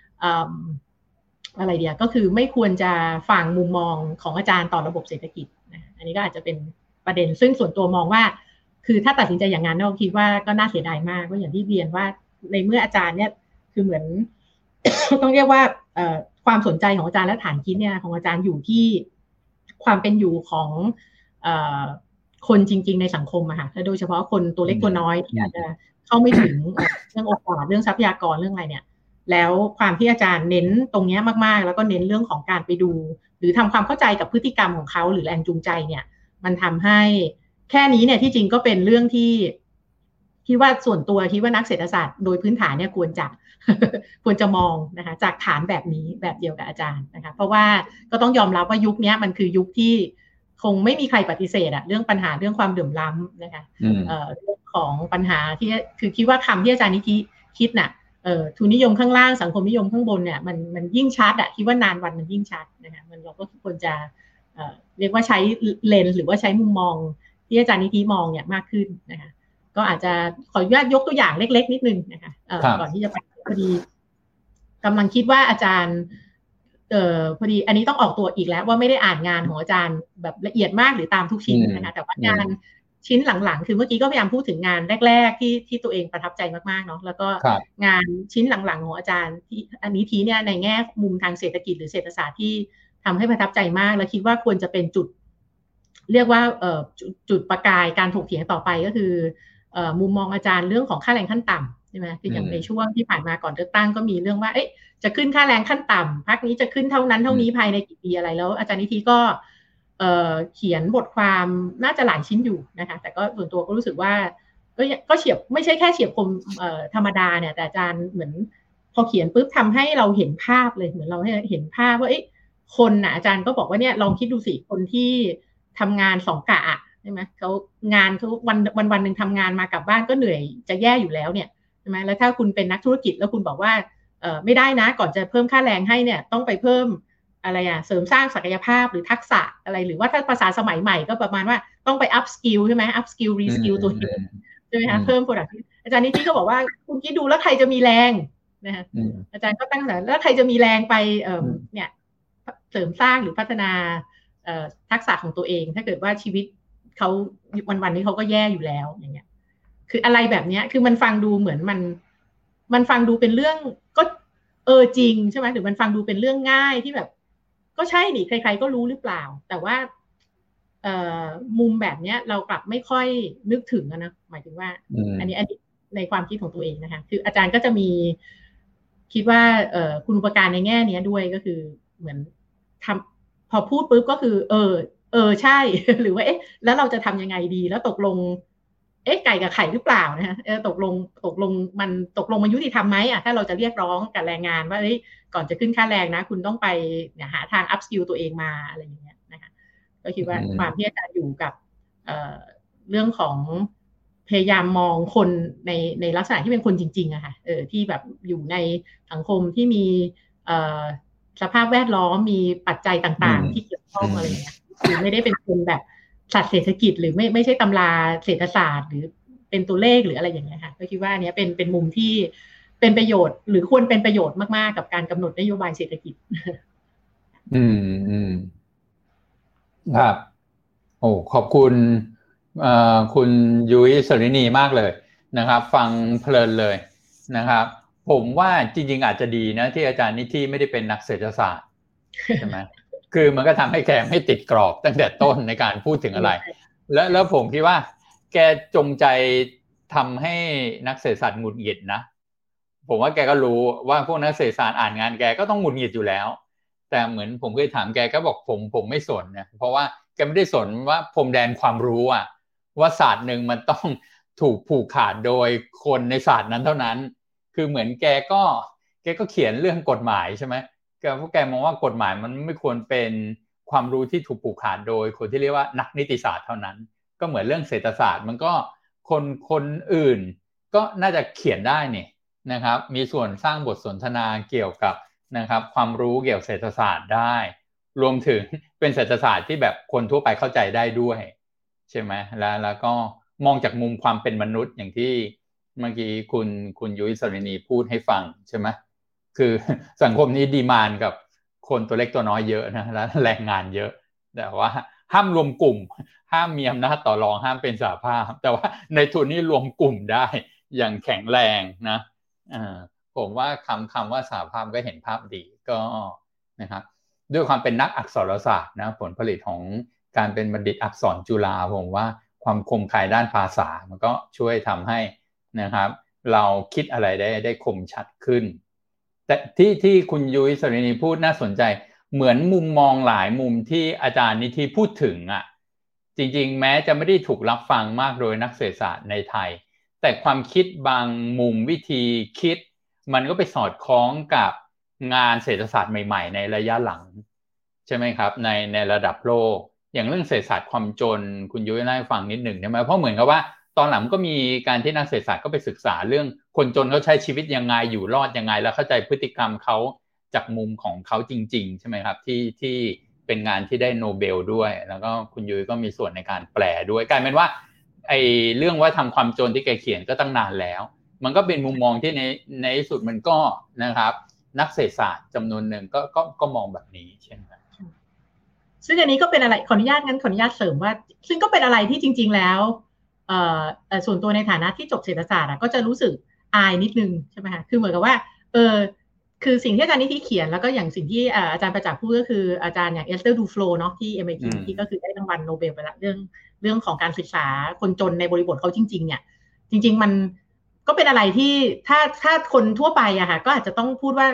[SPEAKER 4] อะไรเดียวก็คือไม่ควรจะฟังมุมมองของอาจารย์ต่อระบบเศรษฐกิจนะอันนี้ก็อาจจะเป็นประเด็นซึ่งส่วนตัวมองว่าคือถ้าตัดสินใจอย่างนั้นเราคิดว่าก็น่าเสียดายมากเพราะอย่างที่เรียนว่าในเมื่ออาจารย์เนี่ยคือเหมือน ต้องเรียกว่าความสนใจของอาจารย์และฐานคิดเนี่ยของอาจารย์อยู่ที่ความเป็นอยู่ของคนจริงๆในสังคมอะค่ะและโดยเฉพาะคนตัวเล็กตัวน้อยที่อาจจะเข้าไม่ถึงเรื่องโอกาสเรื่องทรัพยากรเรื่องอะไรเนี่ยแล้วความที่อาจารย์เน้นตรงนี้มากๆแล้วก็เน้นเรื่องของการไปดูหรือทำความเข้าใจกับพฤติกรรมของเขาหรือแรงจูงใจเนี่ยมันทำให้แค่นี้เนี่ยที่จริงก็เป็นเรื่องที่คิดว่าส่วนตัวคิดว่านักเศรษฐศาสตร์โดยพื้นฐานเนี่ยควรจะควรจะมองนะคะจากฐานแบบนี้แบบเดียวกับอาจารย์นะคะเพราะว่าก็ต้องยอมรับว่ายุคนี้มันคือยุคที่คงไม่มีใครปฏิเสธอะเรื่องปัญหาเรื่องความเหลื่อมล้ำนะคะเอ่อเรื่องของปัญหาที่คือคิดว่าคำที่อาจารย์นิธิคิดน่ะเอ่อทุนนิยมข้างล่างสังคมนิยมข้างบนเนี่ยมันมันยิ่งชัดอะคิดว่านานวันมันยิ่งชัดนะคะมันเราก็ควรจะเอ่อเรียกว่าใช้เลนส์หรือว่าใช้มุมมองที่อาจารย์นิธิมองเนี่ยมากขึ้นนะคะก็อาจจะขออนุญาตยกตัวอย่างเล็กๆนิดนึงนะคะเอ่อก่อนที่จะไปพอดีกำลังคิดว่าอาจารย์เอ่อพอดีอันนี้ต้องออกตัวอีกแล้วว่าไม่ได้อ่านงานของอาจารย์แบบละเอียดมากหรือตามทุกชิ้นนะคะแต่ว่างานชิ้นหลังๆคือเมื่อกี้ก็พยายามพูดถึงงานแรกๆที่ที่ตัวเองประทับใจมากๆเนาะแล้วก็งานชิ้นหลังๆของอาจารย์ที่อันนี้ทีเนี่ยในแง่มุมทางเศรษฐกิจหรือเศรษฐศาสตร์ที่ทำให้ประทับใจมากและคิดว่าควรจะเป็นจุดเรียกว่าเอ่อจุดประกายการถกเถียงต่อไปก็คือเอ่อมุมมองอาจารย์เรื่องของค่าแรงขั้นต่ำใช่ไหมคืออย่างในช่วงที่ผ่านมาก่อนเลือกตั้งก็มีเรื่องว่าเอ๊ะจะขึ้นค่าแรงขั้นต่ำพรรคนี้จะขึ้นเท่านั้นเท่านี้ภายในกี่ปีอะไรแล้วอาจารย์นิธิก็เอ่อเขียนบทความน่าจะหลายชิ้นอยู่นะคะแต่ก็ส่วนตัวก็รู้สึกว่าก็ก็เฉียบไม่ใช่แค่เฉียบคมเอ่อธรรมดาเนี่ยแต่อาจารย์เหมือนพอเขียนปุ๊บทำให้เราเห็นภาพเลยเหมือนเราเห็นภาพว่าเอ๊ะคนน่ะอาจารย์ก็บอกว่าเนี่ยลองคิดดูสิคนที่ทำงานสองกะใช่ไหมเขางานเขาวันวันวันหนึ่งทำงานมากลับบ้านก็เหนื่อยจะแย่อยู่แล้วเนี่ยใช่ไหมแล้วถ้าคุณเป็นนักธุรกิจแล้วคุณบอกว่าเออไม่ได้นะก่อนจะเพิ่มค่าแรงให้เนี่ยต้องไปเพิ่มอะไรอะเสริมสร้างศักยภาพหรือทักษะอะไรหรือว่าถ้าภาษาสมัยใหม่ก็ประมาณว่าต้องไป up skill ใช่ไหม up skill re skill ตัวเองใช่ไหมคะเพิ่ม product อาจารย์นิติก็บอกว่าคุณคิดดูแล้วใครจะมีแรงนะคะอาจารย์ก็ตั้งคำถามแล้วใครจะมีแรงไปเอ่อเนี่ยเสริมสร้างหรือพัฒนาเอ่อทักษะของตัวเองถ้าเกิดว่าชีวิตเขาวันๆนี้เขาก็แย่อยู่แล้วอย่างเงี้ยคืออะไรแบบเนี้ยคือมันฟังดูเหมือนมันมันฟังดูเป็นเรื่องก็เออจริงใช่ไหมหรือมันฟังดูเป็นเรื่องง่ายที่แบบก็ใช่นี่ใครๆก็รู้หรือเปล่าแต่ว่าเอ่อมุมแบบเนี้ยเรากลับไม่ค่อยนึกถึงนะหมายถึงว่าอันนี้อันนี้ในความคิดของตัวเองนะคะคืออาจารย์ก็จะมีคิดว่าเอ่อคุณอุปการในแง่นี้ด้วยก็คือเหมือนทำพอพูดปุ๊บก็คือเออเออใช่ หรือว่าเอ๊ะแล้วเราจะทำยังไงดีแล้วตกลงเอ๊ะไก่กับไข่หรือเปล่านะฮะเออตกลงตกลงมันตกลงมันยุติธรรมไหมอ่ะถ้าเราจะเรียกร้องกับแรงงานว่าเอ้ยก่อนจะขึ้นค่าแรงนะคุณต้องไปเนี่ยหาทาง up skill ตัวเองมาอะไรอย่างเงี้ยนะคะก็คิดว่าความที่อาจารย์อยู่กับเอ่อเรื่องของพยายามมองคนในในลักษณะที่เป็นคนจริงๆอะค่ะเออที่แบบอยู่ในสังคมที่มีเอ่อสภาพแวดล้อมมีปัจจัยต่างๆที่เกี่ยวข้องอะไรอย่างเงี้ยคือไม่ได้เป็นคนแบบศาสตร์เศรษฐกิจหรือไม่ไม่ใช่ตำราเศรษฐศาสตร์หรือเป็นตัวเลขหรืออะไรอย่างเงี้ยค่ะก็คิดว่าอันนี้เป็นเป็นมุมที่เป็นประโยชน์หรือควรเป็นประโยชน์มากๆกับการกำหนดนโยบายเศรษฐกิจ
[SPEAKER 1] อืมอืมครับโอ้ขอบคุณเอ่อคุณยุ้ยสรินีมากเลยนะครับฟังเพลินเลยนะครับผมว่าจริงๆอาจจะดีนะที่อาจารย์นิธิไม่ได้เป็นนักเศรษฐศาสตร์ใช่ไหมคือมันก็ทำให้แกไม่ติดกรอบตั้งแต่ต้นในการพูดถึงอะไรแล้วแล้วผมคิดว่าแกจงใจทำให้นักเศรษฐศาสตร์หงุดหงิดนะผมว่าแกก็รู้ว่าพวกนักเศรษฐศาสตร์อ่านงานแกก็ต้องหงุดหงิดอยู่แล้วแต่เหมือนผมเคยถามแกก็บอกผมผมไม่สนนะเพราะว่าแกไม่ได้สนว่าพรมแดนความรู้อะว่าศาสตร์หนึ่งมันต้องถูกผูกขาดโดยคนในศาสตร์นั้นเท่านั้นคือเหมือนแกก็แกก็เขียนเรื่องกฎหมายใช่ไหมแกพวกแกมองว่ากฎหมายมันไม่ควรเป็นความรู้ที่ถูกผูกขาดโดยคนที่เรียกว่านักนิติศาสตร์เท่านั้นก็เหมือนเรื่องเศรษฐศาสตร์มันก็คนคนอื่นก็น่าจะเขียนได้นี่นะครับมีส่วนสร้างบทสนทนาเกี่ยวกับนะครับความรู้เกี่ยวกับเศรษฐศาสตร์ได้รวมถึงเป็นเศรษฐศาสตร์ที่แบบคนทั่วไปเข้าใจได้ด้วยใช่ไหมแล้วแล้วก็มองจากมุมความเป็นมนุษย์อย่างที่เมื่อกี้คุณคุณยุ้ยสรินีพูดให้ฟังใช่ไหมคือสังคมนี้ดีมานด์กับคนตัวเล็กตัวน้อยเยอะนะและแรงงานเยอะแต่ว่าห้ามรวมกลุ่มห้ามมีอำนาจต่อรองห้ามเป็นสหภาพแต่ว่าในทุนนี้รวมกลุ่มได้อย่างแข็งแรงนะอ่าผมว่าคำคำว่าสหภาพก็เห็นภาพดีก็นะครับด้วยความเป็นนักอักษรศาสตร์นะผลผลิตของการเป็นบัณฑิตอักษรจุฬาผมว่าความคมคายด้านภาษามันก็ช่วยทำให้นะครับเราคิดอะไรได้ได้คมชัดขึ้นแต่ที่ที่คุณยุ้ยสรินีพูดน่าสนใจเหมือนมุมมองหลายมุมที่อาจารย์นิธิพูดถึงอ่ะจริงๆแม้จะไม่ได้ถูกรับฟังมากโดยนักเศรษฐศาสตร์ในไทยแต่ความคิดบางมุมวิธีคิดมันก็ไปสอดคล้องกับงานเศรษฐศาสตร์ใหม่ๆในระยะหลังใช่ไหมครับในในระดับโลกอย่างเรื่องเศรษฐศาสตร์ความจนคุณยุ้ยเล่าให้ฟังนิดหนึ่งใช่ไหมเพราะเหมือนกับว่าตอนหลังก็มีการที่นักเศรษฐศาสตร์ก็ไปศึกษาเรื่องคนจนเขาใช้ชีวิตยังไงอยู่รอดยังไงแล้วเข้าใจพฤติกรรมเขาจากมุมของเขาจริงๆใช่ไหมครับที่ที่เป็นงานที่ได้โนเบลด้วยแล้วก็คุณยุ้ยก็มีส่วนในการแปลด้วยกลายเป็นว่าไอ้เรื่องว่าทำความจนที่แกเขียนก็ตั้งนานแล้วมันก็เป็นมุมมองที่ในในที่สุดมันก็นะครับนักเศรษฐศาสตร์จำนวนหนึ่งก็ก็ก็มองแบบนี้ใช่ไหมครับ
[SPEAKER 4] ซึ่งอันนี้ก็เป็นอะไรขออนุญาตงั้นขออนุญาตเสริมว่าซึ่งก็เป็นอะไรที่จริงๆแล้วเอ่อส่วนตัวในฐานะที่จบเศรษฐศาสตร์ก็จะรู้สึกอายนิดนึงใช่ไหมคะคือเหมือนกับว่าเออคือสิ่งที่อาจารย์นิธิเขียนแล้วก็อย่างสิ่งที่อาจารย์ประจักษ์พูดก็คืออาจารย์อย่างเอสเตอร์ดูโฟลเนาะที่ เอ็ม ไอ ที ที่ก็คือได้รางวัลโนเบลไปละเรื่องเรื่องของการศึกษาคนจนในบริบทเขาจริงๆเนี่ยจริงๆมันก็เป็นอะไรที่ถ้าถ้าคนทั่วไปอะค่ะก็อาจจะต้องพูดว่า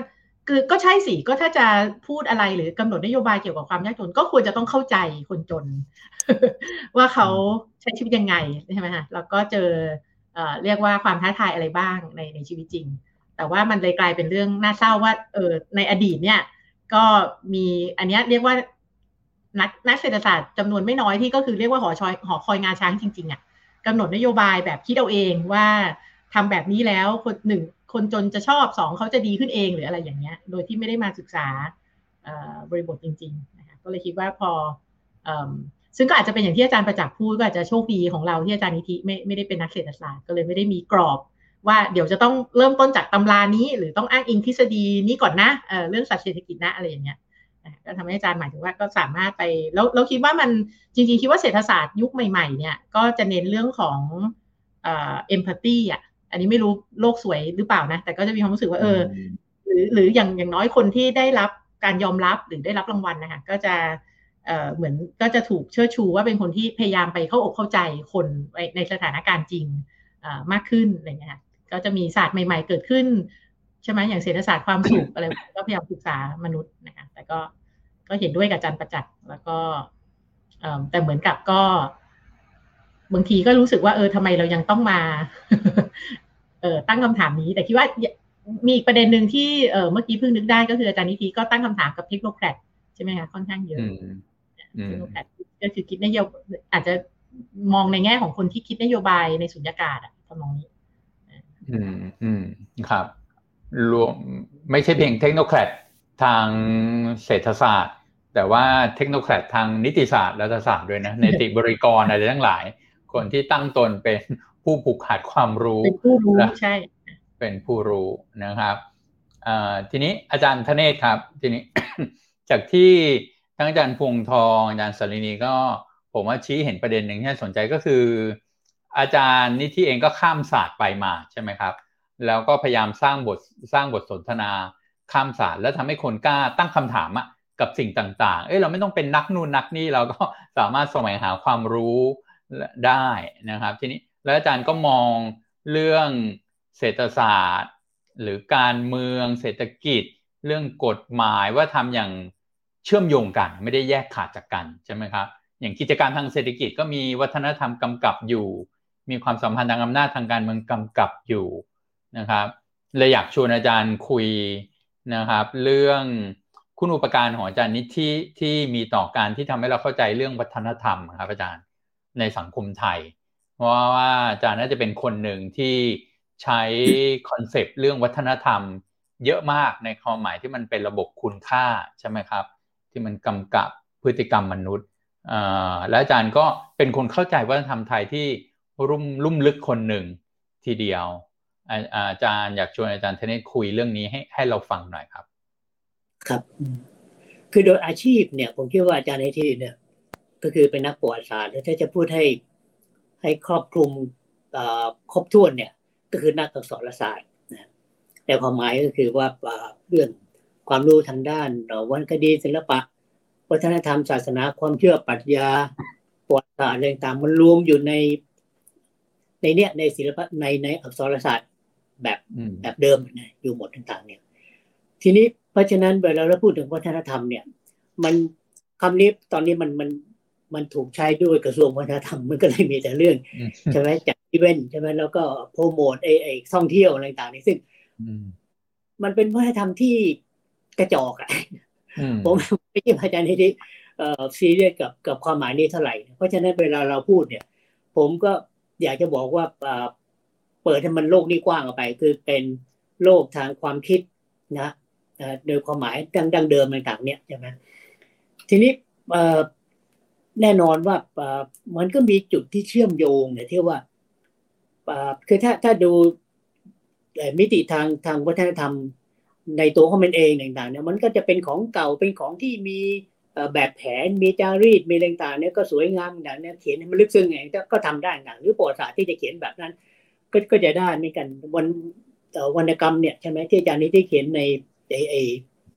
[SPEAKER 4] คือก็ใช่สิก็ถ้าจะพูดอะไรหรือกำหนดนโยบายเกี่ยวกับความยากจนก็ควรจะต้องเข้าใจคนจน ว่าเขาใช้ชีวิตยังไงใช่ไหมคะแล้วก็เจอเอ่อเรียกว่าความท้าทายอะไรบ้างในในชีวิตจริงแต่ว่ามันเลยกลายเป็นเรื่องน่าเศร้าว่าเออในอดีตเนี่ยก็มีอันนี้เรียกว่านักนักเศรษฐศาสตร์จำนวนไม่น้อยที่ก็คือเรียกว่าหอชอยหอคอยงาช้างจริงๆอ่ะกำหนดนโยบายแบบคิดเอาเองว่าทำแบบนี้แล้วคนหนึ่งคนจนจะชอบสองเขาจะดีขึ้นเองหรืออะไรอย่างเงี้ยโดยที่ไม่ได้มาศึกษาบริบทจริงๆนะคะก็เลยคิดว่าพอซึ่งก็อาจจะเป็นอย่างที่อาจารย์ประจักษ์พูดก็อาจจะโชคดีของเราที่อาจารย์นิธิไม่ไม่ได้เป็นนักเศรษฐศาสตร์ก็เลยไม่ได้มีกรอบว่าเดี๋ยวจะต้องเริ่มต้นจากตำรานี้หรือต้องอ้างอิงทฤษฎีนี้ก่อนนะ เอ่อ เรื่องสัตว์เศรษฐกิจนะอะไรอย่างเงี้ยก็ทำให้อาจารย์หมายถึงว่าก็สามารถไปแล้วเราคิดว่ามันจริงๆคิดว่าเศรษฐศาสตร์ยุคใหม่ๆเนี่ยก็จะเน้นเรื่องของเอ่อ empathy อ่ะอันนี้ไม่รู้โลกสวยหรือเปล่านะแต่ก็จะมีความรู้สึกว่าเออหรือหรืออย่างอย่างน้อยคนที่ได้รับการยอมรับหรือได้รับรางวัลนะคะก็จะเอ่อเหมือนก็จะถูกเชิดชูว่าเป็นคนที่พยายามไปเข้าอกเข้าใจคนในสถานการณ์จริงอ่ามากขึ้นอะไรอย่างเงี้ยก็จะมีศาสตร์ใหม่ๆเกิดขึ้นใช่ไหมอย่างเศรษฐศาสตร์ความสุข อะไรก็พยายามศึกษามนุษย์นะคะแต่ก็ก็เห็นด้วยกับอาจารย์ประจักษ์แล้วก็แต่เหมือนกับก็บางทีก็รู้สึกว่าเออทำไมเรายังต้องมาเออตั้งคำถามนี้แต่คิดว่ามีอีกประเด็นหนึ่งที่เออเมื่อกี้เพิ่งนึกได้ก็คืออาจารย์นิธิก็ตั้งคำถามกับเทคโนแครดใช่ไหมคะค่อนข้างเยอะเทคโนแครดก็คือคิดนโยบายอาจจะมองในแง่ของคนที่คิดนโยบายในสุญญากาศอะทำนองนี้
[SPEAKER 1] อืมอืมครับรวมไม่ใช่เพียงเทคโนแครดทางเศรษฐศาสตร์แต่ว่าเทคโนแครดทางนิติศาสตร์รัฐศาสตร์ด้วยนะ เนติบริกรอะไรทั้งหลายคนที่ตั้งตนเป็นผู้ผูกขาดความรู้
[SPEAKER 4] เป็นผู้รู้ใช่
[SPEAKER 1] เป็นผู้รู้นะครับทีนี้อาจารย์ธเนศครับทีนี้ จากที่ทั้งอาจารย์พวงทองอาจารย์สรินีก็ผมว่าชี้เห็นประเด็นหนึ่งที่น่าสนใจก็คืออาจารย์นิธิเองก็ข้ามศาสตร์ไปมาใช่ไหมครับแล้วก็พยายามสร้างบทสร้างบทสนทนาข้ามศาสตร์แล้วทำให้คนกล้าตั้งคำถามกับสิ่งต่างๆเอ้ยเราไม่ต้องเป็นนักนู่นนักนี่เราก็สามารถแสวงหาความรู้ได้นะครับทีนี้แล้วอาจารย์ก็มองเรื่องเศรษฐศาสตร์หรือการเมืองเศรษฐกิจเรื่องกฎหมายว่าทำอย่างเชื่อมโยงกันไม่ได้แยกขาดจากกันใช่ไหมครับอย่างกิจการทางเศรษฐกิจก็มีวัฒนธรรมกำกับอยู่มีความสัมพันธ์ทางอำนาจทางการเมืองกำกับอยู่นะครับเลยอยากชวนอาจารย์คุยนะครับเรื่องคุณอุปการของอาจารย์นิธิที่มีต่อการที่ทำให้เราเข้าใจเรื่องวัฒนธรรมครับอาจารย์ในสังคมไทยเพราะว่าอาจารย์น่าจะเป็นคนหนึ่งที่ใช้คอนเซปต์เรื่องวัฒนธรรมเยอะมากในความหมายที่มันเป็นระบบคุณค่าใช่ไหมครับที่มันกำกับพฤติกรรมมนุษย์และอาจารย์ก็เป็นคนเข้าใจวัฒนธรรมไทยที่รุ่มลุ่มลึกคนหนึ่งทีเดียวอาจารย์อยากชวนอาจารย์ธเนศคุยเรื่องนี้ให้ให้เราฟังหน่อยครับ
[SPEAKER 2] ครับคือโดยอาชีพเนี่ยผมคิดว่าอาจารย์นิธิเนี่ยก็คือเป็นนักประวัติศาสตร์ถ้าจะพูดให้ให้ครอบคลุมครบถ้วนเนี่ยก็คือนักอักษรศาสตร์นะแต่ความหมายก็คือว่าเรื่องความรู้ทางด้านวรรณคดีศิลปะวัฒนธรรมศาสนาความเชื่อปรัชญาประวัติศาสตร์อะไรต่างๆมันรวมอยู่ในในเนี้ยในศิลปะในในอักษรศาสตร์แบบแบบเดิมนะอยู่หมดต่างๆเนี่ยทีนี้เพราะฉะนั้นเวลาเราพูดถึงวัฒนธรรมเนี่ยมันคำนี้ตอนนี้มันมันมันถูกใช้ด้วยกระทรวงวัฒนธรรมมันก็เลยมีแต่เรื่องใช่ไหมจัดอีเวนต์ใช่ไหมแล้วก็โปรโมทไอ้ไอ้ท่องเที่ยวอะไรต่างๆนี่ซึ่งมันเป็นวัฒนธรรมที่กระจอกอ่ะผมไม่ใช่อาจารย์ที่เอ่อซีเรียสกับกับความหมายนี้เท่าไหร่เพราะฉะนั้นเวลาเราพูดเนี่ยผมก็อยากจะบอกว่าเปิดให้มันโลกนี้กว้างออกไปคือเป็นโลกทางความคิดนะโดยความหมายดั้งดั้งเดิมต่างๆเนี่ยใช่ไหมทีนี้แน่นอนว่ามันก็มีจุดที่เชื่อมโยงเนี่ยที่ว่าคือถ้าถ้าดูมิติทางทางวัฒนธรรมในตัวของมันเองต่างๆเนี่ยมันก็จะเป็นของเก่าเป็นของที่มีแบบแผนมีจารีตมีต่างๆเนี่ยก็สวยงามต่างๆเนี่ยเขียนให้มันลึกซึ้งไงก็ทำได้ต่างหรือประวัติศาสตร์ที่จะเขียนแบบนั้นก็ก็จะได้เหมือนกันวันวรรณกรรมเนี่ยใช่ไหมที่อาจารย์นี้ที่เขียนในไอ้ไอ้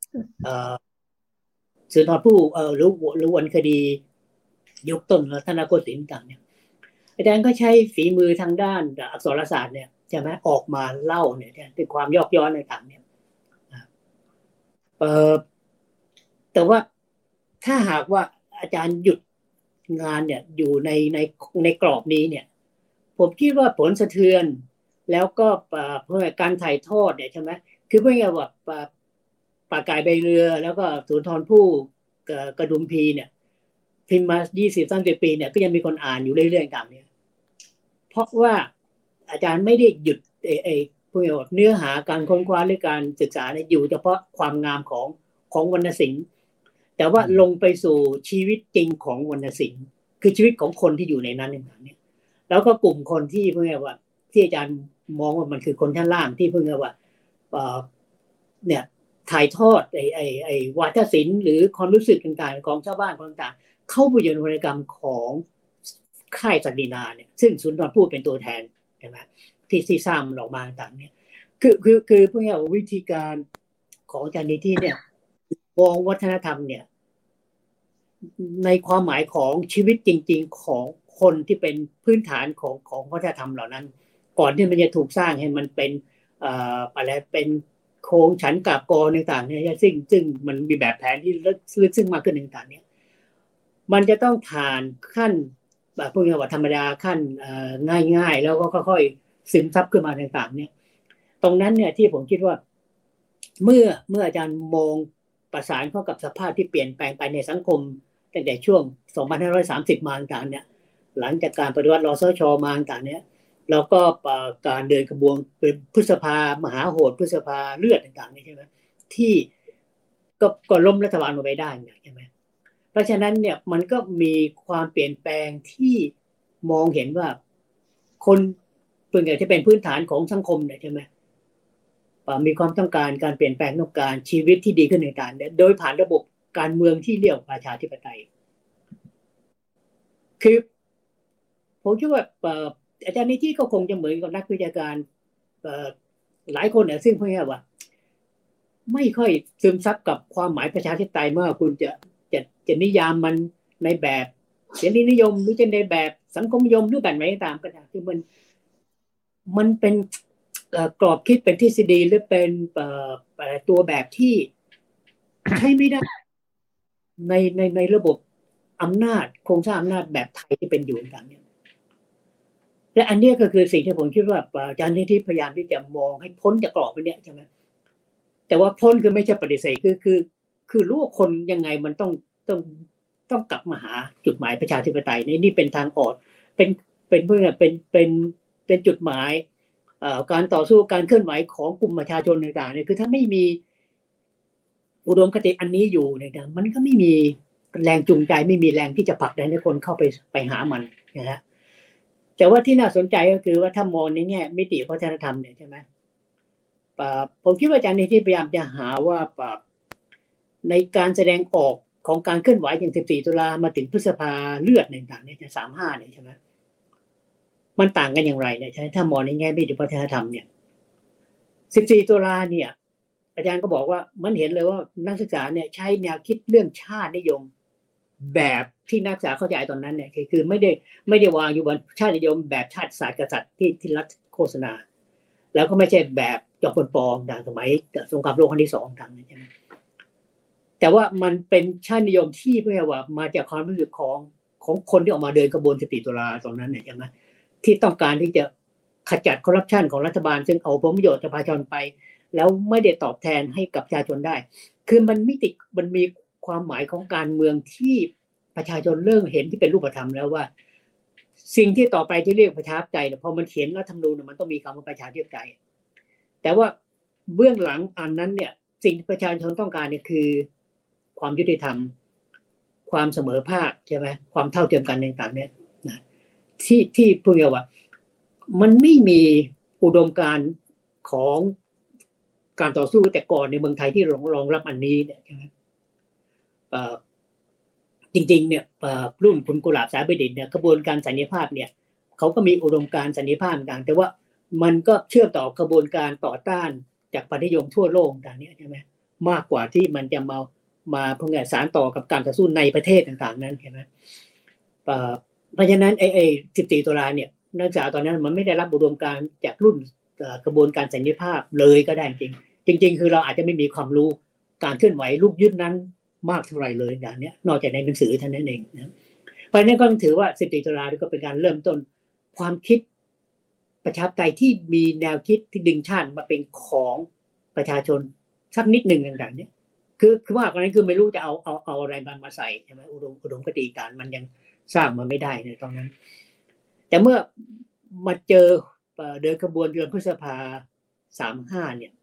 [SPEAKER 2] สุนทรภู่เอ่อหรือหรือวรรณคดียุคต้นรัตนโกสินทร์ต่างเนี่ยอาจารย์ก็ใช้ฝีมือทางด้านอักษรศาสตร์เนี่ยใช่ไหมออกมาเล่าเนี่ยเป็นความยอกย้อนต่างๆเนี่ยเอ่อแต่ว่าถ้าหากว่าอาจารย์หยุดงานเนี่ยอยู่ในในในกรอบนี้เนี่ยผมคิดว่าผลสะเทือนแล้วก็เพื่อการถ่ายทอดเนี่ยใช่ไหมคือเพื่อไงว่าป่ากายใบเรือแล้วก็สุนทรภู่กระดุมพีเนี่ยพิมพ์มายี่สิบ สามสิบปีเนี่ยก็ยังมีคนอ่านอยู่เรื่อยๆตามนี้เพราะว่าอาจารย์ไม่ได้หยุดไอ้ไอ้พวกเนื้อหาการค้นคว้าหรือการศึกษาเนี่ยอยู่เฉพาะความงามของของวรรณศิลป์แต่ว่าลงไปสู่ชีวิตจริงของวรรณศิลป์คือชีวิตของคนที่อยู่ในนั้นเนี่ยแล้วก็กลุ่มคนที่เพื่อว่าที่อาจารย์มองว่ามันคือคนชั้นล่างที่เพื่อว่าเนี่ยถ่ายทอดไอ้ไอ้ไอ้วาทศิลป์หรือความรู้สึกต่างๆของชาวบ้านต่างๆเข้าไปอยู่ในวรรณกรรมของค่ายศักดินาเนี่ยซึ่งสุนทรภู่เป็นตัวแทนใช่ไหมที่ที่สร้างมันออกมาต่างๆเนี่ยคือคือคือเพื่อว่าวิธีการของอาจารย์นิธิเนี่ยมองวัฒนธรรมเนี่ยในความหมายของชีวิตจริงๆของคนที่เป็นพื้นฐานของของวัฒนธรรมเหล่านั้นก่อนที่มันจะถูกสร้างให้มันเป็นเอ่ออะไรเป็นโครงฉันกาบกอต่างๆเนี่ยซึ่งซึ่งมันมีแบบแผนที่ลึกซึ้งมากขึ้นต่างๆเนี่ยมันจะต้องผ่านขั้นแบบพวกนี้ว่าธรรมดาขั้นง่ายๆแล้วก็ค่อยๆซึมซับขึ้นมาต่างๆเนี่ยตรงนั้นเนี่ยที่ผมคิดว่าเมื่อเมื่ออาจารย์มองประสานเข้ากับสภาพที่เปลี่ยนแปลงไปในสังคมตั้งแต่ช่วงสองพันห้าร้อยสามสิบมาต่างๆเนี่ยหลังจากการปฏิวัติรสช.มาต่างๆเนี่ยแล้วก็การเดินขบวนเป็นพฤษภามหาโหดพฤษภาเลือดต่างๆนี่ใช่ไหมที่ก็ก็ล้มรัฐบาลลงไปได้ใช่ไหมเพราะฉะนั้นเนี่ยมันก็มีความเปลี่ยนแปลงที่มองเห็นว่าคนส่วนใหญ่ที่เป็นพื้นฐานของสังคมเนี่ยใช่ไหมมีความต้องการการเปลี่ยนแปลงต้องการชีวิตที่ดีขึ้นในการเนี่ยโดยผ่านระบบการเมืองที่เรียกประชาธิปไตยคือผมคิดว่าอาจารย์นิธิก็คงจะเหมือนกับนักวิชาการหลายคนเนี่ยซึ่งพูดง่ายๆว่าไม่ค่อยซึมซับกับความหมายประชาธิปไตยเมื่อคุณจะจะจะนิยามมันในแบบเสรีนิยมหรือจะในแบบสังคมนิยมหรือแบบไหนก็ตามก็ได้คือมันมันเป็นกรอบคิดเป็นทฤษฎีหรือเป็นตัวแบบที่ใช้ไม่ได้ในในในระบบอำนาจโครงสร้างอำนาจแบบไทยที่เป็นอยู่ต่างเนี่ยและอันนี้ก็คือสิ่งที่ผมคิดว่าอาจารย์นิธิพยายามที่จะมองให้พ้นจากกรอบไปเนี่ยใช่ไหมแต่ว่าพ้นคือไม่ใช่ปฏิเสธคือคือคือรู้ว่าคนยังไงมันต้องต้องต้องกลับมาหาจุดหมายประชาธิปไตยนี่นี่เป็นทางออกเป็นเป็นเพื่อเป็นเป็นเป็นจุดหมายการต่อสู้การเคลื่อนไหวของกลุ่มประชาชนต่างๆเนี่ยคือถ้าไม่มีอุดมคติอันนี้อยู่เนี่ยมันก็ไม่มีแรงจูงใจไม่มีแรงที่จะผลักดันให้คนเข้าไปไปหามันนะฮะแต่ว่าที่น่าสนใจก็คือว่าถ้ามองในแง่มิติวัฒนธรรมเนี่ยใช่ไหมผมคิดว่าอาจารย์นิธิพยายามจะหาว่าในการแสดงออกของการเคลื่อนไหวอย่างสิบสี่ตุลามาถึงพฤษภาเลือดต่างๆเนี่ยจะสามสิบห้าเนี่ยใช่ไหมมันต่างกันอย่างไรเนี่ยใช่ถ้ามองในแง่มิติวัฒนธรรมเนี่ยสิบสี่ตุลาเนี่ยอาจารย์ก็บอกว่ามันเห็นเลยว่านักศึกษาเนี่ยใช้แนวคิดเรื่องชาตินิยมแบบที่นักศึกษาเข้าใจตอนนั้นเนี่ยคือไม่ได้ไม่ได้วางอยู่บนชาตินิยมแบบชาติศาสตร์กษัตริย์ที่ที่รัฐโฆษณาแล้วก็ไม่ใช่แบบจอมพลปองดังสมัยสงครามโลกครั้งที่สองดังใช่ไหมแต่ว่ามันเป็นชาตินิยมที่เพื่อว่ามาจากความรู้สึกของของคนที่ออกมาเดินขบวนสิบสี่ตุลาตอนนั้นเนี่ยใช่ไหมที่ต้องการที่จะขจัดคอร์รัปชันของรัฐบาลซึ่งเอาผลประโยชน์จากประชาชนไปแล้วไม่ได้ตอบแทนให้กับประชาชนได้คือมันมิติมันมีความหมายของการเมืองที่ประชาชนเริ่มเห็นที่เป็นรูปธรรมแล้วว่าสิ่งที่ต่อไปที่เรียกประชาธิปไตยเนี่ยพอมันเขียนรัฐธรรมนูญมันต้องมีคำว่าประชาธิปไตยแต่ว่าเบื้องหลังอันนั้นเนี่ยสิ่งที่ประชาชนต้องการเนี่ยคือความยุติธรรมความเสมอภาคใช่ไหมความเท่าเทียมกันต่างๆเนี่ยนะที่ที่พูดง่ายว่ามันไม่มีอุดมการณ์ของการต่อสู้แต่ก่อนในเมืองไทยที่รองรับอันนี้เนี่ยใช่ไหมจริงๆเนี่ยรุ่นคุณกุหลาบสายประดิษฐ์เนี่ยกระบวนการสันนิภาพเนี่ยเขาก็มีอุดมการณ์สันนิภาพต่างแต่ว่ามันก็เชื่อมต่อกระบวนการต่อต้านจากปฏิยมทั่วโลกต่างเนี่ยใช่ไหมมากกว่าที่มันจะมามาเพื่อสานต่อกับการต่อสู้ในประเทศต่างๆนั้นใช่ไหมเพราะฉะนั้นไอ้ไอ้สิบสี่ตุลาเนี่ยนักศึกษาตอนนั้นมันไม่ได้รับอุดมการณ์จากรุ่นกระบวนการสันนิภาพเลยก็ได้จริงจริงๆคือเราอาจจะไม่มีความรู้การเคลื่อนไหวลูกยึดนั้นมากเท่าไหร่เลยอย่างนี้นอกจากในหนังสือเท่านั้นเองนะเพราะฉะนั้นก็ถือว่าสิบสี่ตุลาก็เป็นการเริ่มต้นความคิดประชาธิปไตยที่มีแนวคิดที่ดึงชาติมาเป็นของประชาชนสักนิดหนึ่งต่างๆเนี่ยคือคือว่าตอนนั้นคือไม่รู้จะเอาเอาเอาอะไรมามาใส่ใช่ไหมอุดมอุดมคติการมันยังสร้างมาไม่ได้ในตอนนั้นแต่เมื่อมาเจอเดินขบวนเดือนพฤษภาสามห้าเนี่ย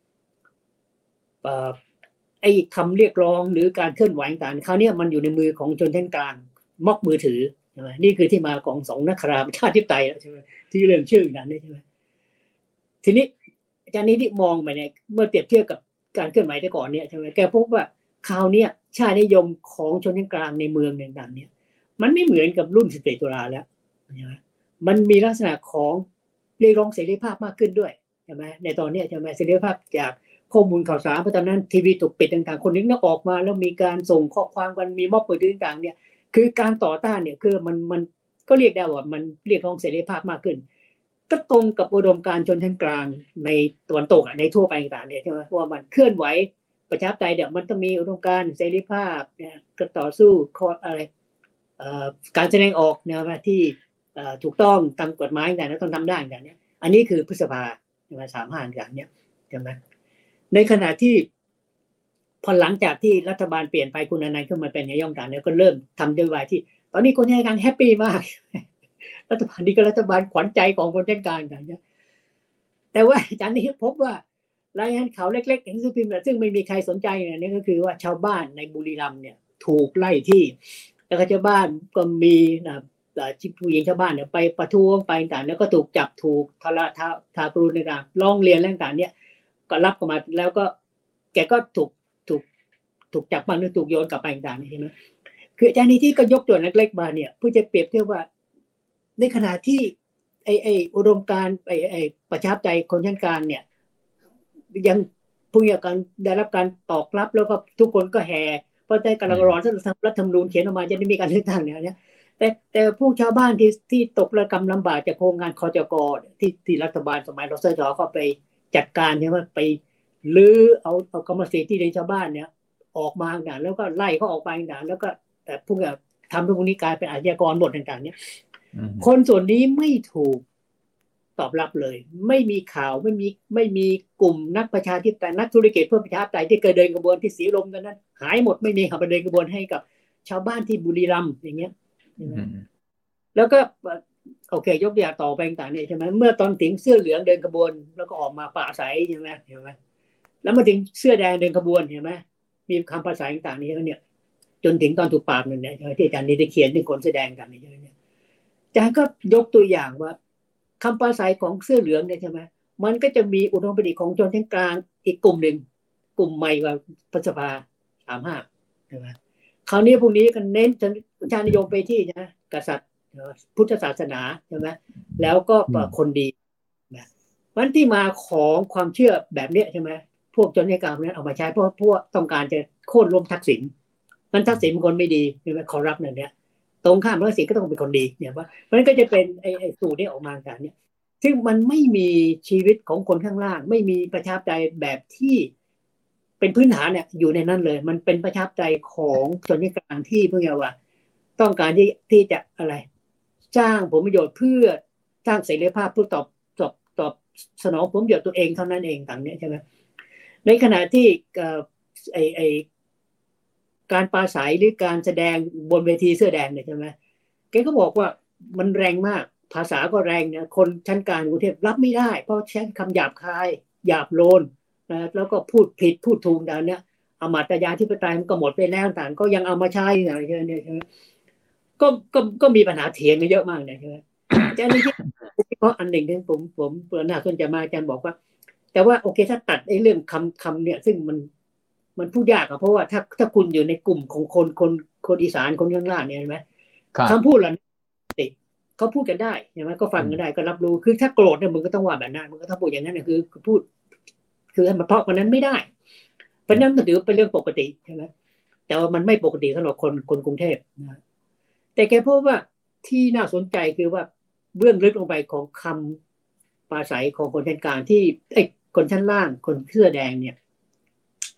[SPEAKER 2] ไอ้คำเรียกร้องหรือการเคลื่อนไหวต่างๆคราวนี้มันอยู่ในมือของชนชั้นกลางม็อกมือถือใช่ไหมนี่คือที่มาของสองนักคราประชาธิปไตยใช่ไหมที่เริ่มชื่อนั้นใช่ไหมทีนี้อาจารย์นี้ที่มองไปเนี่ยเมื่อเปรียบเทียบกับการเคลื่อนไหวแต่ก่อนเนี่ยใช่ไหมแกพบว่าคราวนี้ชาตินิยมของชนชั้นกลางในเมืองต่างๆเนี่ยมันไม่เหมือนกับรุ่นสิบสี่ตุลาแล้วใช่ไหมมันมีลักษณะของเรียกร้องเสรีภาพมากขึ้นด้วยใช่ไหมในตอนนี้ใช่ไหมเสรีภาพจากข้อมูลข่าวสารเพราะตอนนั้นทีวีถูกปิดต่างๆคนนึงก็ออกมาแล้วมีการส่งข้อความกันมีม็อบเปิดต่างๆเนี่ยคือการต่อต้านเนี่ยคือมันมันก็เรียกได้ว่ามันเรียกร้องเสรีภาพมากขึ้นก็ตรงกับอุดมการณ์ชนชั้นกลางในตะวันตกในทั่วไปต่างๆเนี่ยใช่ไหมว่ามันเคลื่อนไหวประชาธิปไตยเนี่ยมันต้องมีอุดมการณ์เสรีภาพเนี่ยก็ต่อสู้ข้ออะไรการแสดงออกเนี่ยที่ถูกต้องตามกฎหมายต่างๆต้องทำได้อย่างนี้อันนี้คือพฤษภาใช่ไหมสามห้าอย่างเนี้ยใช่ไหมในขณะที่พอหลังจากที่รัฐบาลเปลี่ยนไปคุณอนันต์ขึ้นมาเป็นนายกการเนี่ยก็เริ่มทำด้วยวายที่ตอนนี้คนให้การแฮปปี้มากรัฐบาลนี้ก็รัฐบาลขวัญใจของคนเช่นกันอย่างเงี้ยแต่ว่าอาจารย์นี้พบว่ารายงานข่าวเล็กๆอย่างที่พิมพ์ซึ่งไม่มีใครสนใจเนี่ยนี่ก็คือว่าชาวบ้านในบุรีรัมย์เนี่ยถูกไล่ที่แล้วก็ชาวบ้านก็มีนะผู้หญิงชาวบ้านเนี่ยไปประท้วงไปต่างแล้วก็ถูกจับถูกทาทาทาปรุณต่างร้องเรียนต่างๆเนี่ยก็รับกันมาแล้วก็แกก็ถูกถูกถูกจับมาหรือถูกโยนกลับไปต่างๆใช่ไหมคืออาจารย์นี้ที่ก็ยกตัวเล็กๆมาเนี่ยเพื่อจะเปรียบเทียบว่าในขณะที่ไอ้ไอ้อุดมการณ์ไอ้ไอ้ประชาธิปไตยคนชั้นกลางเนี่ยยังผู้อยากการได้รับการตอบรับแล้วก็ทุกคนก็แห่เพราะได้กำลังรอที่รัฐธรรมนูญเขียนออกมาจะได้มีการเลือกตั้งเนี่ยแต่แต่ผู้ชาวบ้านที่ที่ตกระกำลำบากจากโครงงานคจก.ที่ที่รัฐบาลสมัยรสช.ก็ไปจัดการใช่ไหมไปลื้อเอาเอากรรมสิทธิ์ที่ในชาวบ้านเนี่ยออกมาต่างแล้วก็ไล่เขาออกไปต่างแล้วก็แต่พวกแบบทำให้พวกนี้กลายเป็นอาชญากรหมดต่างๆเนี่ยคนส่วนนี้ไม่ถูกตอบรับเลยไม่มีข่าวไม่มีไม่มีกลุ่มนักประชาธิปไตยนักธุรกิจเพื่อประชาธิปไตยที่เคยเดินกระบวนที่สีลมกันนั้นหายหมดไม่มีขับไปเดินกระบวนให้กับชาวบ้านที่บุรีรัมย์อย่างเงี้ยแล้วก็โอเคยกตัวอย่างต่อไปต่างๆเนี่ยใช่ไหมเมื่อตอนถึงเสื้อเหลืองเดินขบวนแล้วก็ออกมาปราศัยใช่ไหมเห็นไหมแล้วมาถึงเสื้อแดงเดินขบวนเห็นไหมมีคำปราศัยต่างๆนี้แล้วเนี่ยจนถึงตอนถูกปราบนั่นเนี่ยที่อาจารย์นี่ได้เขียนถึงคนเสื้อแดงต่างๆนี้เนี่ยอาจารย์ก็ยกตัวอย่างว่าคำปราศัยของเสื้อเหลืองเนี่ยใช่ไหมมันก็จะมีอุดมคติของชนชั้นกลางอีกกลุ่มหนึ่งกลุ่มใหม่กว่าพฤษภาสามห้าใช่ไหมคราวนี้พวกนี้ก็เน้นชาตินิยมไปที่นะกษัตริย์พุทธศาสนาใช่ไหมแล้วก็คนดีนะวันที่มาของความเชื่อแบบนี้ใช่ไหมพวกชนชั้นกลางนั้นเอามาใช้เพราะพวกต้องการจะโค่นล้มทักษิณมันทักษิณเป็นคนไม่ดีใช่ไหมคอร์รัปต์นั่นเนี่ยตรงข้ามทักษิณก็ต้องเป็นคนดีเนี่ยว่ามันก็จะเป็นไอ้ไอ้สูตรนี้ออกมากันเนี่ยซึ่งมันไม่มีชีวิตของคนข้างล่างไม่มีประชาธิปไตยแบบที่เป็นพื้นฐานเนี่ยอยู่ในนั้นเลยมันเป็นประชาธิปไตยของชนชั้นกลางที่เพิ่งว่าต้องการที่ที่จะอะไรสร้างผลประโยชน์เพื่อสร้างเสรีภาพเพื่อตอบตอบตอบสนองผลประโยชน์ตัวเองเท่านั้นเองต่างนี้ใช่ไหมในขณะที่ไอไอการปราศัยหรือการแสดงบนเวทีเสื้อแดงเนี่ยใช่ไหมแกก็บอกว่ามันแรงมากภาษาก็แรงเนี่ยคนชั้นกลางกรุงเทพรับไม่ได้เพราะใช้คำหยาบคายหยาบโลนนะแล้วก็พูดผิดพูดถูกดังเนี้ยอมาตยาธิปไตยมันก็หมดไปแล้วต่างก็ยังเอามาใช้อะไรเงี้ยเนี่ยใช่ไหมก็ก็ก็มีปัญหาเถียงกันเยอะมากเลยใช่ไหมอาจารย์นี่เพราะอันหนึ่งที่ผมผมเปิดหน้าสนใจมาอาจารย์บอกว่าแต่ว่าโอเคถ้าตัดไอ้เรื่องคำคำเนี่ยซึ่งมันมันพูดยากอะเพราะว่าถ้าถ้าคุณอยู่ในกลุ่มของคนคนคนอีสานคนข้างล่างเนี่ยใช่ไหมคำพูดเหล่านี้เขาพูดกันได้ใช่ไหมก็ฟังกันได้ก็รับรู้คือถ้าโกรธเนี่ยมึงก็ต้องว่าแบบนั้นมึงก็ถ้าพูดอย่างนั้นเนี่ยคือพูดคือให้มันเพราะมันนั้นไม่ได้เพราะนั้นมันถือเป็นเรื่องปกติใช่ไหมแต่ว่ามันไม่ปกติสำหรับคนคนกรุงเทพนะแต่แกพบว่าที่น่าสนใจคือว่าเบื้องลึกลงไปของคำปราศัยของคนชั้นกลางที่ไอ้คนชั้นล่างคนเสื้อแดงเนี่ย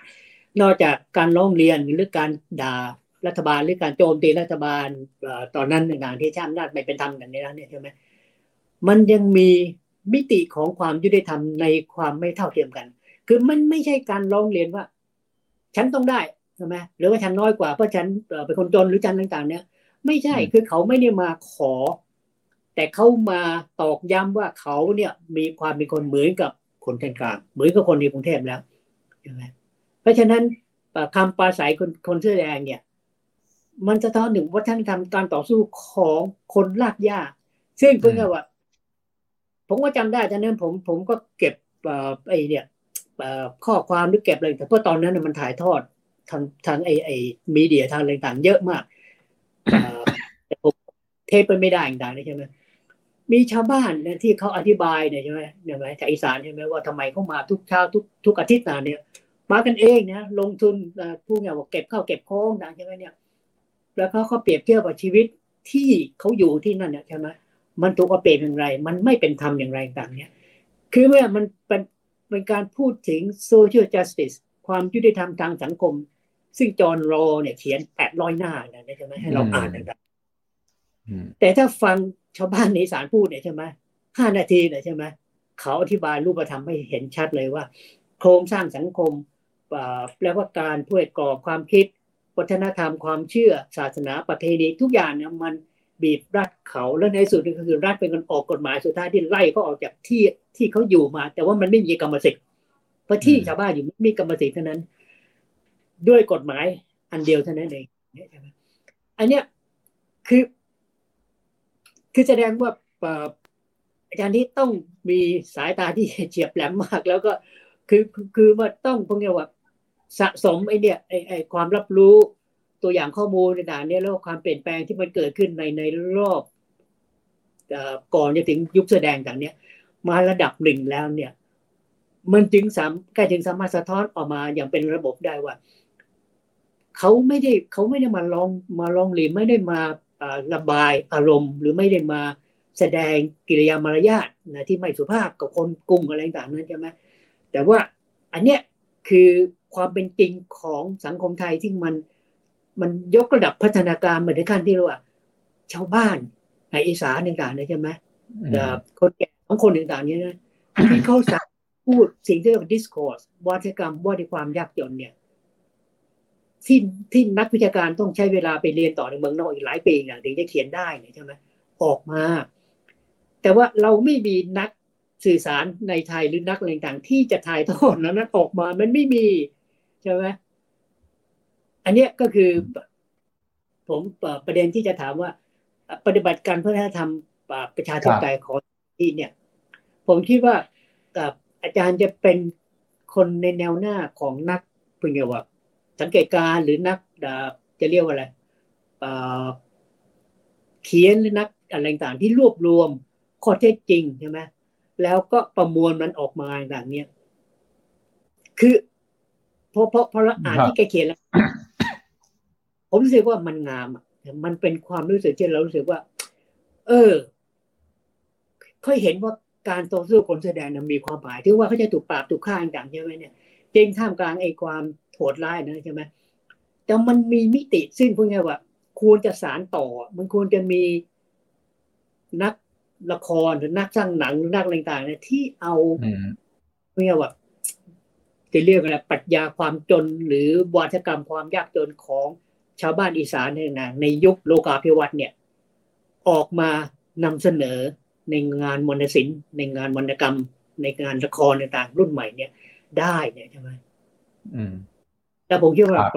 [SPEAKER 2] นอกจากการร้องเรียนหรือการด่ารัฐบาลหรือการโจมตีรัฐบาลตอนนั้นต่างๆที่ใช้อำนาจไม่เป็นธรรมอย่างนี้เนี่ยใช่ไหมมันยังมีมิติของความยุติธรรมในความไม่เท่าเทียมกันคือมันไม่ใช่การร้องเรียนว่าฉันต้องได้ใช่ไหมหรือว่าฉันน้อยกว่าเพราะฉันเป็นคนจนหรือฉันต่างๆเนี่ยไม่ใช่คือเขาไม่ได้มาขอแต่เขามาตอกย้ำว่าเขาเนี่ยมีความเป็นคนเหมือนกับคนกลางๆเหมือนกับคนในกรุงเทพแล้วใช่ไหมเพราะฉะนั้นคำปราศัยคนคนเสื้อแดงเนี่ยมันสะท้อนถึงวัฒนธรรมการต่อสู้ของคนลากหญ้าซึ่งเพิ่งว่าผมก็จำได้ตอนนั้นผมผมก็เก็บไอ้เนี่ยข้อความหรือเก็บอะไรแต่เพราะตอนนั้นมันถ่ายทอดทางทางไอ้ไอ้มีเดียทางอะไรต่างเยอะมากแต่ผมเทปไปไม่ได้ต่างๆใช่ไหมมีชาวบ้านเนี่ยที่เขาอธิบายเนี่ยใช่ไหมเนี่ยไหมจากอีสานใช่ไหมว่าทำไมเขามาทุกเช้าทุกทุกอาทิตย์นะเนี่ยมากันเองนะลงทุนผู้เนี่ยว่าเก็บข้าวเก็บของต่างใช่ไหมเนี่ยแล้วเขาเขาเปรียบเทียบกับชีวิตที่เขาอยู่ที่นั่นเนี่ยใช่ไหมมันถูกเอาเปรียบอย่างไรมันไม่เป็นธรรมอย่างไรต่างเนี่ยคือเมื่อมันเป็นเป็นการพูดถึง social justice ความยุติธรรมทางสังคมซึ่งจอห์นโรเนี่ยเขียนแปดร้อยหน้าเนี่ยใช่ไหมให้เราอ่านนะครับแต่ถ้าฟังชาวบ้านในอีสานพูดเนี่ยใช่ไหมห้านาทีเนี่ยใช่ไหมเขาอธิบายรูปธรรมให้เห็นชัดเลยว่าโครงสร้างสังคมแล้วว่าการพูดกรอบความคิดวัฒนธรรมความเชื่อศาสนาประเพณีทุกอย่างเนี่ยมันบีบรัดเขาแล้วในสุดก็คือรัฐเป็นคนออกกฎหมายสุดท้ายที่ไล่เขาออกจากที่ที่เขาอยู่มาแต่ว่ามันไม่มีกรรมสิทธิ์เพราะที่ชาวบ้านอยู่ไม่มีกรรมสิทธิ์เท่านั้นด้วยกฎหมายอันเดียวเท่านั้นเองใช่ไหมอันเนี้ยคือคือแสดงว่าอาจารย์นี้ต้องมีสายตาที่เฉียบแหลมมากแล้วก็คือคือว่าต้องพวกนี้ว่าสะสมไอ้เนี่ยไอ้ไอ้ความรับรู้ตัวอย่างข้อมูลต่างๆเนี่ยแล้วความเปลี่ยนแปลงที่มันเกิดขึ้นในในรอบก่อนจะถึงยุคแสดงต่างเนี่ยมาระดับหนึ่งแล้วเนี่ยมันจึงสามใกล้ถึงสามารถสะท้อนออกมาอย่างเป็นระบบได้ว่าเขาไม่ได้เขาไม่ได้มาลองมาลองหรือไม่ได้มาระบายอารมณ์หรือไม่ได้มาแสดงกิริยามารยาทนะที่ไม่สุภาพกับคนกลุ่มอะไรต่างๆนั้นใช่ไหมแต่ว่าอันเนี้ยคือความเป็นจริงของสังคมไทยที่มันมันยกระดับพัฒนาการมาถึงขั้นที่ว่าชาวบ้านในอีสานต่างๆนะใช่ไหมคนแก่ของคนต่างๆนี้นะที่เขาสามารถพูดสิ่งที่เรียกว่า discourse วัฒกรรมว่าด้วยความยากจนเนี่ยที่ที่นักวิชาการต้องใช้เวลาไปเรียนต่อในเมืองนอกอีกหลายปีอย่างถึงจะเขียนได้เนี่ยใช่ไหมออกมาแต่ว่าเราไม่มีนักสื่อสารในไทยหรือนักอะไรต่างที่จะถ่ายทอดนั้นออกมามันไม่มีใช่ไหมอันนี้ก็คือผมประเด็นที่จะถามว่าปฏิบัติการพัฒนธรรมประชาธิปไตยของที่เนี่ยผมคิดว่าอาจารย์จะเป็นคนในแนวหน้าของนักพูดง่ายว่าสังเกตการหรือนักจะเรียกว่าอะไรเขียนหรือนักอะไรต่างที่รวบรวมข้อเท็จจริงใช่ไหมแล้วก็ประมวลมันออกมาต่างเนี้ยคือเพราะเพราะเพราะเราอ่านที่แกเขียนแล้วผมรู้สึกว่ามันงามอ่ะมันเป็นความรู้สึกที่เรารู้สึกว่าเออค่อยเห็นว่าการต่อสู้คนแสดงนั้นมีความหมายที่ว่าเขาจะถูกปราบถูกฆ่าต่างๆใช่ไหมเนี่ยจริงท่ามกลางไอ้ความโหดร้ายนะใช่ไหมแต่มันมีมิติซึ่งพูดง่ายว่าควรจะสานต่อมันควรจะมีนักละครหรือนักสร้างหนังหรือนักต่างๆเนี่ยที่เอาพูดง่ายว่าจะเรียกอะไรปรัชญาความจนหรือวาทกรรมความยากจนของชาวบ้านอีสานเนี่ยนะในยุคโลกาภิวัตน์เนี่ยออกมานำเสนอในงานวรรณศิลป์ในงานวรรณกรรมในงานละครต่างๆรุ่นใหม่เนี่ยได้เนี่ยใช่ไหมอืมแต่ผมคิดว่า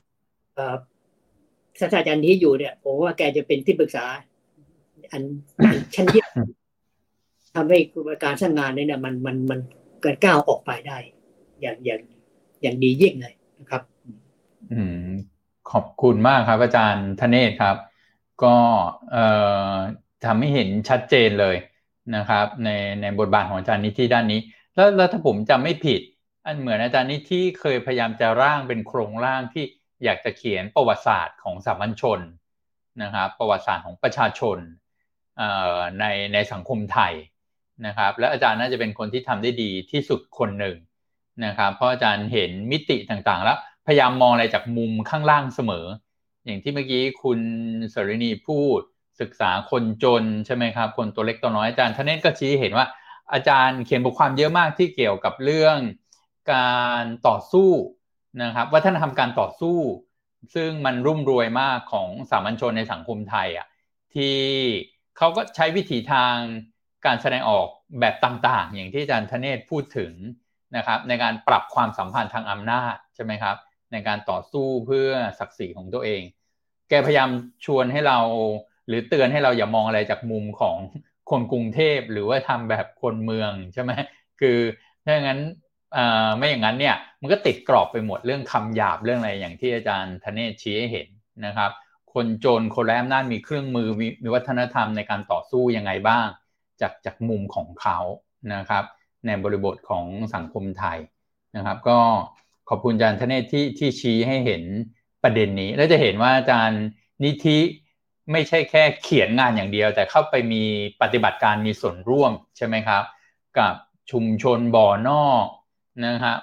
[SPEAKER 2] ศาสตราจารย์ที่อยู่เนี่ยผมว่าแกจะเป็นที่ปรึกษาอันชั้นเยี่ยมทำให้การสร้างงานเนี่ยมันมันมันเกิดก้าวออกไปได้อย่างอย่างอย่างดียิ่งเลยนะครับ
[SPEAKER 1] อืมขอบคุณมากครับอาจารย์ธเนศครับก็เอ่อทำให้เห็นชัดเจนเลยนะครับในในบทบาทของอาจารย์นิธิด้านนี้แล้วแล้วถ้าผมจำไม่ผิดอันเหมือนอาจารย์นิธิเคยพยายามจะร่างเป็นโครงร่างที่อยากจะเขียนประวัติศาสตร์ของสามัญชนนะครับประวัติศาสตร์ของประชาชนเอ่อในในสังคมไทยนะครับและอาจารย์น่าจะเป็นคนที่ทำได้ดีที่สุดคนหนึ่งนะครับเพราะอาจารย์เห็นมิติต่างๆแล้วพยายามมองอะไรจากมุมข้างล่างเสมออย่างที่เมื่อกี้คุณสรินีพูดศึกษาคนจนใช่ไหมครับคนตัวเล็กตัวน้อยอาจารย์ธเนศก็ชี้เห็นว่าอาจารย์เขียนบทความเยอะมากที่เกี่ยวกับเรื่องการต่อสู้นะครับวัฒนธรรมการต่อสู้ซึ่งมันรุ่มรวยมากของสามัญชนในสังคมไทยอ่ะที่เขาก็ใช้วิถีทางการแสดงออกแบบต่างๆอย่างที่อาจารย์ธเนศพูดถึงนะครับในการปรับความสัมพันธ์ทางอำนาจใช่ไหมครับในการต่อสู้เพื่อศักดิ์ศรีของตัวเองแกพยายามชวนให้เราหรือเตือนให้เราอย่ามองอะไรจากมุมของคนกรุงเทพหรือว่าทำแบบคนเมืองใช่ไหมคือถ้าอย่างนั้นไม่อย่างนั้นเนี่ยมันก็ติดกรอบไปหมดเรื่องคำหยาบเรื่องอะไรอย่างที่อาจารย์ธเนศชี้ให้เห็นนะครับคนจนคนไร้อำนาจมีเครื่องมือมีวัฒนธรรมในการต่อสู้ยังไงบ้างจากจากมุมของเขานะครับในบริบทของสังคมไทยนะครับก็ขอบคุณอาจารย์ธเนศที่ที่ชี้ให้เห็นประเด็นนี้แล้วจะเห็นว่าอาจารย์นิธิไม่ใช่แค่เขียนงานอย่างเดียวแต่เข้าไปมีปฏิบัติการมีส่วนร่วมใช่ไหมครับกับชุมชนบ่อนอกนะครับ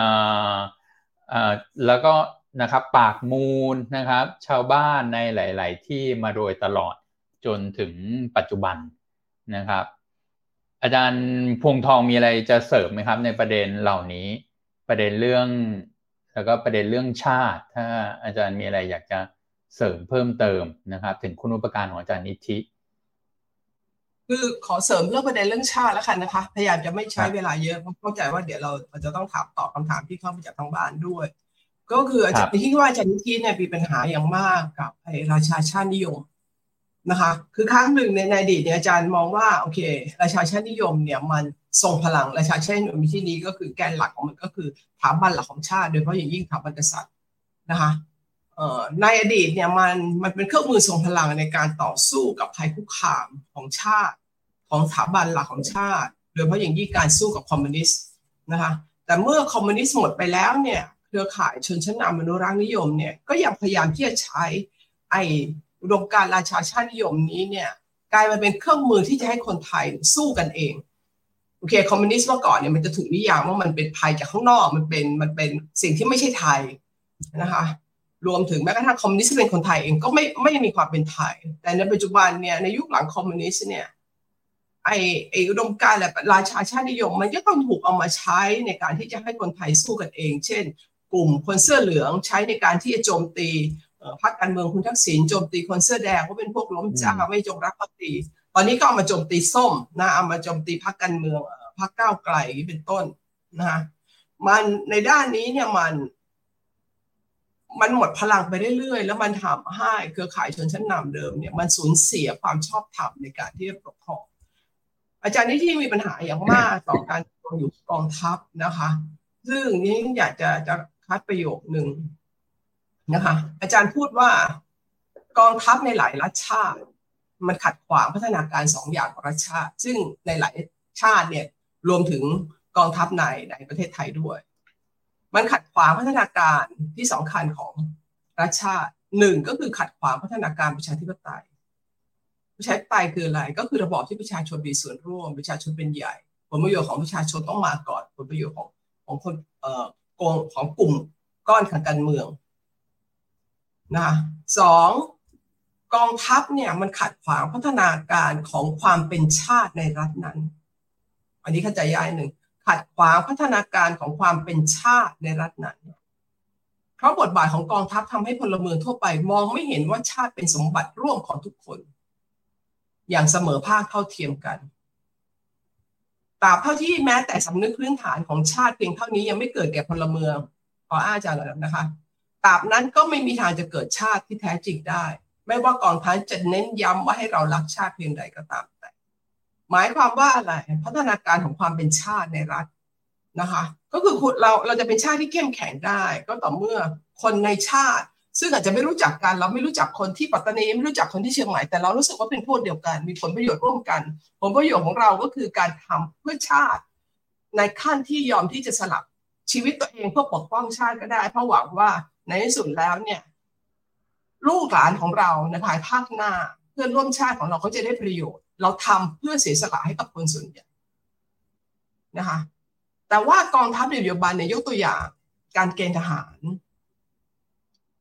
[SPEAKER 1] แล้วก็นะครับปากมูลนะครับชาวบ้านในหลายๆที่มาโดยตลอดจนถึงปัจจุบันนะครับอาจารย์พวงทองมีอะไรจะเสริมไหมครับในประเด็นเหล่านี้ประเด็นเรื่องแล้วก็ประเด็นเรื่องชาติถ้าอาจารย์มีอะไรอยากจะเสริมเพิ่มเติมนะครับถึงคุณูปการของอาจารย์นิธิ
[SPEAKER 3] คือขอเสริมเรื่องประเด็นเรื่องชาติแล้วกันนะคะพยายามจะไม่ใช้เวลาเยอะเพราะเข้าใจว่าเดี๋ยวเราเราจะต้องถามตอบคำถามที่เข้ามาจากทางบ้านด้วยก็คืออาจารย์ที่ว่าอาจารย์นิธิเนี่ยมีปัญหาอย่างมากกับไอ้ราชาชาตินิยมนะคะคือครั้งหนึ่งในอดีตเนี่ยอาจารย์มองว่าโอเคราชาชาตินิยมเนี่ยมันทรงพลังราชาชาตินิยมที่นี้ก็คือแกนหลักของมันก็คือสถาบันหลักของชาติโดยเฉพาะอย่างยิ่งสถาบันกษัตริย์นะคะในอดีตเนี่ยมันมันเป็นเครื่องมือทรงพลังในการต่อสู้กับภัยคุกคามของชาติของสถาบันหลักของชาติโดยเฉพาะอย่างยิ่งการสู้กับคอมมิวนิสต์นะคะแต่เมื่อคอมมิวนิสต์หมดไปแล้วเนี่ยเครือข่ายชนชั้นนำอนุรักษ์นิยมเนี่ยก็ยังพยายามที่จะใช้ไอ้อุดมการณ์ราชาชาตินิยมนี้เนี่ยกลายมาเป็นเครื่องมือที่จะให้คนไทยสู้กันเองโอเคคอมมิวนิสต์เมื่อก่อนเนี่ยมันจะถูกนิยามว่ามันเป็นภัยจากข้างนอกมันเป็นมันเป็นสิ่งที่ไม่ใช่ไทยนะคะรวมถึงแม้กระทั่งคอมมิวนิสต์ที่เป็นคนไทยเองก็ไม่ไม่มีความเป็นไทยแต่ในปัจจุบันเนี่ยในยุคหลังคอมมิวนิสต์เนี่ยไอ้ไอ้อุดมการณ์และราชาชาตินิยมมันก็ต้องถูกเอามาใช้ในการที่จะให้คนไทยสู้กันเองเช่นกลุ่มคนเสื้อเหลืองใช้ในการที่จะโจมตีพรรคการเมืองคุณทักษิณโจมตีคนเสื้อแดงว่าเป็นพวกล้มเจ้าไม่จงรักภักดีตอนนี้ก็เอามาโจมตีส้มนะเอามาโจมตีพรรคการเมืองพรรคก้าวไกลเป็นต้นนะมันในด้านนี้เนี่ยมันมันหมดพลังไปเรื่อยๆแล้วมันทำให้เครือข่ายชนชั้นนำเดิมเนี่ยมันสูญเสียความชอบธรรมในการที่จะปกครองอาจารย์นิธิมีปัญหาอย่างมากต่อการอยู่กองทัพนะคะซึ่งนี้อยากจะจะคัดประโยคหนึ่งนะคะอาจารย์พูดว่ากองทัพในหลายรัฐชาติมันขัดขวางพัฒนาการสองอย่างของรัฐชาติซึ่งในหลายชาติเนี่ยรวมถึงกองทัพในในประเทศไทยด้วยมันขัดขวางพัฒนาการที่สำคัญของรัฐชาติหนึ่งก็คือขัดขวางพัฒนาการประชาธิปไตยประชาธิปไตยคืออะไรก็คือระบอบที่ประชาชนมีส่วนร่วมประชาชนเป็นใหญ่ผลประโยชน์ของประชาชนต้องมาก่อนผลประโยชน์ของของคนเอ่อกองของกลุ่มก้อนทางการเมืองนะสองกองทัพเนี่ยมันขัดขวางพัฒนาการของความเป็นชาติในรัฐนั้นอันนี้เข้าใจยากหนึ่งขัดขวางพัฒนาการของความเป็นชาติในรัฐนั้นเพราะบทบาทของกองทัพทำให้พลเมืองทั่วไปมองไม่เห็นว่าชาติเป็นสมบัติร่วมของทุกคนอย่างเสมอภาคเท่าเทียมกันตราบเท่าที่แม้แต่สำนึกพื้นฐานของชาติเพียงเท่านี้ยังไม่เกิดแก่พลเมืองขออ้างอาจารย์นะคะตราบนั้นก็ไม่มีทางจะเกิดชาติที่แท้จริงได้ไม่ว่ากองทัพจะเน้นย้ำว่าให้เรารักชาติเพียงใดก็ตามแต่หมายความว่าอะไรพัฒนาการของความเป็นชาติในรัฐนะคะก็คือเราเราจะเป็นชาติที่เข้มแข็งได้ก็ต่อเมื่อคนในชาติซึ่งอาจจะไม่รู้จักกันเราไม่รู้จักคนที่ปัตตานีไม่รู้จักคนที่เชียงใหม่แต่เรารู้สึกว่าเป็นพวกเดียวกันมีผลประโยชน์ร่วมกันผลประโยชน์ของเราก็คือการทำเพื่อชาติในขั้นที่ยอมที่จะสลับชีวิตตัวเองเพื่อปกป้องชาติก็ได้เพราะหวังว่าในที่สุดแล้วเนี่ยลูกหลานของเราในภายภาคหน้าเพื่อนร่วมชาติของเราเขาจะได้ประโยชน์เราทำเพื่อเสียสละให้กับคนส่วนใหญ่นะคะแต่ว่ากองทัพในปัจจุบันเนี่ยยกตัวอย่างการเกณฑ์ทหาร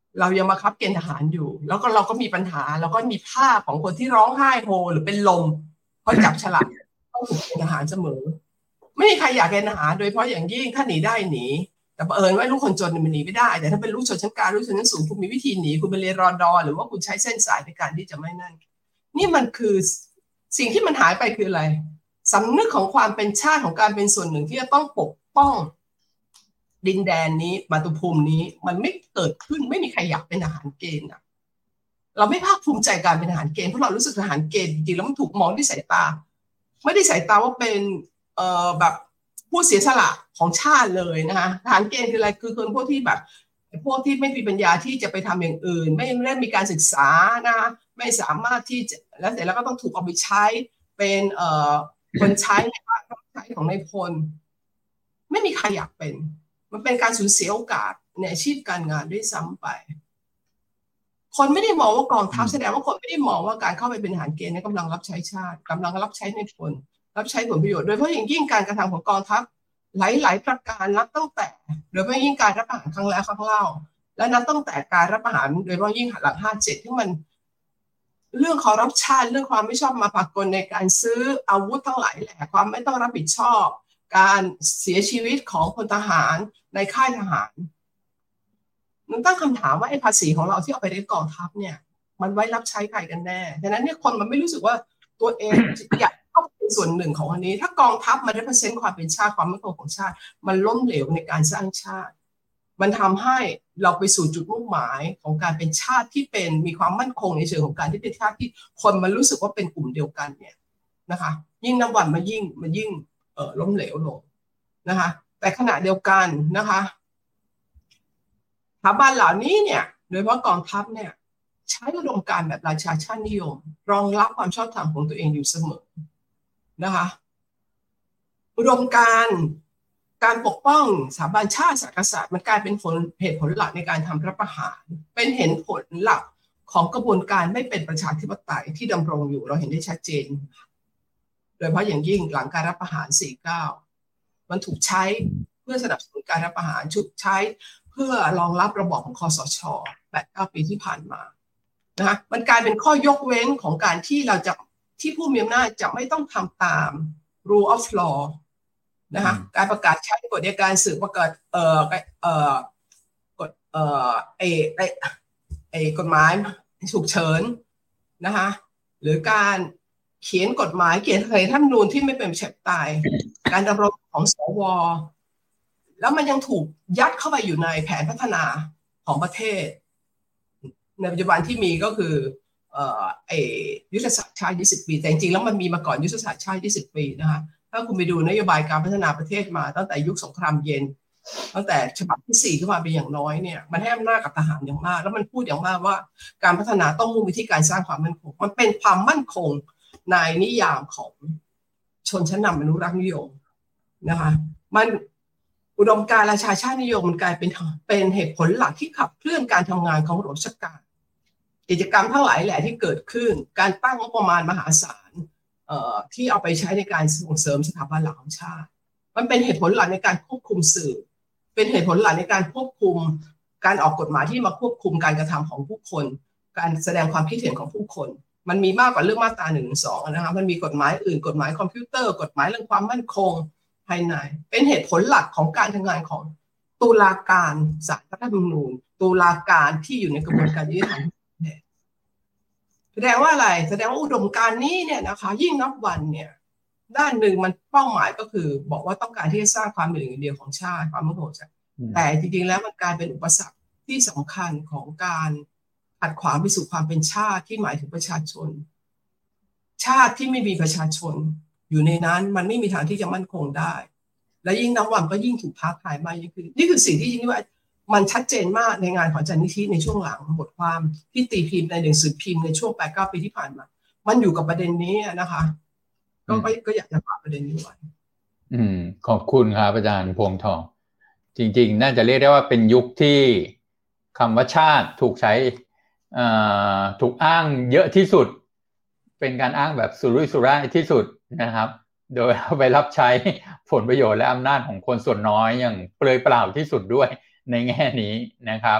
[SPEAKER 3] เรายังมาคับเกณฑ์ทหารอยู่แล้วก็เราก็มีปัญหาเราก็มีภาพของคนที่ร้องไห้โฮหรือเป็นลมเพราะจับฉลากต้องถูกเกณฑ์ทหารเสมอไม่มีใครอยากเกณฑ์ทหารโดยเฉพาะอย่างยิ่งถ้าหนีได้หนีแต่บังเอิญว่าลูกคนจนมันหนีไม่ได้แต่ถ้าเป็นลูกชนชั้นกลางลูกชนชั้นสูงคุณมีวิธีหนีคุณไปเรียนรอดอหรือว่าคุณใช้เส้นสายในการที่จะไม่นั่นนี่มันคือสิ่งที่มันหายไปคืออะไรสำนึกของความเป็นชาติของการเป็นส่วนหนึ่งที่จะต้องปกป้องดินแดนนี้มาตุภูมินี้มันไม่เกิดขึ้นไม่มีใครอยากเป็นทหารเกณฑ์อะเราไม่ภาคภูมิใจการเป็นทหารเกณฑ์เพราะเรารู้สึกทหารเกณฑ์จริงๆแล้วมันถูกมองด้วยสายตาไม่ได้สายตาว่าเป็นเอ่อแบบผู้เสียสละของชาติเลยนะคะทหารเกณฑ์คืออะไรคือคนพวกที่แบบพวกที่ไม่มีปัญญาที่จะไปทำอย่างอื่นไม่ได้มีการศึกษานะคะไม่สามารถที่จะแล้วเสร็จแล้วก็ต้องถูกเอาไปใช้เป็นเอ่อคนใช้ในบ้านใช้ของนายพลไม่มีใครอยากเป็นมันเป็นการสูญเสียโอกาสในอาชีพการงานด้วยซ้ำไปคนไม่ได้มองว่ากองทัพแสดงว่าคนไม่ได้มองว่าการเข้าไปเป็นทหารเกณฑ์นี่กำลังรับใช้ชาติกำลังรับใช้ในพลรับใช้ผลประโยชน์โดยเฉพาะอย่างยิ่งการกระทำของกองทัพหลายๆประการนับตั้งแต่โดยเฉพาะยิ่งการรับประหารครั้งแล้วครั้งเล่าและนับตั้งแต่การรับประหารโดยเฉพาะยิ่งหลังห้าเจ็ดที่มันเรื่องคอร์รัปชันเรื่องความไม่ชอบมาพากลในการซื้ออาวุธทั้งหลายแหละความไม่ต้องรับผิดชอบการเสียชีวิตของพลทหารในค่ายทหารมันตั้งคำถามว่าไอ้ภาษีของเราที่เอาไปในกองทัพเนี่ยมันไว้รับใช้ใครกันแน่ดังนั้นเนี่ยคนมันไม่รู้สึกว่าตัวเองอยากเข้าเป็นส่วนหนึ่งของอันนี้ถ้ากองทัพมันได้เปอร์เซ็นต์ความเป็นชาติความมั่นคงของชาติมันล้มเหลวในการสร้างชาติมันทำให้เราไปสู่จุดมุ่งหมายของการเป็นชาติที่เป็นมีความมั่นคงในเชิงของการที่เป็นชาติที่คนมันรู้สึกว่าเป็นกลุ่มเดียวกันเนี่ยนะคะยิ่งนับวันมายิ่งมายิ่งเอ่อล้มเหลวลงนะคะแต่ขณะเดียวกันนะคะสถาบันเหล่านี้เนี่ยโดยเฉพาะกองทัพเนี่ยใช้อุดมการณ์แบบราชาชาตินิยมรองรับความชอบธรรมของตัวเองอยู่เสมอนะคะอุดมการณ์การปกป้องสถาบันชาติศาสตร์กษัตริย์มันกลายเป็นผลเหตุผลหลักในการทำรัฐประหารเป็นเหตุผลหลักของกระบวนการไม่เป็นประชาธิปไตยที่ดำรงอยู่เราเห็นได้ชัดเจนโดยเฉพาะอย่างยิ่งหลังการรัฐประหารสี่สิบเก้ามันถูกใช้เพื่อสนับสนุนการรัฐประหารถูกใช้เพื่อรองรับระบอบของคสช แปด เก้า ปีที่ผ่านมานะคะมันกลายเป็นข้อยกเว้นของการที่เราจะที่ผู้มีอำนาจจะไม่ต้องทำตาม rule of law นะคะการประกาศใช้กฎอัยการสืบประกาศเอ่อเอ่อกฎเอ่อไอไอไอกฎหมายฉุกเฉินนะคะหรือการเขียนกฎหมายเขียนรัฐธรรมนูญที่ไม่เป็นประชาธิปไตยการดำรงของสวแล้วมันยังถูกยัดเข้าไปอยู่ในแผนพัฒนาของประเทศในปัจจุบันที่มีก็คือเอ่อไอยุทธศาสตร์ชาติยี่สิบปีแต่จริงๆแล้วมันมีมาก่อนยุทธศาสตร์ชาติยี่สิบปีนะคะถ้าคุณไปดูนโยบายการพัฒนาประเทศมาตั้งแต่ยุคสงครามเย็นตั้งแต่ฉบับที่สี่ขึ้นมาเป็นอย่างน้อยเนี่ยมันให้อำนาจกับทหารอย่างมากแล้วมันพูดอย่างมากว่าการพัฒนาต้องมุ่งไปที่การสร้างความมั่นคงมันเป็นความมั่นคงในนิยามของชนชั้นนำอนุรักษ์นิยมนะคะมันอุดมการณ์ราชาชาตินิยมมันกลายเป็นเป็นเหตุผลหลักที่ขับเคลื่อนการทำงานของระบบราชการกิจกรรมทั้งหลายแหละที่เกิดขึ้นการตั้งงบประมาณมหาศาลเอ่อที่เอาไปใช้ในการส่งเสริมสถาบันหลักของชาติมันเป็นเหตุผลหลักในการควบคุมสื่อเป็นเหตุผลหลักในการควบคุมการออกกฎหมายที่มาควบคุมการกระทำของผู้คนการแสดงความคิดเห็นของผู้คนมันมีมากกว่าเรื่องมาตราหนึ่งสองนะคะมันมีกฎหมายอื่นกฎหมายคอมพิวเตอร์กฎหมายเรื่องความมั่นคงภายในเป็นเหตุผลหลักของการทำงานของตุลาการศาลรัฐธรรมนูญตุลาการที่อยู่ในกระบวนการยุติธรรมแสดงว่าอะไรแสดงว่าอุดมการณ์นี้เนี่ยนะคะยิ่งนับวันเนี่ยด้านหนึ่งมันเป้าหมายก็คือบอกว่าต้องการที่จะสร้างความเป็นหนึ่งเดียวของชาติความมั่นคงแต่จริงๆแล้วมันกลายเป็นอุปสรรคที่สำคัญของการขัดขวางไปสู่ความเป็นชาติที่หมายถึงประชาชนชาติที่ไม่มีประชาชนอยู่ในนั้นมันไม่มีทางที่จะมั่นคงได้และยิ่งนับวันก็ยิ่งถูกท้าทายมากยิ่งขึ้นนี่คือสิ่งที่ยิ่งว่ามันชัดเจนมากในงานของอาจารย์นิธิในช่วงหลังบทความที่ตีพิมพ์ในหนังสือพิมพ์ในช่วง แปดเก้า ปีที่ผ่านมามันอยู่กับประเด็นนี้นะคะก็ก็อยากจะฝากประเด็นนี้ไว้
[SPEAKER 1] อืมขอบคุณครับอาจารย์พวงทองจริงๆน่าจะเรียกได้ว่าเป็นยุคที่คำว่าชาติถูกใช้อ่าถูกอ้างเยอะที่สุดเป็นการอ้างแบบสุรุ่ยสุร่ายที่สุดนะครับโดยเอาไปรับใช้ผลประโยชน์และอำนาจของคนส่วนน้อยอย่างเปลือยเปล่าที่สุดด้วยในแง่นี้นะครับ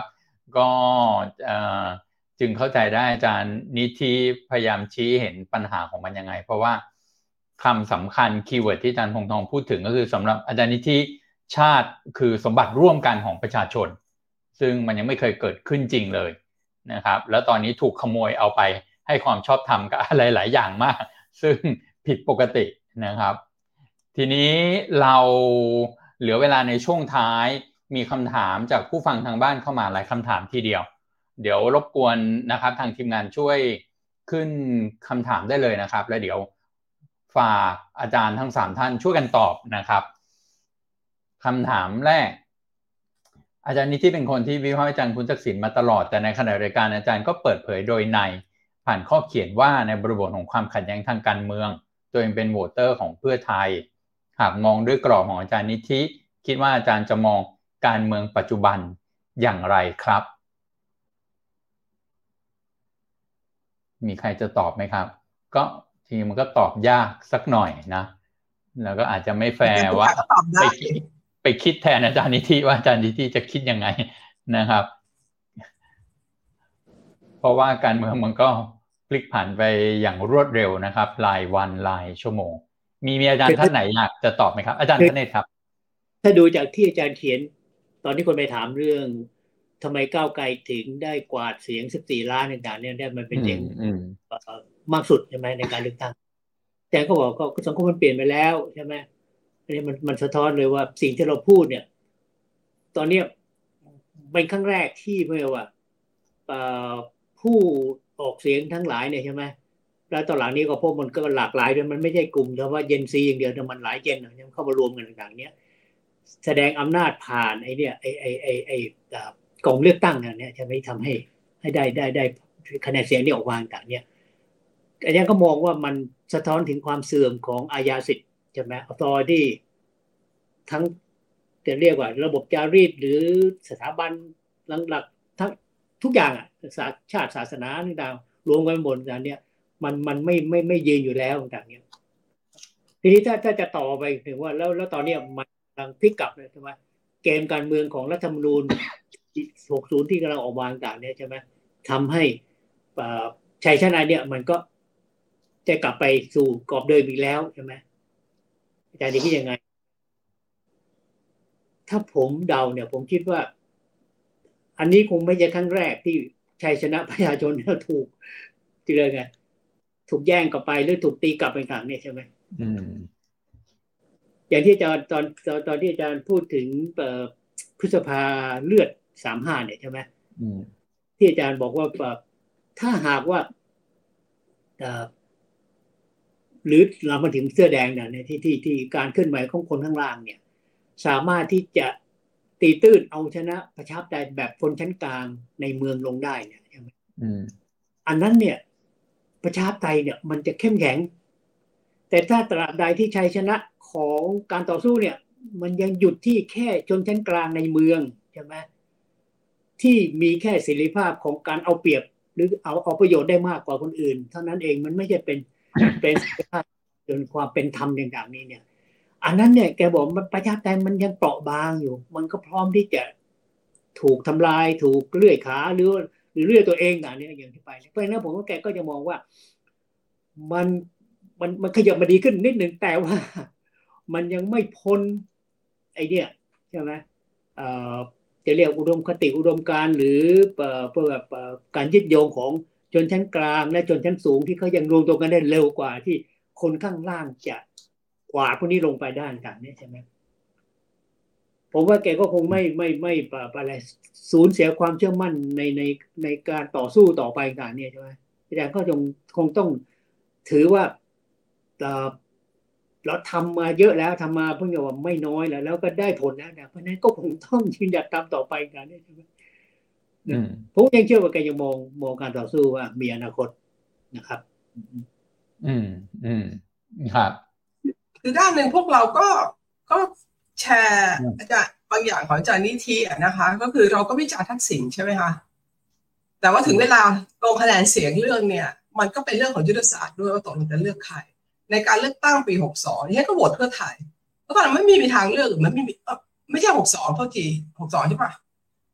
[SPEAKER 1] ก็จึงเข้าใจได้อาจารย์นิธิพยายามชี้เห็นปัญหาของมันยังไงเพราะว่าคำสำคัญคีย์เวิร์ดที่อาจารย์พงษ์ทองพูดถึงก็คือสำหรับอาจารย์นิธิชาติคือสมบัติร่วมกันของประชาชนซึ่งมันยังไม่เคยเกิดขึ้นจริงเลยนะครับแล้วตอนนี้ถูกขโมยเอาไปให้ความชอบธรรมกับอะไรหลายอย่างมากซึ่งผิดปกตินะครับทีนี้เราเหลือเวลาในช่วงท้ายมีคำถามจากผู้ฟังทางบ้านเข้ามาหลายคำถามทีเดียวเดี๋ยวรบกวนนะครับทางทีมงานช่วยขึ้นคำถามได้เลยนะครับแล้วเดี๋ยวฝากอาจารย์ทั้งสามท่านช่วยกันตอบนะครับคำถามแรกอาจารย์นิธิเป็นคนที่วิพากษ์วิจารณ์คุณทักษิณมาตลอดแต่ในขณะเดียวกันอาจารย์ก็เปิดเผยโดยในผ่านข้อเขียนว่าในบริบทของความขัดแย้งทางการเมืองตัวเองเป็นโหวตเตอร์ของเพื่อไทยหากมองด้วยกรอบของอาจารย์นิธิคิดว่าอาจารย์จะมองการเมืองปัจจุบันอย่างไรครับมีใครจะตอบไหมครับก็ทีมันก็ตอบยากสักหน่อยนะแล้วก็อาจจะไม่แฟร์ว่าไปไปคิดแทนอาจารย์นิธิว่าอาจารย์นิธิจะคิดยังไงนะครับเพราะว่าการเมืองมันก็พลิกผันไปอย่างรวดเร็วนะครับรายวันรายชั่วโมงมีมีอาจารย์ท่านไหนอยากจะตอบไหมครับอาจารย์ธเนศครับ
[SPEAKER 2] ถ้าดูจากที่อาจารย์เขียนตอนที่คนไปถามเรื่องทำไมก้าวไกลถึงได้กวาดเสียงสิบสี่ล้านต่างๆเนี่ยได้มันเป็นเสียงมากสุดใช่ไหมในการเลือกตั้งแต่ก็บอกก็สังคมมันเปลี่ยนไปแล้วใช่ไหมอันนี้มันมันสะท้อนเลยว่าสิ่งที่เราพูดเนี่ยตอนนี้เป็นครั้งแรกที่เมื่อว่าผู้ออกเสียงทั้งหลายเนี่ยใช่ไหมแล้วตอนหลังนี้ก็พบมันก็หลากหลายด้วยมันไม่ใช่กลุ่มเฉพาะเจนซีอย่างเดียวแต่มันหลายเจนเนี่ยเข้ามารวมกันต่างๆเนี้ยแสดงอำนาจผ่านไอ้เนี่ยไอ้ไอ้ไอ้ไอ้กองเลือกตั้งเนี่ยจะไม่ทำให้ให้ได้ได้ได้คะแนนเสียงที่ออกมาต่างๆเนี่ยอาจารย์ก็มองว่ามันสะท้อนถึงความเสื่อมของอาญาสิทธิ์ใช่ไหมออทอที่ทั้งจะเรียกว่าระบบจารีตหรือสถาบันหลักๆทั้งทุกอย่างอ่ะชาติศาสนาต่างๆรวมกันหมดอย่างเนี้ยมันมันไม่ไม่ไม่ยืนอยู่แล้วต่างๆเนี้ยทีนี้ถ้าถ้าจะต่อไปถึงว่าแล้วแล้วตอนนี้มันกำลังพลิกกลับเลยใช่ไหมเกมการเมืองของรัฐธรรมนูญหกสิบที่กำลังออกมาต่างๆเนี่ยใช่ไหมทำให้ชัยชนะเนี่ยมันก็จะกลับไปสู่กรอบเดิมอีกแล้วใช่ไหมอาจารย์คิดยังไงถ้าผมเดาเนี่ยผมคิดว่าอันนี้คงไม่ใช่ครั้งแรกที่ชัยชนะประชาชนเนี่ยถูกที่เลยไงถูกแย่งกลับไปหรือถูกตีกลับไปต่างเนี่ยใช่ไหมอืมอย่างที่อาจารย์ตอนตอนตอนที่อาจารย์พูดถึงพฤษภาเลือดสามห้าเนี่ยใช่ไหมที่อาจารย์บอกว่าถ้าหากว่าหรือเรามาถึงเสื้อแดงเนี่ยที่ที่ที่การเคลื่อนไหวของคนข้างล่างเนี่ยสามารถที่จะตีตื้นเอาชนะประชาธิปไตยแบบคนชั้นกลางในเมืองลงได้เนี่ยใช่ไหมอันนั้นเนี่ยประชาธิปไตยเนี่ยมันจะเข้มแข็งแต่ถ้าตราบใดที่ชัยชนะของการต่อสู้เนี่ยมันยังหยุดที่แค่ชนชั้นกลางในเมืองใช่ไหมที่มีแค่เสรีภาพของการเอาเปรียบหรือเอาเอาประโยชน์ได้มากกว่าคนอื่นเท่านั้นเองมันไม่ใช่เป็นเป็นเสรีภาพจนความเป็นธรรมอย่างๆนี้เนี่ยอันนั้นเนี่ยแกบอกมันประชาธิปไตยมันยังเปราะบางอยู่มันก็พร้อมที่จะถูกทำลายถูกเลื่อยขาหรือหรือเลื่อยตัวเองอย่างนี้อย่างที่ไปเพราะฉะนั้นผมว่าแกก็จะมองว่ามันมันมันขยับมาดีขึ้นนิดนึงแต่ว่ามันยังไม่พ้นไอเนี่ยใช่ไหมเอ่อจะเรียกอุดมคติอุดมการณ์หรือเอ่อเพื่อแบบการยึดโยงของชนชั้นกลางและชนชั้นสูงที่เขายังรวมตัวกันได้เร็วกว่าที่คนข้างล่างจะกวาดพวกนี้ลงไปด้านต่างเนี่ยใช่ไหมผมว่าแกก็คงไม่ไม่ไม่อะไรสูญเสียความเชื่อมั่นในในในการต่อสู้ต่อไปต่างเนี่ยใช่ไหมอาจารย์ก็คงคงต้องถือว่าเราทำมาเยอะแล้วทำมาเพิ่งจะว่าไม่น้อยแล้วแล้วก็ได้ผลแล้วนะเพราะนั้นก็คงต้องยืนหยัดตามต่อไปกันนี่ใช่ไหมผมยังเชื่อว่าแกยังมองมองการต่อสู้ว่ามีอนาคตนะครับ
[SPEAKER 1] อืมอืมครับ
[SPEAKER 3] คือด้านหนึ่งพวกเราก็ก็แชร์อาจารย์บางอย่างของอาจารย์นิธินะคะก็คือเราก็วิจารณ์ทักษิณใช่ไหมคะแต่ว่าถึงเวลาลงคะแนนเสียงเรื่องเนี่ยมันก็เป็นเรื่องของยุทธศาสตร์ด้วยว่าตกลงจะเลือกใครในการเลือกตั้งปีหกสิบสองนี่ก็โหวตเพื่อไทยเพราะตอนนั้นไม่มีทางเลือกหรือมันไม่มีไม่ใช่หกสิบสองเท่าทีหกสิบสองใช่ปะ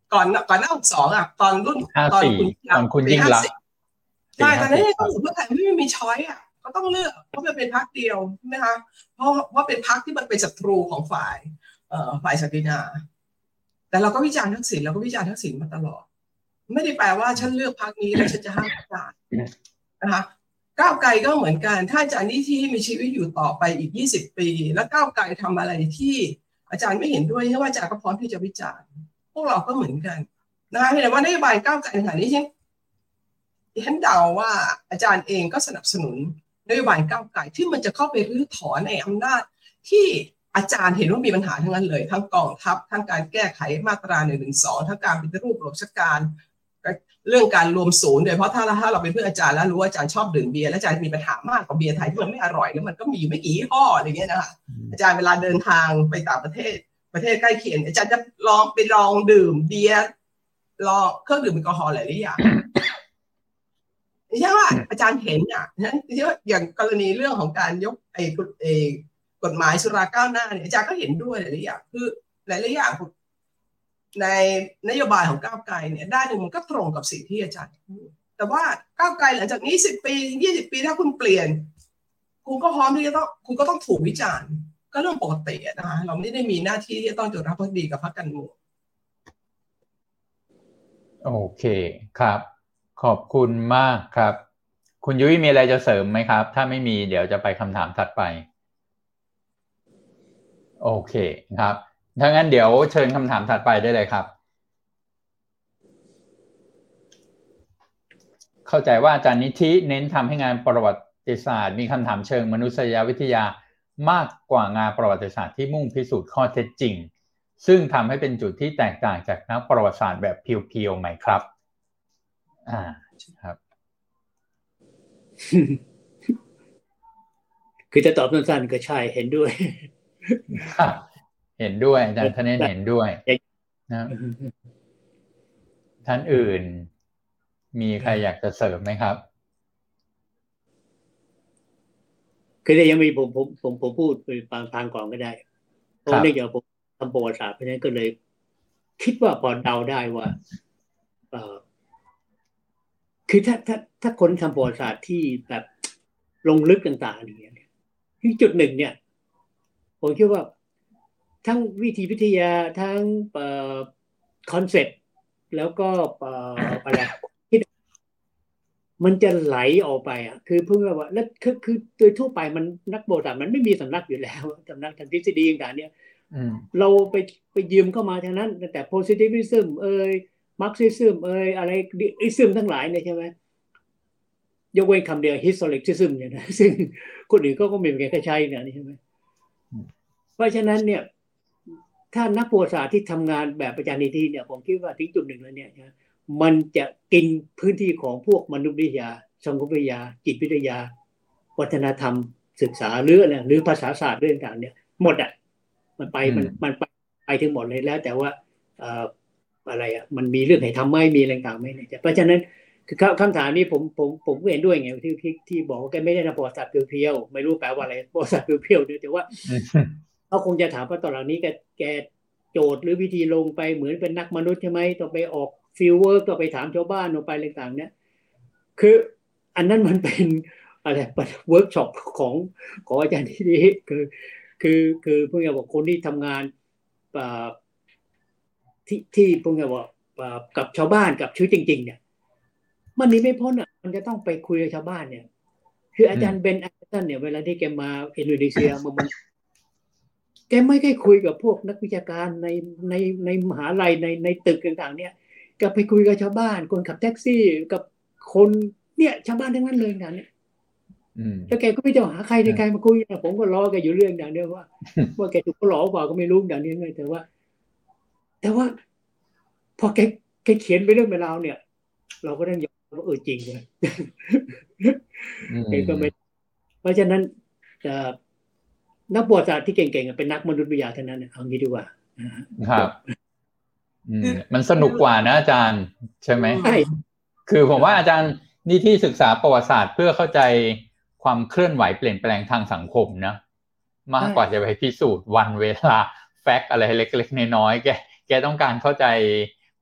[SPEAKER 3] ก่อนก่อนหน้าหกสองอ่ะตอนรุ่นตอนคุณ
[SPEAKER 1] ตอนคุณยิ่งรัก
[SPEAKER 3] ใช่ตอนนั้นก็ถือว่าไทยไม่มีช้อยอ่ะก็ต้องเลือกเพราะมันเป็นพรรคเดียวใช่ไหมคะเพราะว่าเป็นพรรคที่มันเป็นศัตรูของฝ่ายเอ่อฝ่ายศักดินาแต่เราก็วิจารณ์ทักษิณเราก็วิจารณ์ทักษิณมาตลอดไม่ได้แปลว่าฉันเลือกพรรคนี้แล้วฉันจะห้ามวิจารณ์นะคะก้าวไกลก็เหมือนกันถ้าอาจารย์นิธิมีชีวิตอยู่ต่อไปอีกยี่สิบปีแล้วก้าวไกลทำอะไรที่อาจารย์ไม่เห็นด้วยเพราะว่าอาจารย์ก็พร้อมที่จะวิจารณ์พวกเราก็เหมือนกันนะคะเห็นว่านโยบายก้าวไกลขนาดนี้ฉันฉันเดาว่าอาจารย์เองก็สนับสนุนนโยบายก้าวไกลที่มันจะเข้าไปรื้อถอนในอำนาจที่อาจารย์เห็นว่ามีปัญหาทั้งนั้นเลยทั้งกองทัพทั้งการแก้ไขมาตราหนึ่งหนึ่งสองทั้งการปฏิรูประบบราชการเรื่องการรวมศูนย์โดยเพราะถ้าถ้าเราเป็นเพื่อนอาจารย์แล้วรู้ว่าอาจารย์ชอบดื่มเบียร์และอาจารย์มีปัญหามากกว่าเบียร์ไทยที่มันไม่อร่อยแล้วมันก็มีอยู่ไม่กี่ยี่ห้ออะไรเงี้ยนะคะอาจารย์เวลาเดินทางไปต่างประเทศประเทศใกล้เคียงอาจารย์จะลองไปลองดื่มเบียร์ลองเครื่องดื่มแอลกอฮอล์หลายอย่างใช่ว่าอาจารย์เห็นอ่ะนั้นอย่างกรณีเรื่องของการยกไอ้ไอ้กฎหมายสุราก้าวหน้าเนี่ยอาจารย์ก็เห็นด้วยหลายอย่างคือหลายอย่างในนโยบายของก้าวไกลเนี่ยด้านหนึ่งมันก็ตรงกับสิ่งที่อาจารย์พูดแต่ว่าก้าวไกลหลังจากนี้สิบปียี่สิบปีถ้าคุณเปลี่ยนคุณก็พร้อมที่จะต้องคุณก็ต้องถูกวิจารณ์ก็เรื่องปกตินะคะเราไม่ได้มีหน้าที่ที่จะต้องจดรับภักดีกับพรรคการเมือง
[SPEAKER 1] โอเคครับขอบคุณมากครับคุณยุ้ยมีอะไรจะเสริมไหมครับถ้าไม่มีเดี๋ยวจะไปคำถามถัดไปโอเคครับถ้างั้นเดี๋ยวเชิญคำถามถัดไปได้เลยครับเข้าใจว่าอาจารย์นิธิเน้นทำให้งานประวัติศาสตร์มีคำถามเชิงมนุษยวิทยามากกว่างานประวัติศาสตร์ที่มุ่งพิสูจน์ข้อเท็จจริงซึ่งทำให้เป็นจุดที่แตกต่างจากนักประวัติศาสตร์แบบเพียวๆไหมครับอ่าครับ
[SPEAKER 2] คือจะตอบสั้นๆก็ใช่เห็นด้วย
[SPEAKER 1] เห็นด้วยอาจารย์ธเนศเห็นด้วยนะท่านอื่นมีใครอยากจะเสริมไหมครับ
[SPEAKER 2] คือแต่ยังมีผมผมผมผมพูดไปบางทางก่อนก็ได้เพราะเนื่องจากผมทำประวัติศาสตร์เพราะฉะนั้นก็เลยคิดว่าพอเดาได้ว่าเอ่อคือถ้าถ้าถ้าคนทำประวัติศาสตร์ที่แบบลงลึกต่างๆอย่างเงี้ยที่จุดหนึ่งเนี่ยผมคิดว่าทั้งวิธีวิทยาทั้งเอ่อคอนเซ็ปต์แล้วก็เอ่ออะไรคิดมันจะไหลออกไปอ่ะคือเพิ่งว่าแล้วคือคือโดยทั่วไปมันนักประวัติศาสตร์มันไม่มีสำนักอยู่แล้วสำนักทางทฤษฎีต่างๆเนี่ยเราไปไปยืมเข้ามาทางนั้นแต่ positivism เอ่ย marxism เอ่ยอะไร ism ทั้งหลายเนี่ยใช่ไหมยกเว้นคำเดียว historicism เนี่ยนะซึ่งคนอื่นก็ก็มีเหมือนกันใช้เนี่ยนี่ใช่ไหมเพราะฉะนั้นเนี่ยถ้านักประวัติศาสตร์ที่ทำงานแบบอาจารย์นิธิเนี่ยผมคิดว่าถึงจุดหนึ่งแล้วเนี่ยมันจะกินพื้นที่ของพวกมนุษยวิทยาสังคมวิทยาจิตวิทยาวัฒนธรรมศึกษาหรืออะไรหรือภาษาศาสตร์เรื่องต่างเนี่ยหมดอ่ะมันไปมันมันไปไปถึงหมดเลยแล้วแต่ว่าเอ่ออะไรอ่ะมันมีเรื่องให้ทำไม่มีอะไรต่างๆไม่เนี่ยเพราะฉะนั้นคือคำถามนี้ผมผมผมเห็นด้วยไงที่ที่ที่บอกว่าแกไม่ได้ทำประวัติศาสตร์เพียวๆไม่รู้แปลว่าอะไรประวัติศาสตร์เพียวๆเนี่ยแต่ว่าเขาคงจะถามว่าตอนหลังนี้แกแกโจทย์หรือวิธีลงไปเหมือนเป็นนักมนุษย์ใช่ไหมต้องไปออกฟิลเวิร์กต้องไปถามชาวบ้านลงไปอะไรต่างๆเนี่ยคืออันนั้นมันเป็นอะไรเวิร์กช็อปของของอาจารย์ที่นี่คือคือคือพวกเราบอกคนที่ทำงานที่ที่พวกเราบอกกับชาวบ้านกับชีวิตจริงๆเนี่ยมันนี้ไม่พ้นอ่ะมันจะต้องไปคุยกับชาวบ้านเนี่ยคืออาจารย์เบน แอตตันเนี่ยเวลาที่แกมาอินโดนีเซียมันแกไม่ได้คุยกับพวกนักวิชาการในในในมหาลัยในในตึกต่างๆเนี่ยก็ไปคุยกับชาวบ้านคนขับแท็กซี่กับคนเนี่ยชาวบ้านทั้งนั้นเลยอย่างนี้แล้วแกก็ไม่จะหาใครในใครมาคุยผมก็ล้อแกอยู่เรื่องอย่างนี้ว่าว่าแกถูกเขาหลอกเปล่าก็ไม่รู้อย่างนี้ไงแต่ว่าแต่ว่าพอแกแกเขียนไปเรื่องเวลาเนี่ยเราก็ต้องยอมว่าเออจริงเลยแกก็ไม่เพราะฉะนั้นนักประวัติศาสตร์ที่เก่งๆเป็นนักมนุษยวิทยาเท่านั้นเอางี้ดีกว่า
[SPEAKER 1] ครับมันสนุกกว่านะอาจารย์ใช่ไหมใช่คือผมว่าอาจารย์นี่ที่ศึกษาประวัติศาสตร์เพื่อเข้าใจความเคลื่อนไหวเปลี่ยนแปลงทางสังคมนะมากกว่าจะไปพิสูจน์วันเวลาแฟกต์อะไรเล็กๆน้อยๆแกแกต้องการเข้าใจ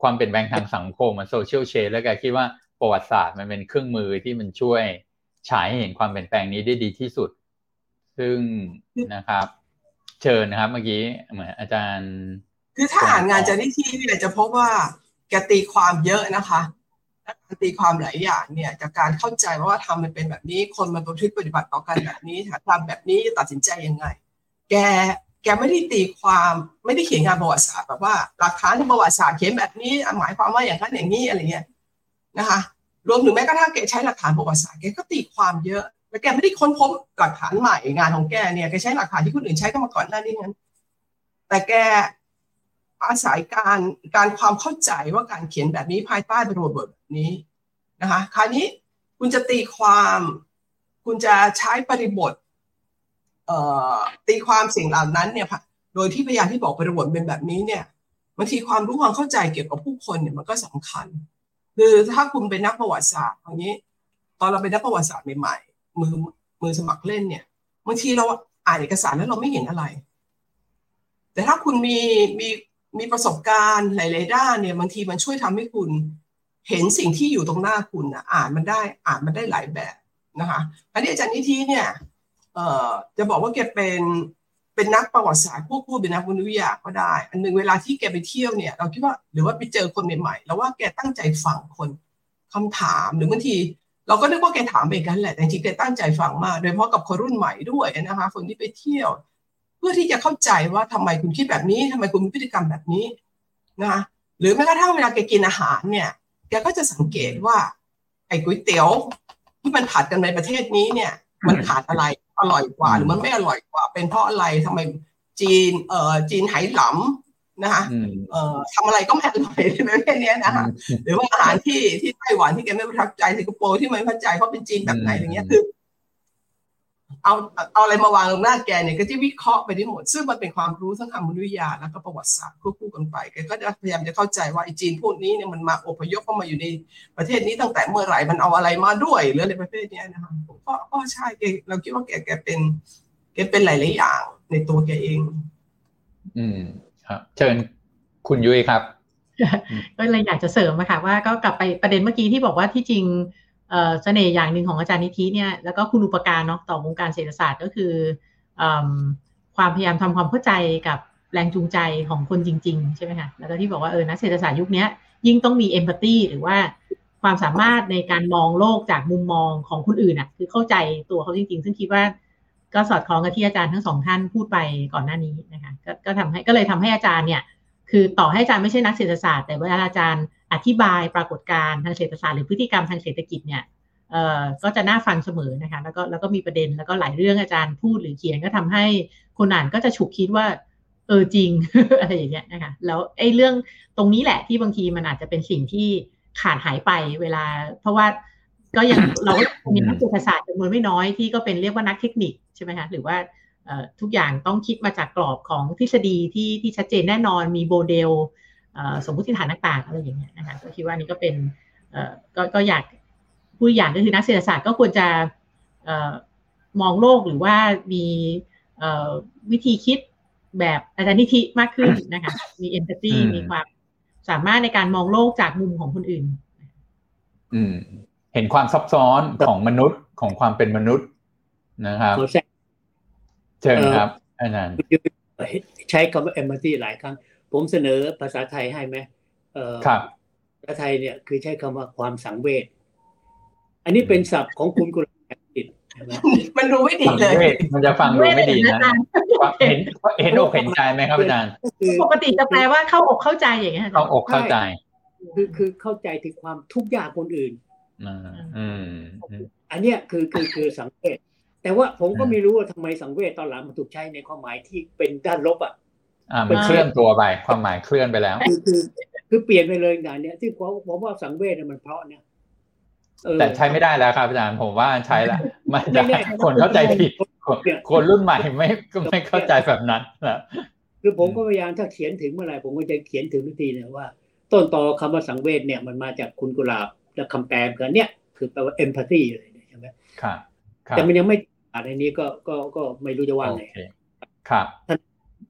[SPEAKER 1] ความเปลี่ยนแปลงทางสังคมมันโซเชียลเชนแล้วแกคิดว่าประวัติศาสตร์มันเป็นเครื่องมือที่มันช่วยฉายให้เห็นความเปลี่ยนแปลงนี้ได้ดีที่สุดซึ่งนะครับเชิญนะครับเมื่อกี้เหมือนอาจารย์
[SPEAKER 3] คือถ้าอ่านงานอาจารย์นิธิเนี่ยจะพบว่าแกตีความเยอะนะคะตีความหลายอย่างเนี่ยจากการเข้าใจว่าทำมันเป็นแบบนี้คนมันประพฤติปฏิบัติต่อกันแบบนี้ทำแบบนี้ตัดสินใจยังไงแกแกไม่ได้ตีความไม่ได้เขียนงานประวัติศาสตร์แบบว่าหลักฐานทางประวัติศาสตร์เขียนแบบนี้หมายความว่าอย่างนั้นอย่างนี้อะไรเงี้ยนะคะรวมถึงแม้กระทั่งแกใช้หลักฐานประวัติศาสตร์แกก็ตีความเยอะแล้วแกไม่ได้ค้นพบหลักฐานใหม่งานของแกเนี่ยแกใช้หลักฐานที่คนอื่นใช้ก็มาก่อนหน้านี้งั้นแต่แกอาศัยการการความเข้าใจว่าการเขียนแบบนี้ภายใต้บริบทแบบนี้นะคะคราวนี้คุณจะตีความคุณจะใช้บริบทเอ่อตีความสิ่งเหล่านั้นเนี่ยโดยที่พยายามที่บอกบริบทเป็นแบบนี้เนี่ยบางทีความรู้ความเข้าใจเกี่ยวกับผู้คนเนี่ยมันก็สำคัญคือถ้าคุณเป็นนักประวัติศาสตร์อย่างนี้ตอนเราเป็นนักประวัติศาสตร์ใหม่ๆมือมือสมัครเล่นเนี่ยบางทีเราอ่านเอกสารแล้วเราไม่เห็นอะไรแต่ถ้าคุณมีมีมีประสบการณ์หลายๆด้านเนี่ยบางทีมันช่วยทำให้คุณเห็นสิ่งที่อยู่ตรงหน้าคุณนะอ่านมันได้อ่านมันได้หลายแบบนะคะอันนี้อาจารย์นิธิเนี่ยเอ่อจะบอกว่าแกเป็นเป็นนักประวัติศาสตร์ควบคู่เป็นนักวิทยาก็ได้อันนึงเวลาที่แกไปเที่ยวเนี่ยเราคิดว่าหรือว่าไปเจอคนใหม่ๆแล้วว่าแกตั้งใจฟังคนคำถามหรือบางทีเราก็นึกว่าแกถามไปกันแหละแต่จริงๆแกตั้งใจฟังมากโดยเฉพาะกับคนรุ่นใหม่ด้วยนะคะคนที่ไปเที่ยวเพื่อที่จะเข้าใจว่าทำไมคุณคิดแบบนี้ทำไมคุณมีพฤติกรรมแบบนี้นะคะหรือแม้กระทั่งเวลาแกกินอาหารเนี่ยแกก็จะสังเกตว่าไอ้ก๋วยเตี๋ยวที่มันผัดกันในประเทศนี้เนี่ยมันขาดอะไรอร่อยกว่าหรือมันไม่อร่อยกว่าเป็นเพราะอะไรทำไมจีนเอ่อจีนไหหลำนะคะเอ่อทำอะไรก็ไม่อร่อยในประเทศนี้นะคะหรือว่าอาหารที่ที่ไต้หวันที่แกไม่ประทับใจสิงคโปร์ที่ไม่เข้าใจเพราะเป็นจีนแบบไหนอย่างเงี้ยคือเอาเอาอะไรมาวางตรงหน้าแกเนี่ยก็จะวิเคราะห์ไปทั้งหมดซึ่งมันเป็นความรู้ทั้งทางวิทยาแล้วก็ประวัติศาสตร์ควบคู่กันไปแกก็จะพยายามจะเข้าใจว่าไอ้จีนพวกนี้เนี่ยมันมาอพยพเข้ามาอยู่ในประเทศนี้ตั้งแต่เมื่อไหร่มันเอาอะไรมาด้วยหรืออะไรประเภทนี้นะคะก็ก็ใช่แกเราคิดว่าแกแกเป็นแกเป็นหลายๆอย่างในตัวแกเอง
[SPEAKER 1] อืมครับเชิญคุณยุ้ยครับ
[SPEAKER 4] ก็เลยอยากจะเสริมอะค่ะว่าก็กลับไปประเด็นเมื่อกี้ที่บอกว่าที่จริงเอ่อเสน่ห์อย่างหนึ่งของอาจารย์นิธิเนี่ยแล้วก็คุณอุปการเนาะต่อวงการเศรษฐศาสตร์ก็คือความพยายามทำความเข้าใจกับแรงจูงใจของคนจริงๆใช่ไหมคะแล้วก็ที่บอกว่าเออนักเศรษฐศาสตร์ยุคนี้ยิ่งต้องมีเอมพัตตีหรือว่าความสามารถในการมองโลกจากมุมมองของคนอื่นอ่ะคือเข้าใจตัวเขาจริงๆซึ่งคิดว่าก็สอดคล้องกับที่อาจารย์ทั้งสองท่านพูดไปก่อนหน้านี้นะคะก็ก็ทำให้ก็เลยทำให้อาจารย์เนี่ยคือต่อให้อาจารย์ไม่ใช่นักเศรษฐศาสตร์แต่เวลาอาจารย์อธิบายปรากฏการณ์ทางเศรษฐศาสตร์หรือพฤติกรรมทางเศรษฐกิจเนี่ยเอ่อก็จะน่าฟังเสมอนะคะแล้วก็แล้วก็มีประเด็นแล้วก็หลายเรื่องอาจารย์พูดหรือเขียนก็ทำให้คนอ่านก็จะฉุกคิดว่าเออจริง อะไรอย่างเงี้ยนะคะแล้วไอ้เรื่องตรงนี้แหละที่บางทีมันอาจจะเป็นสิ่งที่ขาดหายไปเวลาเพราะว่าก็อย่าง เราก็มีนักเศรษฐศาสตร์จำนวนไม่น้อยที่ก็เป็นเรียกว่านักเทคนิคใช่ไหมคะหรือว่าทุกอย่างต้องคิดมาจากกรอบของทฤษฎีที่ที่ชัดเจนแน่นอนมีโมเดลสมมติฐานต่างๆอะไรอย่างเงี้ยนะคะก็คิดว่านี่ก็เป็นก็ก็อยากพูดอย่างก็คือนักเศรษฐศาสตร์ก็ควรจะมองโลกหรือว่ามีวิธีคิดแบบอาจารย์นิธิมากขึ้นนะคะมีเอมพัตตีมีความสามารถในการมองโลกจากมุมของคนอื่น
[SPEAKER 1] อืมเห็นความซับซ้อนของมนุษย์ของความเป็นมนุษย์นะครับเชิญครับอาจารย์
[SPEAKER 2] ใช้คำว่า empathy หลายครั้งผมเสนอภาษาไทยให้ไหมเอ่อ
[SPEAKER 1] ครับ
[SPEAKER 2] ภาษาไทยเนี่ยคือใช้คำว่าความสังเวชอันนี้เป็นศัพท์ของคุณกุลกิจ
[SPEAKER 3] มันดูไม่ดีเลย
[SPEAKER 1] มันจะฟังดูไม่ดีนะเห็นเห็นอกเห็นใจไหมครับอาจารย์
[SPEAKER 4] ปกติจะแปลว่าเข้าอกเข้าใจอย่างเงี้ย
[SPEAKER 1] เข้าอกเข้าใจ
[SPEAKER 2] คือคือเข้าใจถึงความทุกข์ยากคนอื่น
[SPEAKER 1] อืม
[SPEAKER 2] อันเนี้ยคือคือคือสังเวชแต่ว่าผมก็ไม่รู้ว่าทำไมสังเวชตอนหลังมันถูกใช้ในความหมายที่เป็นด้านลบอ่ะ
[SPEAKER 1] อ่ามันเคลื่อนตัวไปความหมายเคลื่อนไปแล้ว
[SPEAKER 2] คือคือคือเปลี่ยนไปเลยงานเนี้ยที่ผมผมว่าสังเวชเนี่ยมันเพราะเนี่ย
[SPEAKER 1] แต่ใช้ไม่ได้แล้วครับอาจารย์ผมว่าใช้ละไม่ได้คนเข้าใจผิดคนรุ่นใหม่ไม่ก็ไม่เข้าใจแบบนั้นนะ
[SPEAKER 2] คือผมก็พยายามถ้าเขียนถึงเมื่อไหร่ผมก็จะเขียนถึงทันทีเนี่ยว่าต้นตอคำว่าสังเวชเนี่ยมันมาจากคุณกุหลาบและคำแปลกันเนี่ยคือแปลว่า empathy เลยใช่ไหม
[SPEAKER 1] ครับ
[SPEAKER 2] แต่มันยังไม่อ่านในนี้ก็ก็ก็ไม่รู้จะว่าไง
[SPEAKER 1] ครับ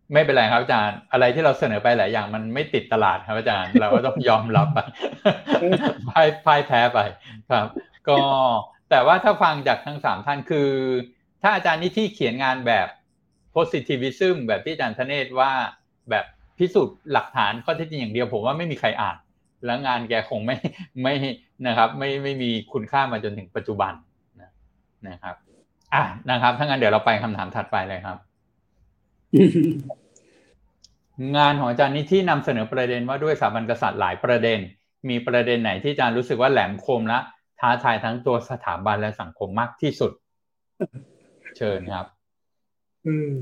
[SPEAKER 1] ไม่เป็นไรครับอาจารย์อะไรที่เราเสนอไปหลายอย่างมันไม่ติดตลาดครับอาจารย์เราก็ต้องยอมรับไป พ่ายพ่ายแพ้ไปครับก็แต่ว่าถ้าฟังจากทั้งสามท่านคือถ้าอาจารย์นิธิเขียนงานแบบ positivism แบบที่อาจารย์ธเนศว่าแบบพิสูจน์หลักฐานข้อเท็จจริงอย่างเดียวผมว่าไม่มีใครอ่านแล้วงานแกคงไม่ไม่นะครับไม่ไม่มีคุณค่ามาจนถึงปัจจุบันนะนะครับอ่ะนะครับถ้างั้นเดี๋ยวเราไปคำถามถัดไปเลยครับ งานของอาจารย์นิธินำเสนอประเด็นว่าด้วยสถาบันกษัตริย์หลายประเด็นมีประเด็นไหนที่อาจารย์รู้สึกว่าแหลมคมและท้าทายทั้งตัวสถาบันและสังคมมากที่สุดเชิญครับ
[SPEAKER 2] อืม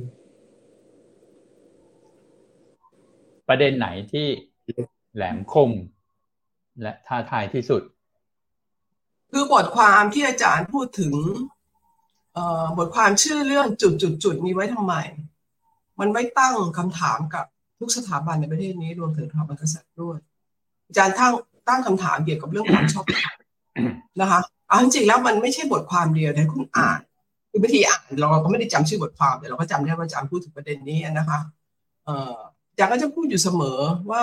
[SPEAKER 1] ประเด็นไหนที่แหลมคมและท้าทายที่สุด
[SPEAKER 3] คือบทความที่อาจารย์พูดถึงเอ่อบทความชื่อเรื่องจุดจุดจุดมีไว้ทำไมมันไม่ตั้งคำถามกับทุกสถาบันในประเทศนี้รวมถึงสถาบันกษัตริย์ด้วยอาจารย์ตั้งตั้งคำถามเกี่ยวกับเรื่องความชอบธรรมนะคะเอาจริงๆแล้วมันไม่ใช่บทความเดียวแต่คุณอ่านคือบางทีอ่านเราก็ไม่ได้จำชื่อบทความแต่เราก็จำได้ว่าอาจารย์พูดถึงประเด็นนี้นะคะเอ่ออาจารย์ก็จะพูดอยู่เสมอว่า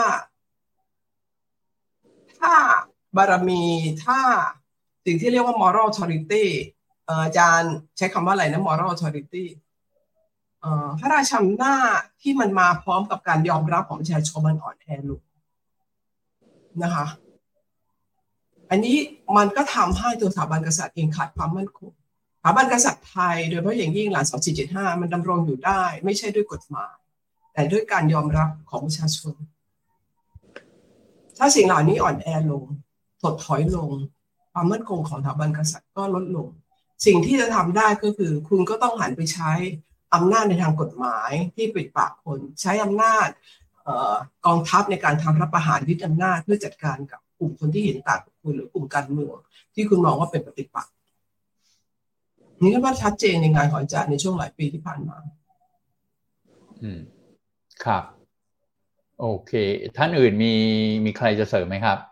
[SPEAKER 3] ถ้าบารมีถ้าสิ่งที่เรียกว่า moral authority อาจารย์ใช้คำว่าอะไรนะ moral authority พระราชอำนาจที่มันมาพร้อมกับการยอมรับของประชาชนมันอ่อนแอลงนะคะอันนี้มันก็ทำให้ตัวสถาบันกษัตริย์เองขาดความมั่นคงสถาบันกษัตริย์ไทยโดยเฉพาะอย่างยิ่งหลังสองสี่เจ็ดห้ามันดำรงอยู่ได้ไม่ใช่ด้วยกฎหมายแต่ด้วยการยอมรับของประชาชนถ้าสิ่งเหล่านี้อ่อนแอลงถดถอยลงความมั่นคงของสถาบันกษัตริย์ก็ลดลงสิ่งที่จะทำได้ก็คือคุณก็ต้องหันไปใช้อำนาจในทางกฎหมายที่ปิดปากคนใช้อำนาจกองทัพในการทำรัฐประหารยึดอำนาจเพื่อจัดการกับกลุ่มคนที่เห็นต่างกับคุณหรือกลุ่มการเมืองที่คุณมองว่าเป็นปฏิปักษ์นี่ก็ว่าชัดเจนในงานของอาจารย์ในช่วงหลายปีที่ผ่านมา
[SPEAKER 1] อืมครับโอเคท่านอื่นมีมีใครจะเสริมไหมครับ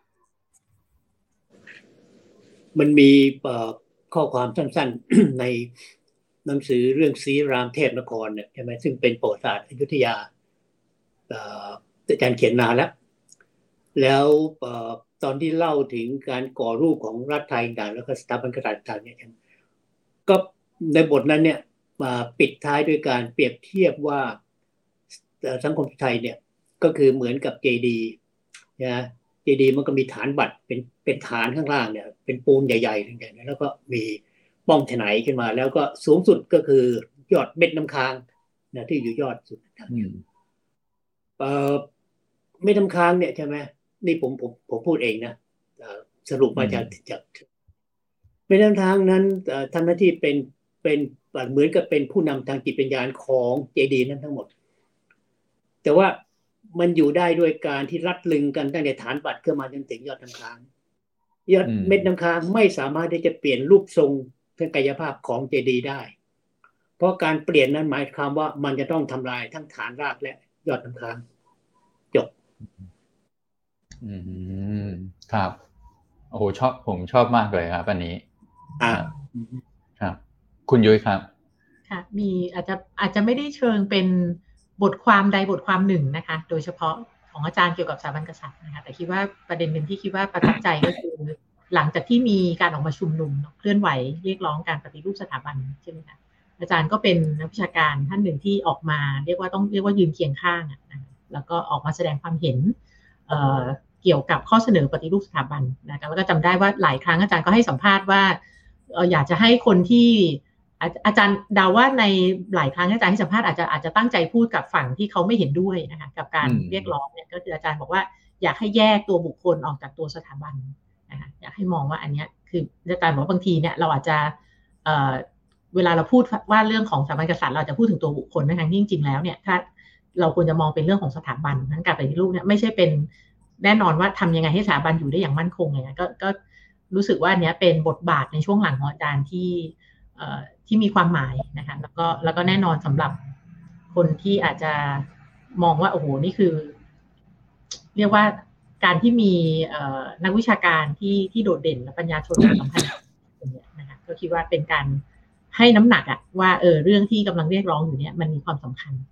[SPEAKER 2] มันมีข้อความสั้นๆ ในหนังสือเรื่องศรีรามเทพนครเนี่ยใช่ไหมซึ่งเป็นประวัติศาสตร์อยุธยาอาจารย์เขียนนานแล้วแล้วตอนที่เล่าถึงการก่อรูปของรัฐไทยต่างแล้วก็สถาบันกษัตริย์ต่างเนี่ยก็ในบทนั้นเนี่ยมาปิดท้ายด้วยการเปรียบเทียบว่าสังคมไทยเนี่ยก็คือเหมือนกับเจดีย์นะเจดีย์มันก็มีฐานบัตรเป็นเป็นฐานข้างล่างเนี่ยเป็นปูนใหญ่ๆอย่างนี้แล้วก็มีป้องถนายขึ้นมาแล้วก็สูงสุดก็คือยอดเม็ดน้ำค้างนะที่อยู่ยอดสุดเอ่อเม็ดน้ำค้างเนี่ยใช่ไหมนี่ผมผมผมพูดเองนะสรุปมาจากจากเม็ดน้ำค้างนั้นทำหน้าที่เป็นเป็นเหมือนกับเป็นผู้นำทางจิตวิญญาณของเจดีย์นั้นทั้งหมดแต่ว่ามันอยู่ได้ด้วยการที่รัดลึงกันตั้งแต่ฐานบัตรขึ้นมาจนถึงยอดน้ำค้างยอดเม็ดน้ำค้างไม่สามารถที่จะเปลี่ยนรูปทรงทางกายภาพของเจดีย์ได้เพราะการเปลี่ยนนั้นหมายความว่ามันจะต้องทำลายทั้งฐานรากและยอดน้ำค้างจบ
[SPEAKER 1] อืมครับโอ้โหชอบผมชอบมากเลยครับอันนี้
[SPEAKER 2] อ่า
[SPEAKER 1] ครับคุณยุ้ยครับ
[SPEAKER 4] ค่ะมีอาจจะอาจจะไม่ได้เชิงเป็นบทความใดบทความหนึ่งนะคะโดยเฉพาะของอาจารย์เกี่ยวกับสถาบันกษัตริย์นะคะแต่คิดว่าประเด็นหนึ่งที่คิดว่าประทับใจก็คือหลังจากที่มีการออกมาชุมนุมเคลื่อนไหวเรียกร้องการปฏิรูปสถาบันใช่ไหมคะอาจารย์ก็เป็นนักวิชาการท่านหนึ่งที่ออกมาเรียกว่าต้องเรียกว่ายืนเคียงข้างนะแล้วก็ออกมาแสดงความเห็น เอ่อ เกี่ยวกับข้อเสนอปฏิรูปสถาบันนะคะแล้วก็จำได้ว่าหลายครั้งอาจารย์ก็ให้สัมภาษณ์ว่าเอออยากจะให้คนที่อาจารย์เดาว่าในหลายครั้งอาจารย์ให้สัมภาษณ์อาจจะอาจจะตั้งใจพูดกับฝั่งที่เขาไม่เห็นด้วยนะคะกับการเรียกร้องเนี่ยก็คืออาจารย์บอกว่าอยากให้แยกตัวบุคคลออกจากตัวสถาบันนะคะอยากให้มองว่าอันนี้คืออาจารย์บอกบางทีเนี่ยเราอาจจะเอ่อเวลาเราพูดว่าเรื่องของสถาบันกษัตริย์เราจะพูดถึงตัวบุคคลนะคะที่จริงๆแล้วเนี่ยถ้าเราควรจะมองเป็นเรื่องของสถาบันทั้งการปฏิรูปเนี่ยไม่ใช่เป็นแน่นอนว่าทำยังไงให้สถาบันอยู่ได้อย่างมั่นคงไงก็ก็รู้สึกว่าอันนี้เป็นบทบาทในช่วงหลังของอาจารย์ที่เอ่อที่มีความหมายนะคะแล้วก็แล้วก็แน่นอนสำหรับคนที่อาจจะมองว่าโอ้โหนี่คือเรียกว่าการที่มีเอ่อนักวิชาการที่ที่โดดเด่นและปัญญาชนสำคัญอย่างเงี้ยนะคะก็คิดว่าเป็นการให้น้ำหนักอะว่าเออเรื่องที่กำลังเรียกร้องอยู่เนี่ยมันมีความสำคัญนะคะแล้ว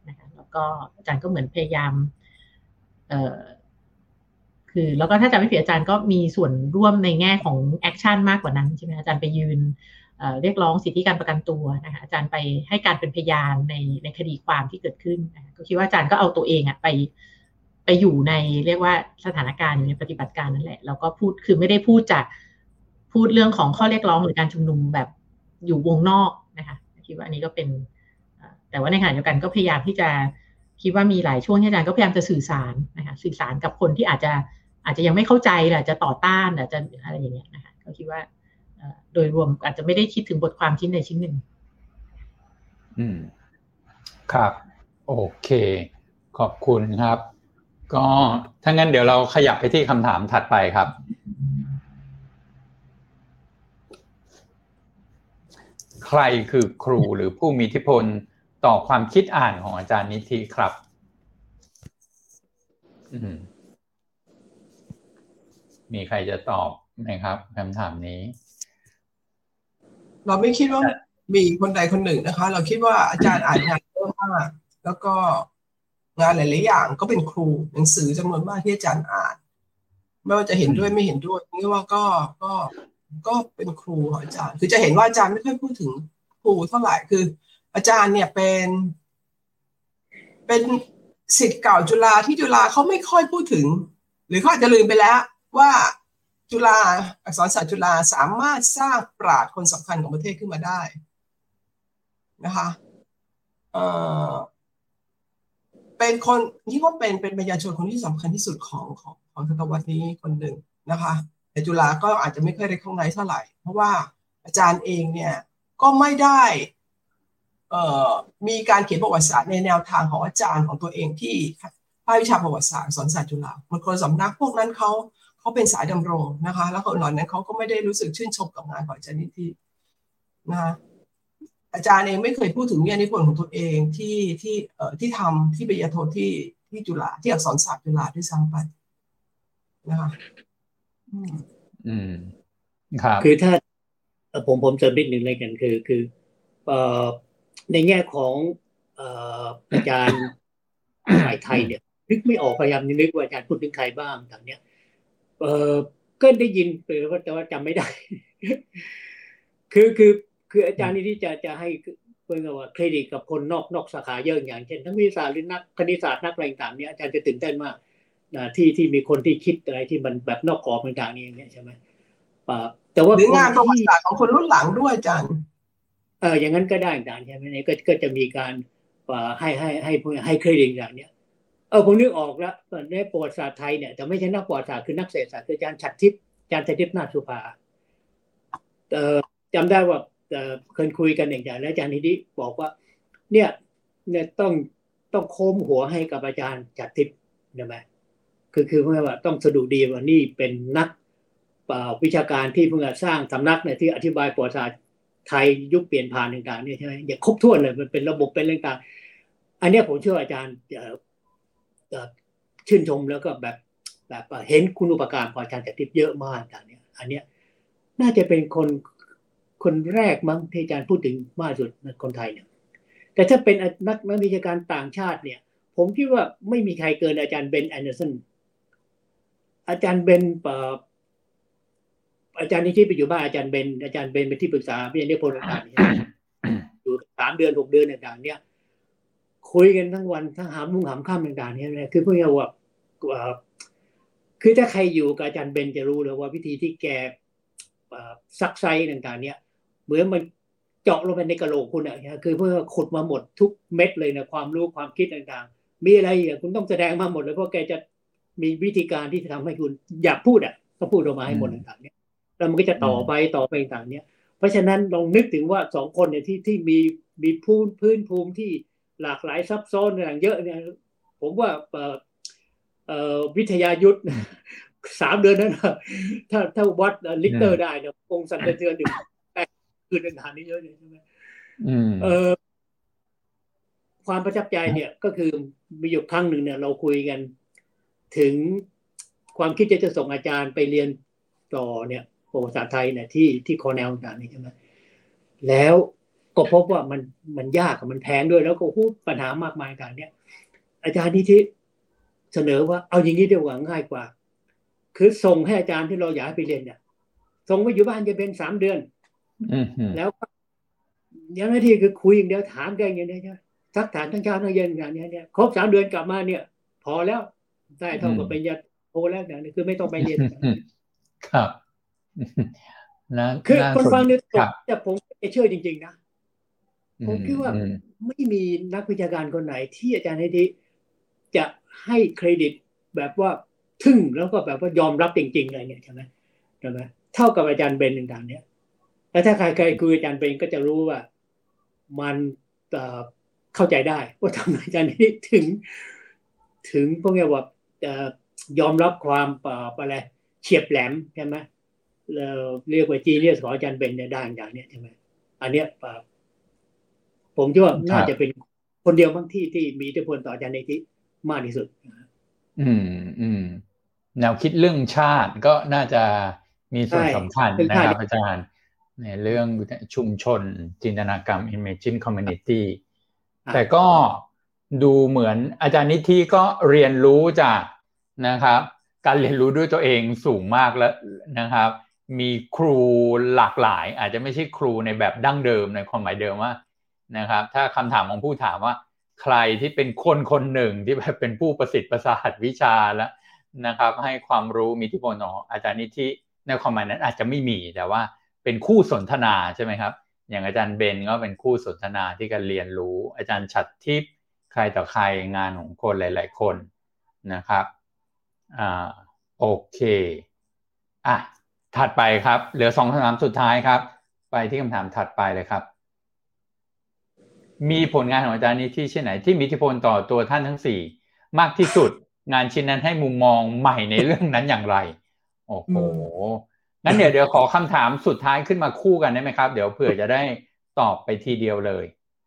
[SPEAKER 4] ก็อาจารย์ก็เหมือนพยายามเอ่อคือแล้วก็ถ้าจำไม่ผิดอาจารย์ก็มีส่วนร่วมในแง่ของแอคชั่นมากกว่านั้นใช่ไหมอาจารย์ไปยืนเรียกร้องสิทธิการประกันตัวนะคะอาจารย์ไปให้การเป็นพยานในในคดีความที่เกิดขึ้นนะก็คิดว่าอาจารย์ก็เอาตัวเองอะไปไปอยู่ในเรียกว่าสถานการณ์อยู่ในปฏิบัติการนั่นแหละแล้วก็พูดคือไม่ได้พูดจากพูดเรื่องของข้อเรียกร้องหรือการชุมนุมแบบอยู่วงนอกนะคะคิดว่าอันนี้ก็เป็นแต่ว่าในขณะเดียวกันก็พยายามที่จะคิดว่ามีหลายช่วงที่อาจารย์ก็พยายามจะสื่อสารนะคะสื่อสารกับคนที่อาจจะอาจจะยังไม่เข้าใจหรืออาจจะต่อต้านอาจจะอะไรอย่างเงี้ยนะคะก็คิดว่าโดยรวมอาจจะไม่ได้คิดถึงบทความชิ้นใดชิ้นหนึ่ง
[SPEAKER 1] อืมครับโอเคขอบคุณครับก็ถ้างั้นเดี๋ยวเราขยับไปที่คำถามถัดไปครับใครคือครูหรือผู้มีอิทธิพลต่อความคิดอ่านของอาจารย์นิธิครับอืมมีใครจะตอบไหมครับคำถามนี้
[SPEAKER 3] เราไม่คิดว่ามีคนใดคนหนึ่งนะคะเราคิดว่าอาจารย์อ่านงานเยอะมากแล้วก็งานหลายๆอย่างก็เป็นครูหนังสือจำนวนมากที่อาจารย์อ่านไม่ว่าจะเห็นด้วยไม่เห็นด้วยนี่ว่าก็ก็ก็เป็นครูของอาจารย์คือจะเห็นว่าอาจารย์ไม่ค่อยพูดถึงครูเท่าไหร่คืออาจารย์เนี่ยเป็นเป็นศิษย์เก่าจุฬาที่จุฬาเขาไม่ค่อยพูดถึงหรือเขาอาจจะลืมไปแล้วว่าจุฬาอักษรศาสตร์จุฬาสามารถสร้างปราชญ์คนสำคัญของประเทศขึ้นมาได้นะคะเอ่อเป็นคนที่ว่าเป็นเป็นปัญญาชนคนที่สำคัญที่สุดของของของศตวรรษนี้คนหนึ่งนะคะแต่จุฬาก็อาจจะไม่เคยได้เข้าในเท่าไหร่เพราะว่าอาจารย์เองเนี่ยก็ไม่ได้เอ่อมีการเขียนประวัติศาสตร์ในแนวทางของอาจารย์ของตัวเองที่ภาควิชาประวัติศาสตร์อักษรศาสตร์จุฬามันคนสำนักพวกนั้นเขาเขาเป็นสายดำรงนะคะแล้วคนเหล่านั้นเขาก็ไม่ได้รู้สึกชื่นชมกับงานของอาจารย์นิธินะคะอาจารย์เองไม่เคยพูดถึงวิทยานิพนธ์ของตัวเองที่ที่เอ่อที่ทำที่ปริญญาโทที่ที่จุฬาที่อักษรศาสตร์จุฬาด้วยซ้ำไปนะคะอืม
[SPEAKER 1] อืมครับ
[SPEAKER 2] คือถ้าผมผมเสริมนิดหนึ่งเลยกันคือคือเอ่อในแง่ของเอ่ออาจารย์ฝ่ายไทยเนี่ยนึกไม่ออกพยายามนึกว่าอาจารย์พูดถึงใครบ้างต่างเนี้ยเอ่อก็ได้ยินแต่ว่าจำไม่ได้ คือคือคืออาจารย์นี่ที่จะจะให้เพื่อนว่าเครดิตกับคนนอกนอกสาขาเยอะอย่างเช่นทั้งวิทยาศาสตร์หรือนักคณิตศาสตร์นักอะไรต่างๆเนี่ยอาจารย์จะตื่นเต้นมากนะที่ที่มีคนที่คิดอะไรที่มันแบบนอกกรอบต่างๆนี่อย่างเงี้ยใช่ไหมป่าแต่ว่า
[SPEAKER 3] หรืองานประวัติศาสตร์ของคนรุ่นหลังด้วยอาจารย์
[SPEAKER 2] เอออย่างนั้นก็ได้ต่างใช่ไหมเนี่ยก็ก็จะมีการป่าให้ให้ให้ให้เครดิตอย่างเนี้ยเออผมนึกออกแล้วในประวัติศาสตร์ไทยเนี่ยแต่ไม่ใช่นักประวัติศาสตร์คือนักเศรษฐศาสตร์คืออาจารย์ฉัตรทิพย์อาจารย์ฉัตรทิพย์นาฏสุภาเออจำได้ว่าเคยคุยกันอย่างแล้วอาจารย์นิธิบอกว่าเนี่ยเนี่ยต้องต้องโค้งหัวให้กับอาจารย์ฉัตรทิพย์ใช่ไหมคือคือเพื่อว่าต้องสะดุดีว่านี่เป็นนักวิชาการที่เพิ่งสร้างสำนักเนี่ยที่อธิบายประวัติศาสตร์ไทยยุคเปลี่ยนผ่านต่างๆเนี่ยใช่ไหมอย่างครบถ้วนเลยมันเป็นระบบเป็นเรื่องต่างอันนี้ผมเชื่ออาจารย์ชื่นชมแล้วก็แบบแบบเห็นคุณอุปการของอาจารย์ฉัตรทิพย์เยอะมากต่างเนี่ยอันเนี้ยน่าจะเป็นคนคนแรกมั้งที่อาจารย์พูดถึงมากสุดคนไทยเนี่ยแต่ถ้าเป็นนักนักวิชาการต่างชาติเนี่ยผมคิดว่าไม่มีใครเกินอาจารย์เบนแอนเดอร์สันอาจารย์เบนอาจารย์นิธิไปอยู่บ้านอาจารย์เบนอาจารย์เบนเป็นที่ปรึกษาวิทยานิพนธ์ต่างๆอยู่สามเดือนหกเดือนต่างๆเนี่ยคุยกันทั้งวันทั้งหามมุ่งหามข้ามต่างๆเนี่ยคือเพื่อว่าคือถ้าใครอยู่กับอาจารย์เบนจะรู้เลยว่าวิธีที่แกซักไซต่างๆเนี่ยเหมือนมันเจาะลงไปในกระโหลกคุณอ่ะคือเพื่อขุดมาหมดทุกเม็ดเลยนะความรู้ความคิดต่างๆมีอะไรอ่ะคุณต้องแสดงมาหมดเลยเพราะแกจะมีวิธีการที่จะทำให้คุณอยากพูดอ่ะก็พูดออกมาให้หมดต่างๆเนี่ยแล้วมันก็จะต่อไปต่อไปต่างๆเนี่ยเพราะฉะนั้นลองนึกถึงว่าสองคนเนี่ยที่ที่มีมีพื้นพื้นภูมิที่หลากหลายซับซ้อนต่างเยอะเนี่ยผมว่าเอ่อเอ่อวิทยายุทธสามเดือนนั้นถ้าถ้าวัดลิตเตอร์ได้เนี่ยคงสั่นสะเทือนถึงแต่คือในฐานนี้เยอะเลยใช่ไหมเออความประทับใจเนี่ยก็คือมีอยู่ครั้งหนึ่งเนี่ยเราคุยกันถึงความคิดจะส่งอาจารย์ไปเรียนต่อเนี่ยประวัติศาสตร์ไทยเนี่ยที่ที่คอร์เนลต่างๆนี่ใช่ไหมแล้วก็พบว่ามันมันยากมันแพงด้วยแล้วก็หูปัญหามากมายการเนี้ยอาจารย์นิธิเสนอว่าเอาอย่างนี้ดีกว่าง่ายกว่าคือส่งให้อาจารย์ที่เราอยากให้ไปเรียนเนี่ยส่งไปอยู่บ้านจะเป็นสามเดือนแล้วยังไงที่คือคุยอย่างเดียวถามแกอย่างเดียวใช่ไหมสักถามทั้งเช้าทั้งเย็นอย่างนี้เนี่ยครบสามเดือนกลับมาเนี่ยพอแล้วได้เท่ากับเป็นยาโทแล้วเนี่ยคือไม่ต้องไปเรียน
[SPEAKER 1] ครับนะ
[SPEAKER 2] คือคนฟังเนี่ยแต่ผมไม่เชื่อจริงๆนะผมคิดว่าไม่มีนักวิชาการคนไหนที่อาจารย์นิธิจะให้เครดิตแบบว่าทึ่งแล้วก็แบบว่ายอมรับจริงๆอะไรเนี่ยใช่ไหมใช่ไหมเท่ากับอาจารย์เบนต่างๆเนี่ยแล้วถ้าใครเคยคุยอาจารย์เบนก็จะรู้ว่ามันเข้าใจได้ว่าทำไมอาจารย์นิธิถึงถึงพวกนี้ว่ายอมรับความอะไรเฉียบแหลมใช่ไหมเรียกว่าจีเนียสของอาจารย์เบนในด้านอย่างนี้ใช่ไหมอันเนี้ยผมคิดว่าน่าจะเป็นคนเดียวบางที่ที่มีอิทธิพลต่ออาจารย์นิธิมากที่สุด
[SPEAKER 1] อืมอืมแนวคิดเรื่องชาติก็น่าจะมีส่วนสำคัญนะครับอาจารย์ในเรื่องชุมชนจินตนากรรม Imagine Community แต่ก็ดูเหมือนอาจารย์นิธิก็เรียนรู้จากนะครับการเรียนรู้ด้วยตัวเองสูงมากแล้วนะครับมีครูหลากหลายอาจจะไม่ใช่ครูในแบบดั้งเดิมในความหมายเดิมว่านะครับถ้าคำถามของผู้ถามว่าใครที่เป็นคนคนหนึ่งที่แบบเป็นผู้ประสิทธิ์ประสาทวิชาแล้วนะครับให้ความรู้มีอิทธิพลของอาจารย์นิธิในความหมายนั้นอาจจะไม่มีแต่ว่าเป็นคู่สนทนาใช่ไหมครับอย่างอาจารย์เบนก็เป็นคู่สนทนาที่การเรียนรู้อาจารย์ฉัตรทิพย์ใครต่อใครงานของคนหลายๆคนนะครับอ่าโอเคอ่ะถัดไปครับเหลือสองคำถามสุดท้ายครับไปที่คำถามถัดไปเลยครับมีผลงานของอาจารย์นิธิชิ้นไหนที่มีอิทธิพลต่อตัวท่านทั้งสี่มากที่สุดงานชิ้นนั้นให้มุมมองใหม่ในเรื่องนั้นอย่างไรโอ้โหงั้นเดี๋ยวเดี๋ยวขอคำถามสุดท้ายขึ้นมาคู่กันได้ไหมครับเดี๋ยวเผื่อจะได้ตอบไปทีเดียวเลย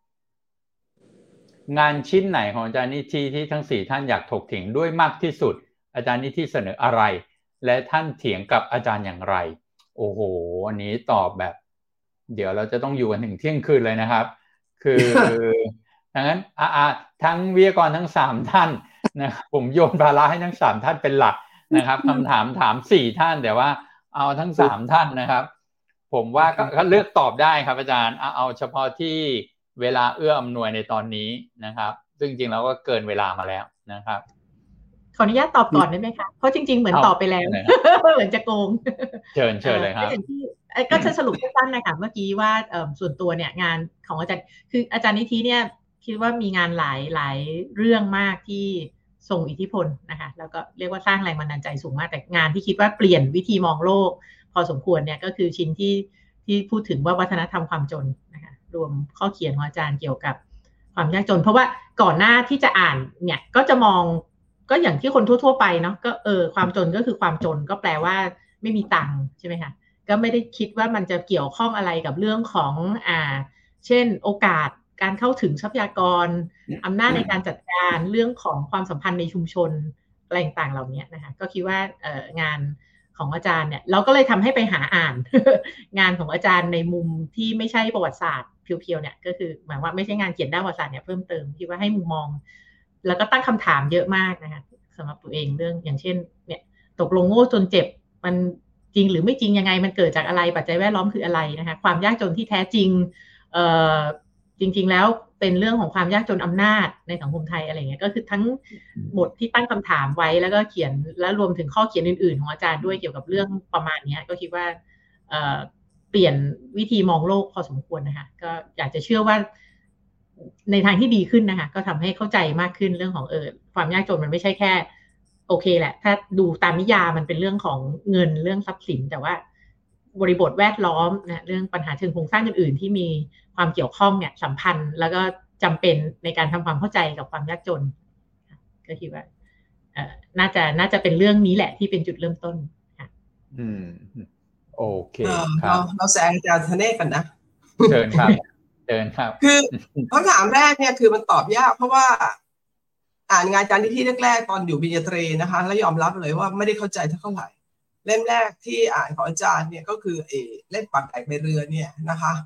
[SPEAKER 1] งานชิ้นไหนของอาจารย์นิธิที่ทั้งสี่ท่านอยากถกเถียงด้วยมากที่สุดอาจารย์นิธิเสนออะไรและท่านเถียงกับอาจารย์อย่างไรโอ้โหอันนี้ตอบแบบเดี๋ยวเราจะต้องอยู่กันถึงเที่ยงคืนเลยนะครับคือดังนั้นอ่าทั้งวิทยากรทั้งสามท่านนะผมโยนภาระให้ทั้งสามท่านเป็นหลักนะครับคำถามถามสี่ท่านแต่ว่าเอาทั้งสามท่านนะครับผมว่าก็เลือกตอบได้ครับอาจารย์เอาเฉพาะที่เวลาเอื้ออำนวยในตอนนี้นะครับซึ่งจริงๆเราก็เกินเวลามาแล้วนะครับ
[SPEAKER 4] ขออนุญาตตอบก่อนได้ไหมคะเพราะจริงๆเหมือนตอบไปแล้วเหมือนจะโกง
[SPEAKER 1] เชิญเชิญเลยครับ
[SPEAKER 4] ก็จะสรุปสั้นๆนะคะเมื่อกี้ว่าส่วนตัวเนี่ยงานของอาจารย์คืออาจารย์นิธิเนี่ยคิดว่ามีงานหลายหลายเรื่องมากที่ส่งอิทธิพลนะคะแล้วก็เรียกว่าสร้างแรงบันดาลใจสูงมากแต่งานที่คิดว่าเปลี่ยนวิธีมองโลกพอสมควรเนี่ยก็คือชิ้นที่ที่พูดถึงว่าวัฒนธรรมความจนนะคะรวมข้อเขียนของอาจารย์เกี่ยวกับความยากจนเพราะว่าก่อนหน้าที่จะอ่านเนี่ยก็จะมองก็อย่างที่คนทั่วๆไปเนาะก็เออความจนก็คือความจนก็แปลว่าไม่มีตังค์ใช่ไหมคะก็ไม่ได้คิดว่ามันจะเกี่ยวข้องอะไรกับเรื่องของอ่าเช่นโอกาสการเข้าถึงทรัพยากรอำนาจในการจัดการเรื่องของความสัมพันธ์ในชุมชนอะไรต่างๆเหล่านี้นะคะก็คิดว่าเอ่องานของอาจารย์เนี่ยเราก็เลยทำให้ไปหาอ่าน งานของอาจารย์ในมุมที่ไม่ใช่ประวัติศาสตร์เพียวๆเนี่ยก็คือหมายว่าไม่ใช่งานเขียนด้านประวัติศาสตร์เนี่ยเพิ่มเติมที่ว่าให้มุมมองแล้วก็ตั้งคำถามเยอะมากนะคะสำหรับตัวเองเรื่องอย่างเช่นเนี่ยตกลงโง่จนเจ็บมันจริงหรือไม่จริงยังไงมันเกิดจากอะไรปัจจัยแวดล้อมคืออะไรนะคะความยากจนที่แท้จริงเอ่อจริงๆแล้วเป็นเรื่องของความยากจนอำนาจในสังคมไทยอะไรเงี้ยก็คือทั้งหมดที่ตั้งคำถามไว้แล้วก็เขียนและรวมถึงข้อเขียนอื่นๆของอาจารย์ด้วยเกี่ยวกับเรื่องประมาณนี้ก็คิดว่าเอ่อเปลี่ยนวิธีมองโลกพอสมควรนะคะก็อยากจะเชื่อว่าในทางที่ดีขึ้นนะคะก็ทำให้เข้าใจมากขึ้นเรื่องของเออความยากจนมันไม่ใช่แค่โอเคแหละถ้าดูตามนิยามมันเป็นเรื่องของเงินเรื่องทรัพย์สินแต่ว่าบริบทแวดล้อมนะเรื่องปัญหาเชิงโครงสร้างอื่นๆที่มีความเกี่ยวข้องเนี่ยสัมพันธ์แล้วก็จำเป็นในการทำความเข้าใจกับความยากจนก็คิดว่าเอ่อน่าจะน่าจะเป็นเรื่องนี้แหละที่เป็นจุดเริ่มต้นค่ะ
[SPEAKER 1] อืมโอเคครับ
[SPEAKER 3] เราแซงอาจารย์ธเนศกันนะ
[SPEAKER 1] เชิญครับเชิญครับ
[SPEAKER 3] คือคำถามแรกเนี่ยคือมันตอบยากเพราะว่าอ่านงานอาจารย์ที่แรกๆตอนอยู่ปริญญาตรีนะคะแล้วยอมรับเลยว่าไม่ได้เข้าใจเท่าไหร่เล่มแรกที่อ่านของอาจารย์เนี่ยก็คือเอเล่มปากแตกใบเรือเนี่ยนะคะ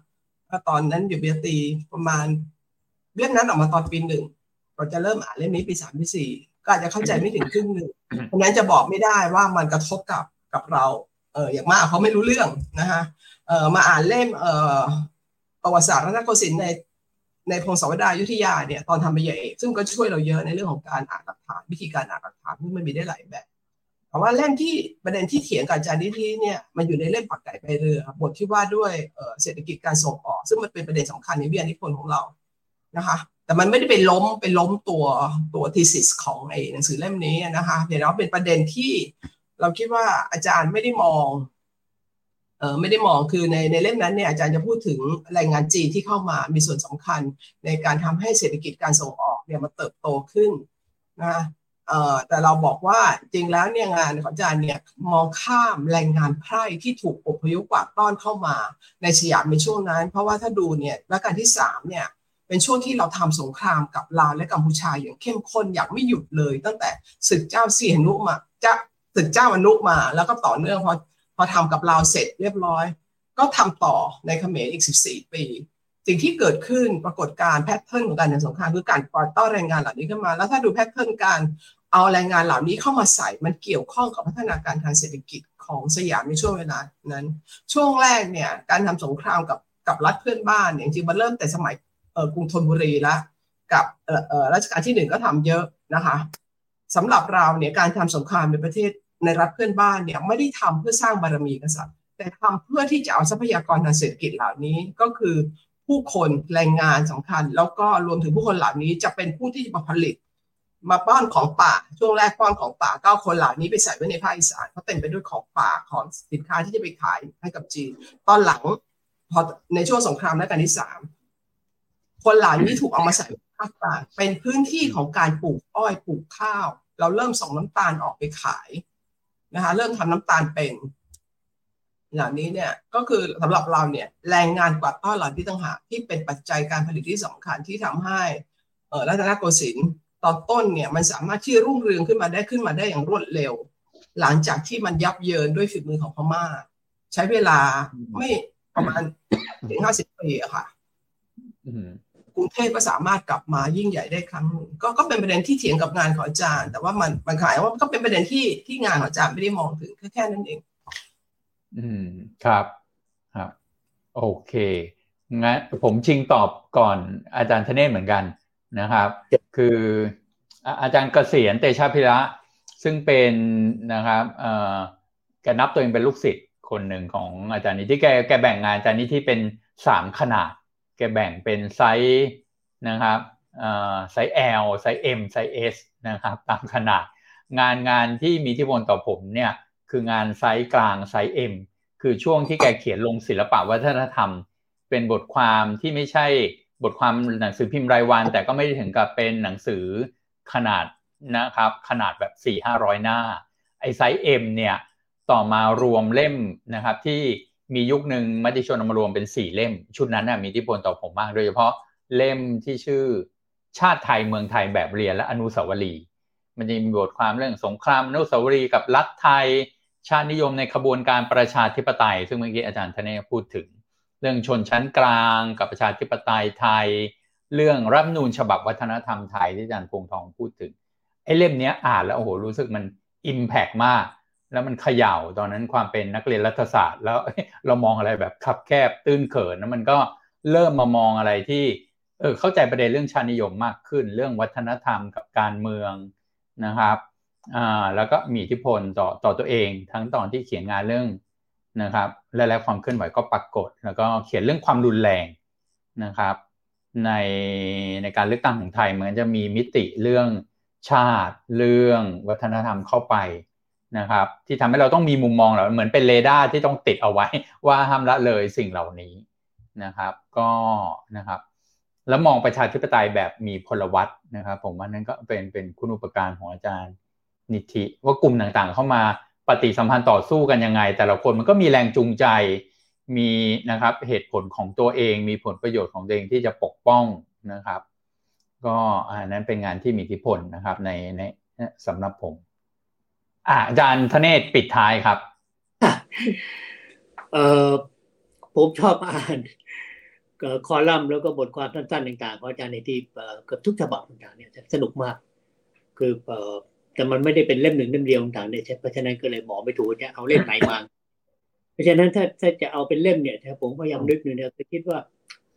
[SPEAKER 3] ตอนนั้นอยู่ปริญญาตรีประมาณเล่มนั้นออกมาตอนปีหนึ่งก็จะเริ่มอ่านเล่มนี้ปีสามปีสี่ก็อาจจะเข้าใจไม่ถึงครึ่งหนึ่งเพราะนั้นจะบอกไม่ได้ว่ามันกระทบกับกับเราเอออย่างมากเขาไม่รู้เรื่องนะฮะเออมาอ่านเล่มเออประวัติศาสตร์รัตนโกสินทร์ในในพงศาวดารอยุธยาเนี่ยตอนทำปริญญาเอกซึ่งก็ช่วยเราเยอะในเรื่องของการอ่านหลักฐานวิธีการอ่านหลักฐานที่มันมีได้หลายแบบแต่ว่าเล่มที่ประเด็นที่เถียงกับอาจารย์นิธิเนี่ยมันอยู่ในเล่มปักไก่ไปเรือบทที่ว่าด้วยเศรษฐกิจการส่งออกซึ่งมันเป็นประเด็นสำคัญในวิทยานิพนธ์ของเรานะคะแต่มันไม่ได้ไปล้มไปล้มตัวตัว thesis ของไอ้หนังสือเล่มนี้นะคะเดี๋ยวเราเป็นประเด็นที่เราคิดว่าอาจารย์ไม่ได้มองเออไม่ได้มองคือในในเล่มนั้นเนี่ยอาจารย์จะพูดถึงแรงงานจีนที่เข้ามามีส่วนสำคัญในการทำให้เศรษฐกิจการส่งออกเนี่ยมันเติบโตขึ้นนะเอ่อแต่เราบอกว่าจริงแล้วเนี่ยงานของอาจารย์เนี่ยมองข้ามแรงงานไพร่ที่ถูกอพยพกวาดต้อนเข้ามาในสยามในช่วงนั้นเพราะว่าถ้าดูเนี่ยรัชกาลที่สามเนี่ยเป็นช่วงที่เราทำสงครามกับลาวและกัมพูชาอย่างเข้มข้นอย่างไม่หยุดเลยตั้งแต่ศึกเจ้าเสียนุมาจะศึกเจ้าอนุมาแล้วก็ต่อเนื่องพอพอทำกับลาวเสร็จเรียบร้อยก็ทำต่อในเขมรอีกสิบสี่ปีสิ่งที่เกิดขึ้นปรากฏการณ์แพทเทิร์นของการทำสงครามคือการปล่อยต้อนแรงงานเหล่านี้ขึ้นมาแล้วถ้าดูแพทเทิร์นการเอาแรงงานเหล่านี้เข้ามาใส่มันเกี่ยวข้องกับพัฒนาการทางเศรษฐกิจของสยามในช่วงเวลานั้นช่วงแรกเนี่ยการทำสงครามกับกับรัฐเพื่อนบ้านเนี่ยจริงๆมันเริ่มแต่สมัยเอ่อกรุงธนบุรีแล้วกับเอ่อเอ่อรัชกาลที่หนึ่งก็ทำเยอะนะคะสำหรับเราเนี่ยการทำสงครามในประเทศในรัฐเพื่อนบ้านเนี่ยไม่ได้ทำเพื่อสร้างบารมีกษัตริย์แต่ทำเพื่อที่จะเอาทรัพยากรทางเศรษฐกิจเหล่านี้ก็คือผู้คนแรงงานสำคัญแล้วก็รวมถึงผู้คนเหล่านี้จะเป็นผู้ที่จะมาผลิตมาป้อนของป่าช่วงแรกป้อนของป่าก็คนเหล่านี้ไปใส่ไว้ในภาคอีสานเพราะเต็มไปด้วยของป่าของสินค้าที่จะไปขายให้กับจีนตอนหลังพอในช่วงสงครามรัชกาลที่สามคนเหล่านี้ถูกเอามาใส่ภาคกลางเป็นพื้นที่ของการปลูกอ้อยปลูกข้าวเราเริ่มส่งน้ำตาลออกไปขายนะคะเริ่มทำน้ำตาลเป็นเหล่านี้เนี่ยก็คือสำหรับเราเนี่ยแรงงานกวาดต้อนเหล่าที่ต่างหากที่เป็นปัจจัยการผลิตที่สำคัญที่ทำให้เอ่อรัตนโกสินทร์ตอนต้นเนี่ยมันสามารถที่รุ่งเรืองขึ้นมาได้ขึ้นมาได้อย่างรวดเร็วหลังจากที่มันยับเยินด้วยฝีมือของพม่าใช้เวลาไม่ประมาณถึงห้าสิบปีอะค่ะกรุงเทพก็สามารถกลับมายิ่งใหญ่ได้ครั้งนึงก็ก็เป็นประเด็นที่เถียงกับงานของอาจารย์แต่ว่ามันมันขายว่าก็เป็นประเด็นที่ที่งานของอาจารย์ไม่ได้มองถึงแค่แค่นั้นเอง
[SPEAKER 1] อืมครับครับโอเคงั้นผมชิงตอบก่อนอาจารย์ธเนศเหมือนกันนะครับคืออาจารย์เกษียณเตชะพิระซึ่งเป็นนะครับเอ่อแกนับตัวเองเป็นลูกศิษย์คนหนึ่งของอาจารย์นิธิแกแกแบ่งงานอาจารย์นิธิเป็นสามขนาดแกแบ่งเป็นไซส์นะครับเอ่อไซส์ L ไซส์ M ไซส์ S นะครับตามขนาดงานงานที่มีอิทธิพลต่อผมเนี่ยคืองานไซส์กลางไซส์ M คือช่วงที่แกเขียนลงศิลปะวัฒนธรรมเป็นบทความที่ไม่ใช่บทความหนังสือพิมพ์รายวันแต่ก็ไม่ได้ถึงกับเป็นหนังสือขนาดนะครับขนาดแบบ สี่ถึงห้าร้อย หน้าไอ้ไซส์ M เนี่ยต่อมารวมเล่มนะครับที่มียุคนึงมติชนเอามารวมเป็นสี่เล่มชุดนั้นน่ะมีอิทธิพลต่อผมมากโดยเฉพาะเล่มที่ชื่อชาติไทยเมืองไทยแบบเรียนและอนุสาวรีย์มันจะมีบทความเรื่องสงครามอนุสาวรีย์กับรัฐไทยชาตินิยมในขบวนการประชาธิปไตยซึ่งเมื่อกี้อาจารย์ธเนศพูดถึงเรื่องชนชั้นกลางกับประชาธิปไตยไทยเรื่องรัฐธรรมนูญฉบับวัฒนธรรมไทยที่อาจารย์พงษ์ทองพูดถึงไอ้เล่มนี้อ่านแล้วโอ้โหรู้สึกมันอิมแพกมากแล้วมันเขย่าตอนนั้นความเป็นนักเรียนรัฐศาสตร์แล้วเรามองอะไรแบบคับแคบตื้นเขินแล้วมันก็เริ่มมามองอะไรที่เออเข้าใจประเด็นเรื่องชาตินิยมมากขึ้นเรื่องวัฒนธรรมกับการเมืองนะครับอ่าแล้วก็มีอิทธิพลต่อต่อตัวเองทั้งตอนที่เขียนงานเรื่องนะครับและและความเคลื่อนไหวก็ปรากฏแล้วก็เขียนเรื่องความรุนแรงนะครับในในการเลือกตั้งของไทยมันจะมีมิติเรื่องชาติเรื่องวัฒนธรรมเข้าไปนะครับที่ทำให้เราต้องมีมุมมองเราเหมือนเป็นเรดาร์ที่ต้องติดเอาไว้ว่าห้ามละเลยสิ่งเหล่านี้นะครับก็นะครับแล้วมองประชาธิปไตยแบบมีพลวัตนะครับผมว่านั้นก็เป็นเป็นคุณูปการของอาจารย์นิธิว่ากลุ่มต่างๆเข้ามาปฏิสัมพันธ์ต่อสู้กันยังไงแต่ละคนมันก็มีแรงจูงใจมีนะครับเหตุผลของตัวเองมีผลประโยชน์ของตัวเองที่จะปกป้องนะครับก็อันนั้นเป็นงานที่มีอิทธิพลนะครับในในสำหรับผมอ่ะอาจารย์ธเนศปิดท้ายครับ
[SPEAKER 2] เอ่อผมชอบอ่านคอลัมน์แล้วก็บทความสั้นๆต่างๆของอาจารย์ในที่เกือบทุกฉบับต่างๆเนี่ยสนุกมากคือแต่มันไม่ได้เป็นเล่มหนึ่งเล่มเดียวต่างๆเนี่ยเพราะฉะนั้นก็เลยบอกไม่ถูกจะเอาเล่มไหนมาเพราะฉะนั้นถ้าถ้าจะเอาเป็นเล่มเนี่ยผมพยายามนึกอยู่เนี่ยก็คิดว่า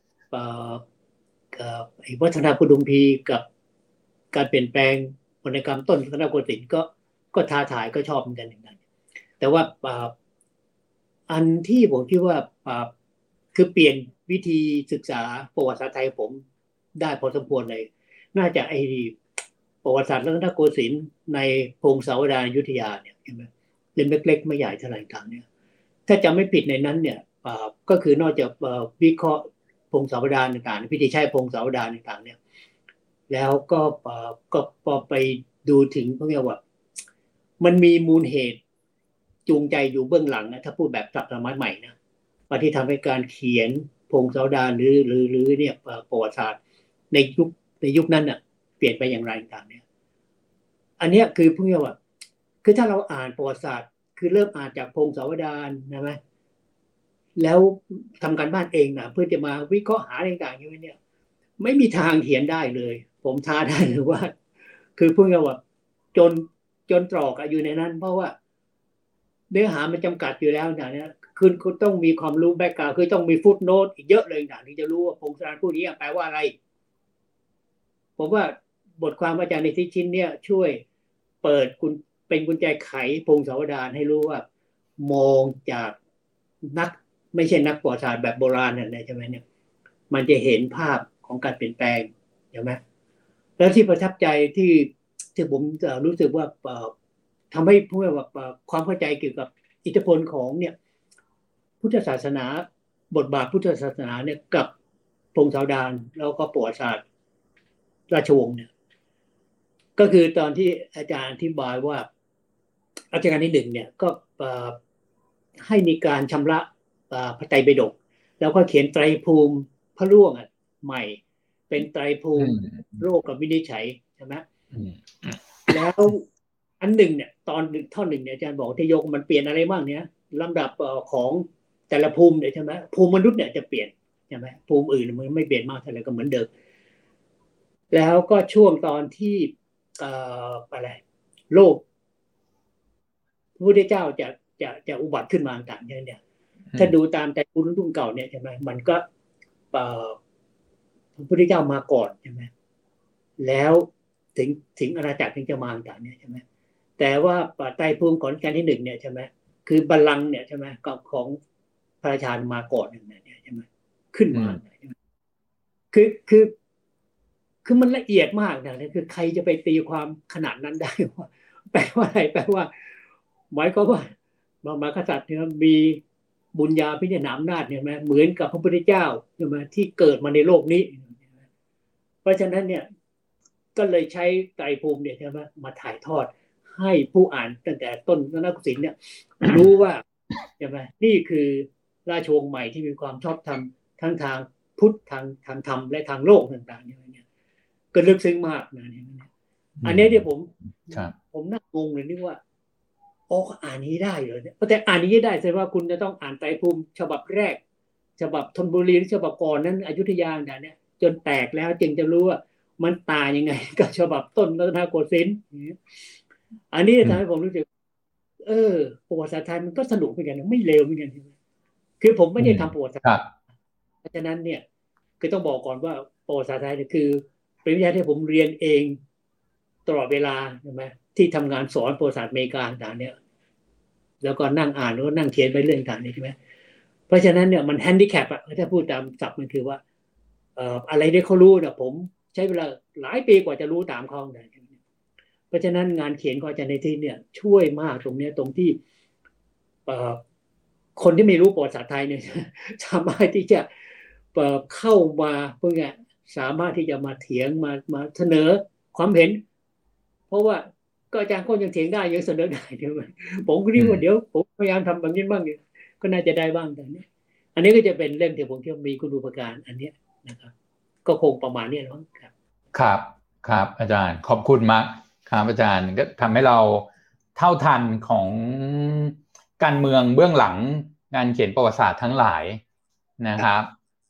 [SPEAKER 2] วัฒนธรรมกุดุมพีกับการเปลี่ยนแปลงวรรณกรรมต้นรัตนโกสินทร์ก็ก็ท้าทายก็ชอบเหมือนกันอย่างนั้นแต่ว่าอันที่ผมคิดว่าคือเปลี่ยนวิธีศึกษาประวัติศาสตร์ไทยผมได้พอสมควรเลยน่าจะไอ้ประวัติศาสตร์รัตนโกสินทร์ในพงศาวดารอยุธยาเนี่ยใช่ไหมเล่มเล็กๆไม่ใหญ่เท่าไหร่ต่างเนี่ยถ้าจำไม่ผิดในนั้นเนี่ยก็คือนอกจากวิเคราะห์พงศาวดารต่างๆพิธีใช้พงศาวดารต่างๆเนี่ยแล้วก็ก็พอไปดูถึงพวกนี้ว่ามันมีมูลเหตุจูงใจอยู่เบื้องหลังนะถ้าพูดแบบศัพท์สมัยใหม่นะว่าที่ทำให้การเขียนพงศาวดารหรือหรือหรือเนี่ยประวัติศาสตร์ในยุคในยุคนั้นน่ะเปลี่ยนไปอย่างไรต่างๆเนี่ยอันนี้คือพวกนี้ว่าคือถ้าเราอ่านประวัติศาสตร์คือเริ่มอ่านจากพงศาวดารนะไหมแล้วทำการบ้านเองนะเพื่อจะมาวิเคราะห์หาต่างๆอย่างนี้เนี่ยไม่มีทางเขียนได้เลยผมท้าได้เลยว่าคือพูดง่ายว่าจนจนตรอกอยู่ในนั้นเพราะว่าเนื้อหามันจำกัดอยู่แล้วอย่างนี้คือคุณต้องมีความรู้แบ็คกราวด์คือต้องมีฟุตโนตอีกเยอะเลยอย่างที่จะรู้ว่าพงศาวดารผู้นี้แปลว่าอะไรผมว่าบทความอาจารย์ในที่ชิ้นเนี่ยช่วยเปิดคุณเป็นกุญแจไขพงศาวดารให้รู้ว่ามองจากนักไม่ใช่นักประวัติศาสตร์แบบโบราณเนี่ยใช่ไหมเนี่ยมันจะเห็นภาพของการเปลี่ยนแปลงใช่ไหมแล้วที่ประทับใจที่ที่ผมรู้สึกว่าทำให้พูดว่าความเข้าใจเกี่ยวกับอิทธิพลของเนี่ยพุทธศาสนาบทบาทพุทธศาสนาเนี่ยกับพงศาวดารแล้วก็ประวัติศาสตร์ราชวงศ์เนี่ยก็คือตอนที่อาจารย์อธิบายว่ารัชกาลที่หนึ่งเนี่ยก็ให้มีการชำระพระไตรปิฎกแล้วก็เขียนไตรภูมิพระร่วงใหม่เป็นไตรภูมิโรคกับวินิจฉัยใช่ไหมแล้วอันหนึ่งเนี่ยตอนท่อนหนึ่งเนี่ยอาจารย์บอกที่ยกมันเปลี่ยนอะไรบ้างเนี่ยลำดับของแต่ละภูมิเนี่ยใช่ไหมภูมิมนุษย์เนี่ยจะเปลี่ยนใช่ไหมภูมิอื่นมันไม่เปลี่ยนมากเท่าไหร่ก็เหมือนเดิมแล้วก็ช่วงตอนที่อะไรโลกพระพุทธเจ้าจะจะจะอุบัติขึ้นมาต่างๆเนี่ยถ้าดูตามแต่รุ่นรุ่นเก่าเนี่ยใช่ไหมมันก็พระพุทธเจ้ามาก่อนใช่ไหมแล้วถึงถึงอาณาจักรถึงจะมาต่างๆเนี่ยใช่ไหมแต่ว่าไตรภูมิของรัชกาลที่หนึ่งเนี่ยใช่ไหมคือบัลลังก์เนี่ยใช่ไหมกับของพระราชามาก่อนเนี่ยใช่ไหมขึ้นมาคือคือคือมันละเอียดมากนะคือใครจะไปตีความขนาดนั้นได้ว่าแปลว่าอะไรแปลว่าหมายความว่าพระมหากษัตริย์เนี่ยมีบุญญาภิญญาอำนาจเนี่ยไหมเหมือนกับพระพุทธเจ้าใช่ไหมที่เกิดมาในโลกนี้เพราะฉะนั้นเนี่ยก็เลยใช้ไตรภูมิเนี่ยใช่ไหมมาถ่ายทอดให้ผู้อ่านตั้งแต่ต้นรัตนโกสินทร์เนี่ยรู้ว่าใช่ไหมนี่คือราชวงศ์ใหม่ที่มีความชอบธรรมทั้งทางพุทธทางทางธรรมและทางโลกต่างๆเนี่ยก็ลึกซึ้งมากนะเนี่ยอันนี้ที่ผมผมน่างงเลยนี่ว่าอ๋ออ่านนี้ได้เลยเนี่ยแต่อ่านนี้ได้แสดงว่าคุณจะต้องอ่านไตรภูมิฉบับแรกฉบับธนบุรีฉบับก่อนนั้นอยุธยาเนี่ยจนแตกแล้วจึงจะรู้ว่ามันต่างยังไงกับฉบับต้นรัตนโกสินทร์อันนี้ทำให้ผมรู้สึกเออประวัติศาสตร์ไทยมันก็สนุกเหมือนกันไม่เลวเหมือนกันคือผมไม่ได้ทำประวัติศาสตร์เพราะฉะนั้นเนี่ยคือต้องบอกก่อนว่าประวัติศาสตร์ไทยเนี่ยคือเป็นวิชาที่ผมเรียนเองตลอดเวลาใช่ไหมที่ทำงานสอนประวัติศาสตร์อเมริกาต่างเนี่ยแล้วก็นั่งอ่านแล้วก็นั่งเขียนไปเรื่องต่างนี่ใช่ไหมเพราะฉะนั้นเนี่ยมันแฮนดิแคปอะถ้าพูดตามศัพท์มันคือว่าเอ่ออะไรที่เขารู้เนี่ยผมใช้เวลาหลายปีกว่าจะรู้ตามเขาได้เพราะฉะนั้นงานเขียนของอาจารย์ในที่เนี่ยช่วยมากตรงนี้ตรงที่เอ่อคนที่ไม่รู้ประวัติศาสตร์ไทยเนี่ยสามารถที่จะเอ่อเข้ามาเพื่อไงสามารถที่จะมาเถียงมามาเสนอความเห็นเพราะว่าก็อาจารย์ก็ยังเถียงได้ยังเสนอได้ใช่ไหมผมก็คิดว่าเดี๋ยวผมพยายามทำแบบนี้บ้างก็น่าจะได้บ้างแต่นี้อันนี้ก็จะเป็นเล่มที่ผมคิดว่ามีคุณูปการอันนี้นะครับก็คงประมาณนี้นะครับ
[SPEAKER 1] ครับครับอาจารย์ขอบคุณมากครับอาจารย์ก็ทำให้เราเท่าทันของการเมืองเบื้องหลังงานเขียนประวัติศาสตร์ทั้งหลายนะครับ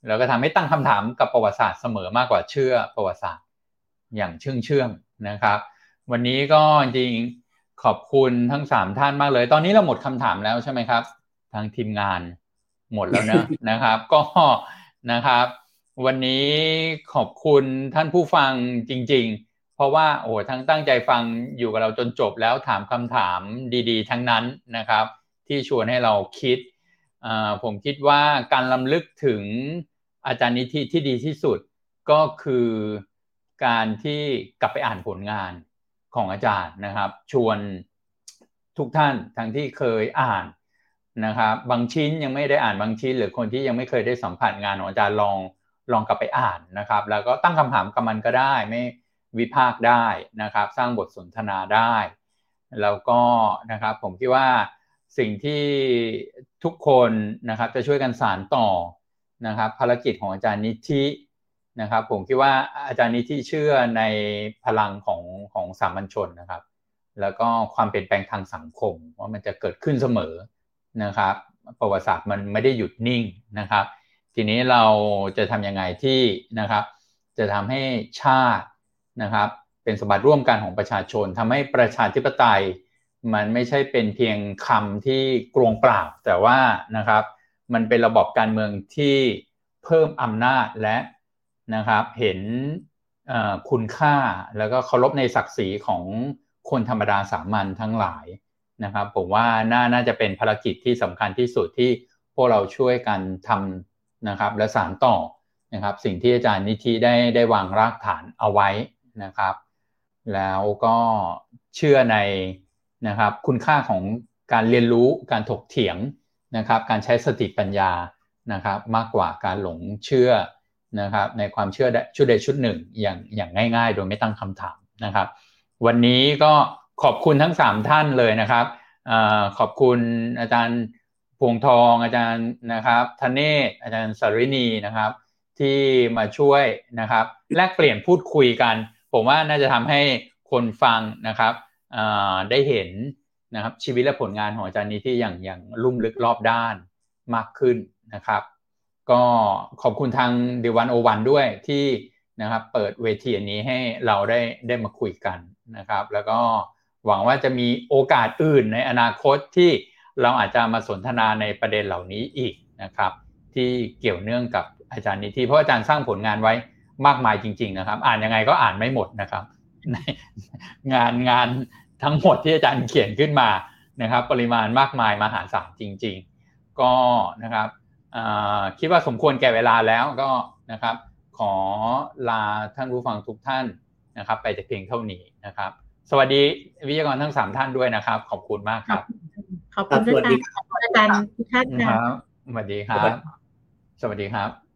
[SPEAKER 1] แล้วก็ทำให้ตั้งคำถามกับประวัติศาสตร์เสมอมากกว่าเชื่อประวัติศาสตร์อย่างเชื่องเชื่องนะครับวันนี้ก็จริงขอบคุณทั้งสามท่านมากเลยตอนนี้เราหมดคำถามแล้วใช่ไหมครับทางทีมงานหมดแล้วเนอะ นะครับก็นะครับวันนี้ขอบคุณท่านผู้ฟังจริงๆเพราะว่าโอ้ทั้งตั้งใจฟังอยู่กับเราจนจบแล้วถามคำถามดีๆทั้งนั้นนะครับที่ชวนให้เราคิดผมคิดว่าการรำลึกถึงอาจารย์นิธิที่ดีที่สุดก็คือการที่กลับไปอ่านผลงานของอาจารย์นะครับชวนทุกท่านทั้งที่เคยอ่านนะครับบางชิ้นยังไม่ได้อ่านบางชิ้นหรือคนที่ยังไม่เคยได้สัมผัสงานของอาจารย์ลองลองกลับไปอ่านนะครับแล้วก็ตั้งคำถามกับมันก็ได้ไม่วิพากษ์ได้นะครับสร้างบทสนทนาได้แล้วก็นะครับผมคิดว่าสิ่งที่ทุกคนนะครับจะช่วยกันสานต่อนะครับภารกิจของอาจารย์นิธินะครับผมคิดว่าอาจารย์นิธิเชื่อในพลังของของสามัญชนนะครับแล้วก็ความเปลี่ยนแปลงทางสังคมว่ามันจะเกิดขึ้นเสมอนะครับประวัติศาสตร์มันไม่ได้หยุดนิ่งนะครับทีนี้เราจะทำยังไงที่นะครับจะทำให้ชาตินะครับเป็นสมบัติร่วมกันของประชาชนทำให้ประชาธิปไตยมันไม่ใช่เป็นเพียงคำที่กลวงเปล่าแต่ว่านะครับมันเป็นระบบการเมืองที่เพิ่มอำนาจและนะครับเห็นคุณค่าแล้วก็เคารพในศักดิ์ศรีของคนธรรมดาสามัญทั้งหลายนะครับผมว่าน่าน่าจะเป็นภารกิจที่สำคัญที่สุดที่พวกเราช่วยกันทำนะครับและสานต่อนะครับสิ่งที่อาจารย์นิธิได้ได้วางรากฐานเอาไว้นะครับแล้วก็เชื่อในนะครับคุณค่าของการเรียนรู้การถกเถียงนะครับการใช้สติปัญญานะครับมากกว่าการหลงเชื่อนะครับในความเชื่อชุดใดชุดหนึ่งอย่างอย่างง่ายๆโดยไม่ตั้งคำถามนะครับวันนี้ก็ขอบคุณทั้งสามท่านเลยนะครับอ่าขอบคุณอาจารย์พวงทองอาจารย์นะครับธเนศอาจารย์สรินีนะครับที่มาช่วยนะครับแลกเปลี่ยนพูดคุยกันผมว่าน่าจะทำให้คนฟังนะครับอ่าได้เห็นนะครับชีวิตและผลงานของอาจารย์นิธิอย่างอย่างลุ่มลึกรอบด้านมากขึ้นนะครับก็ขอบคุณทางเดวันโอวันด้วยที่นะครับเปิดเวทีอันนี้ให้เราได้ได้มาคุยกันนะครับแล้วก็หวังว่าจะมีโอกาสอื่นในอนาคตที่เราอาจจะมาสนทนาในประเด็นเหล่านี้อีกนะครับที่เกี่ยวเนื่องกับอาจารย์นิธิเพราะอาจารย์สร้างผลงานไว้มากมายจริงๆนะครับอ่านยังไงก็อ่านไม่หมดนะครับงานงานทั้งหมดที่อาจารย์เขียนขึ้นมานะครับปริมาณมากมายมหาศาลจริงๆก็นะครับคิดว่าสมควรแก่เวลาแล้วก็นะครับขอลาท่านผู้ฟังทุกท่านนะครับไปแต่เพียงเท่านี้นะครับสวัสดีวิทยากรทั้งสามท่านด้วยนะครับขอบคุณมากครับ
[SPEAKER 4] ขอบคุณด้วยค่ะขอบคุณอาจารย์ทุกท่านค่ะ
[SPEAKER 1] สวัสดีครับสวัสดีครับ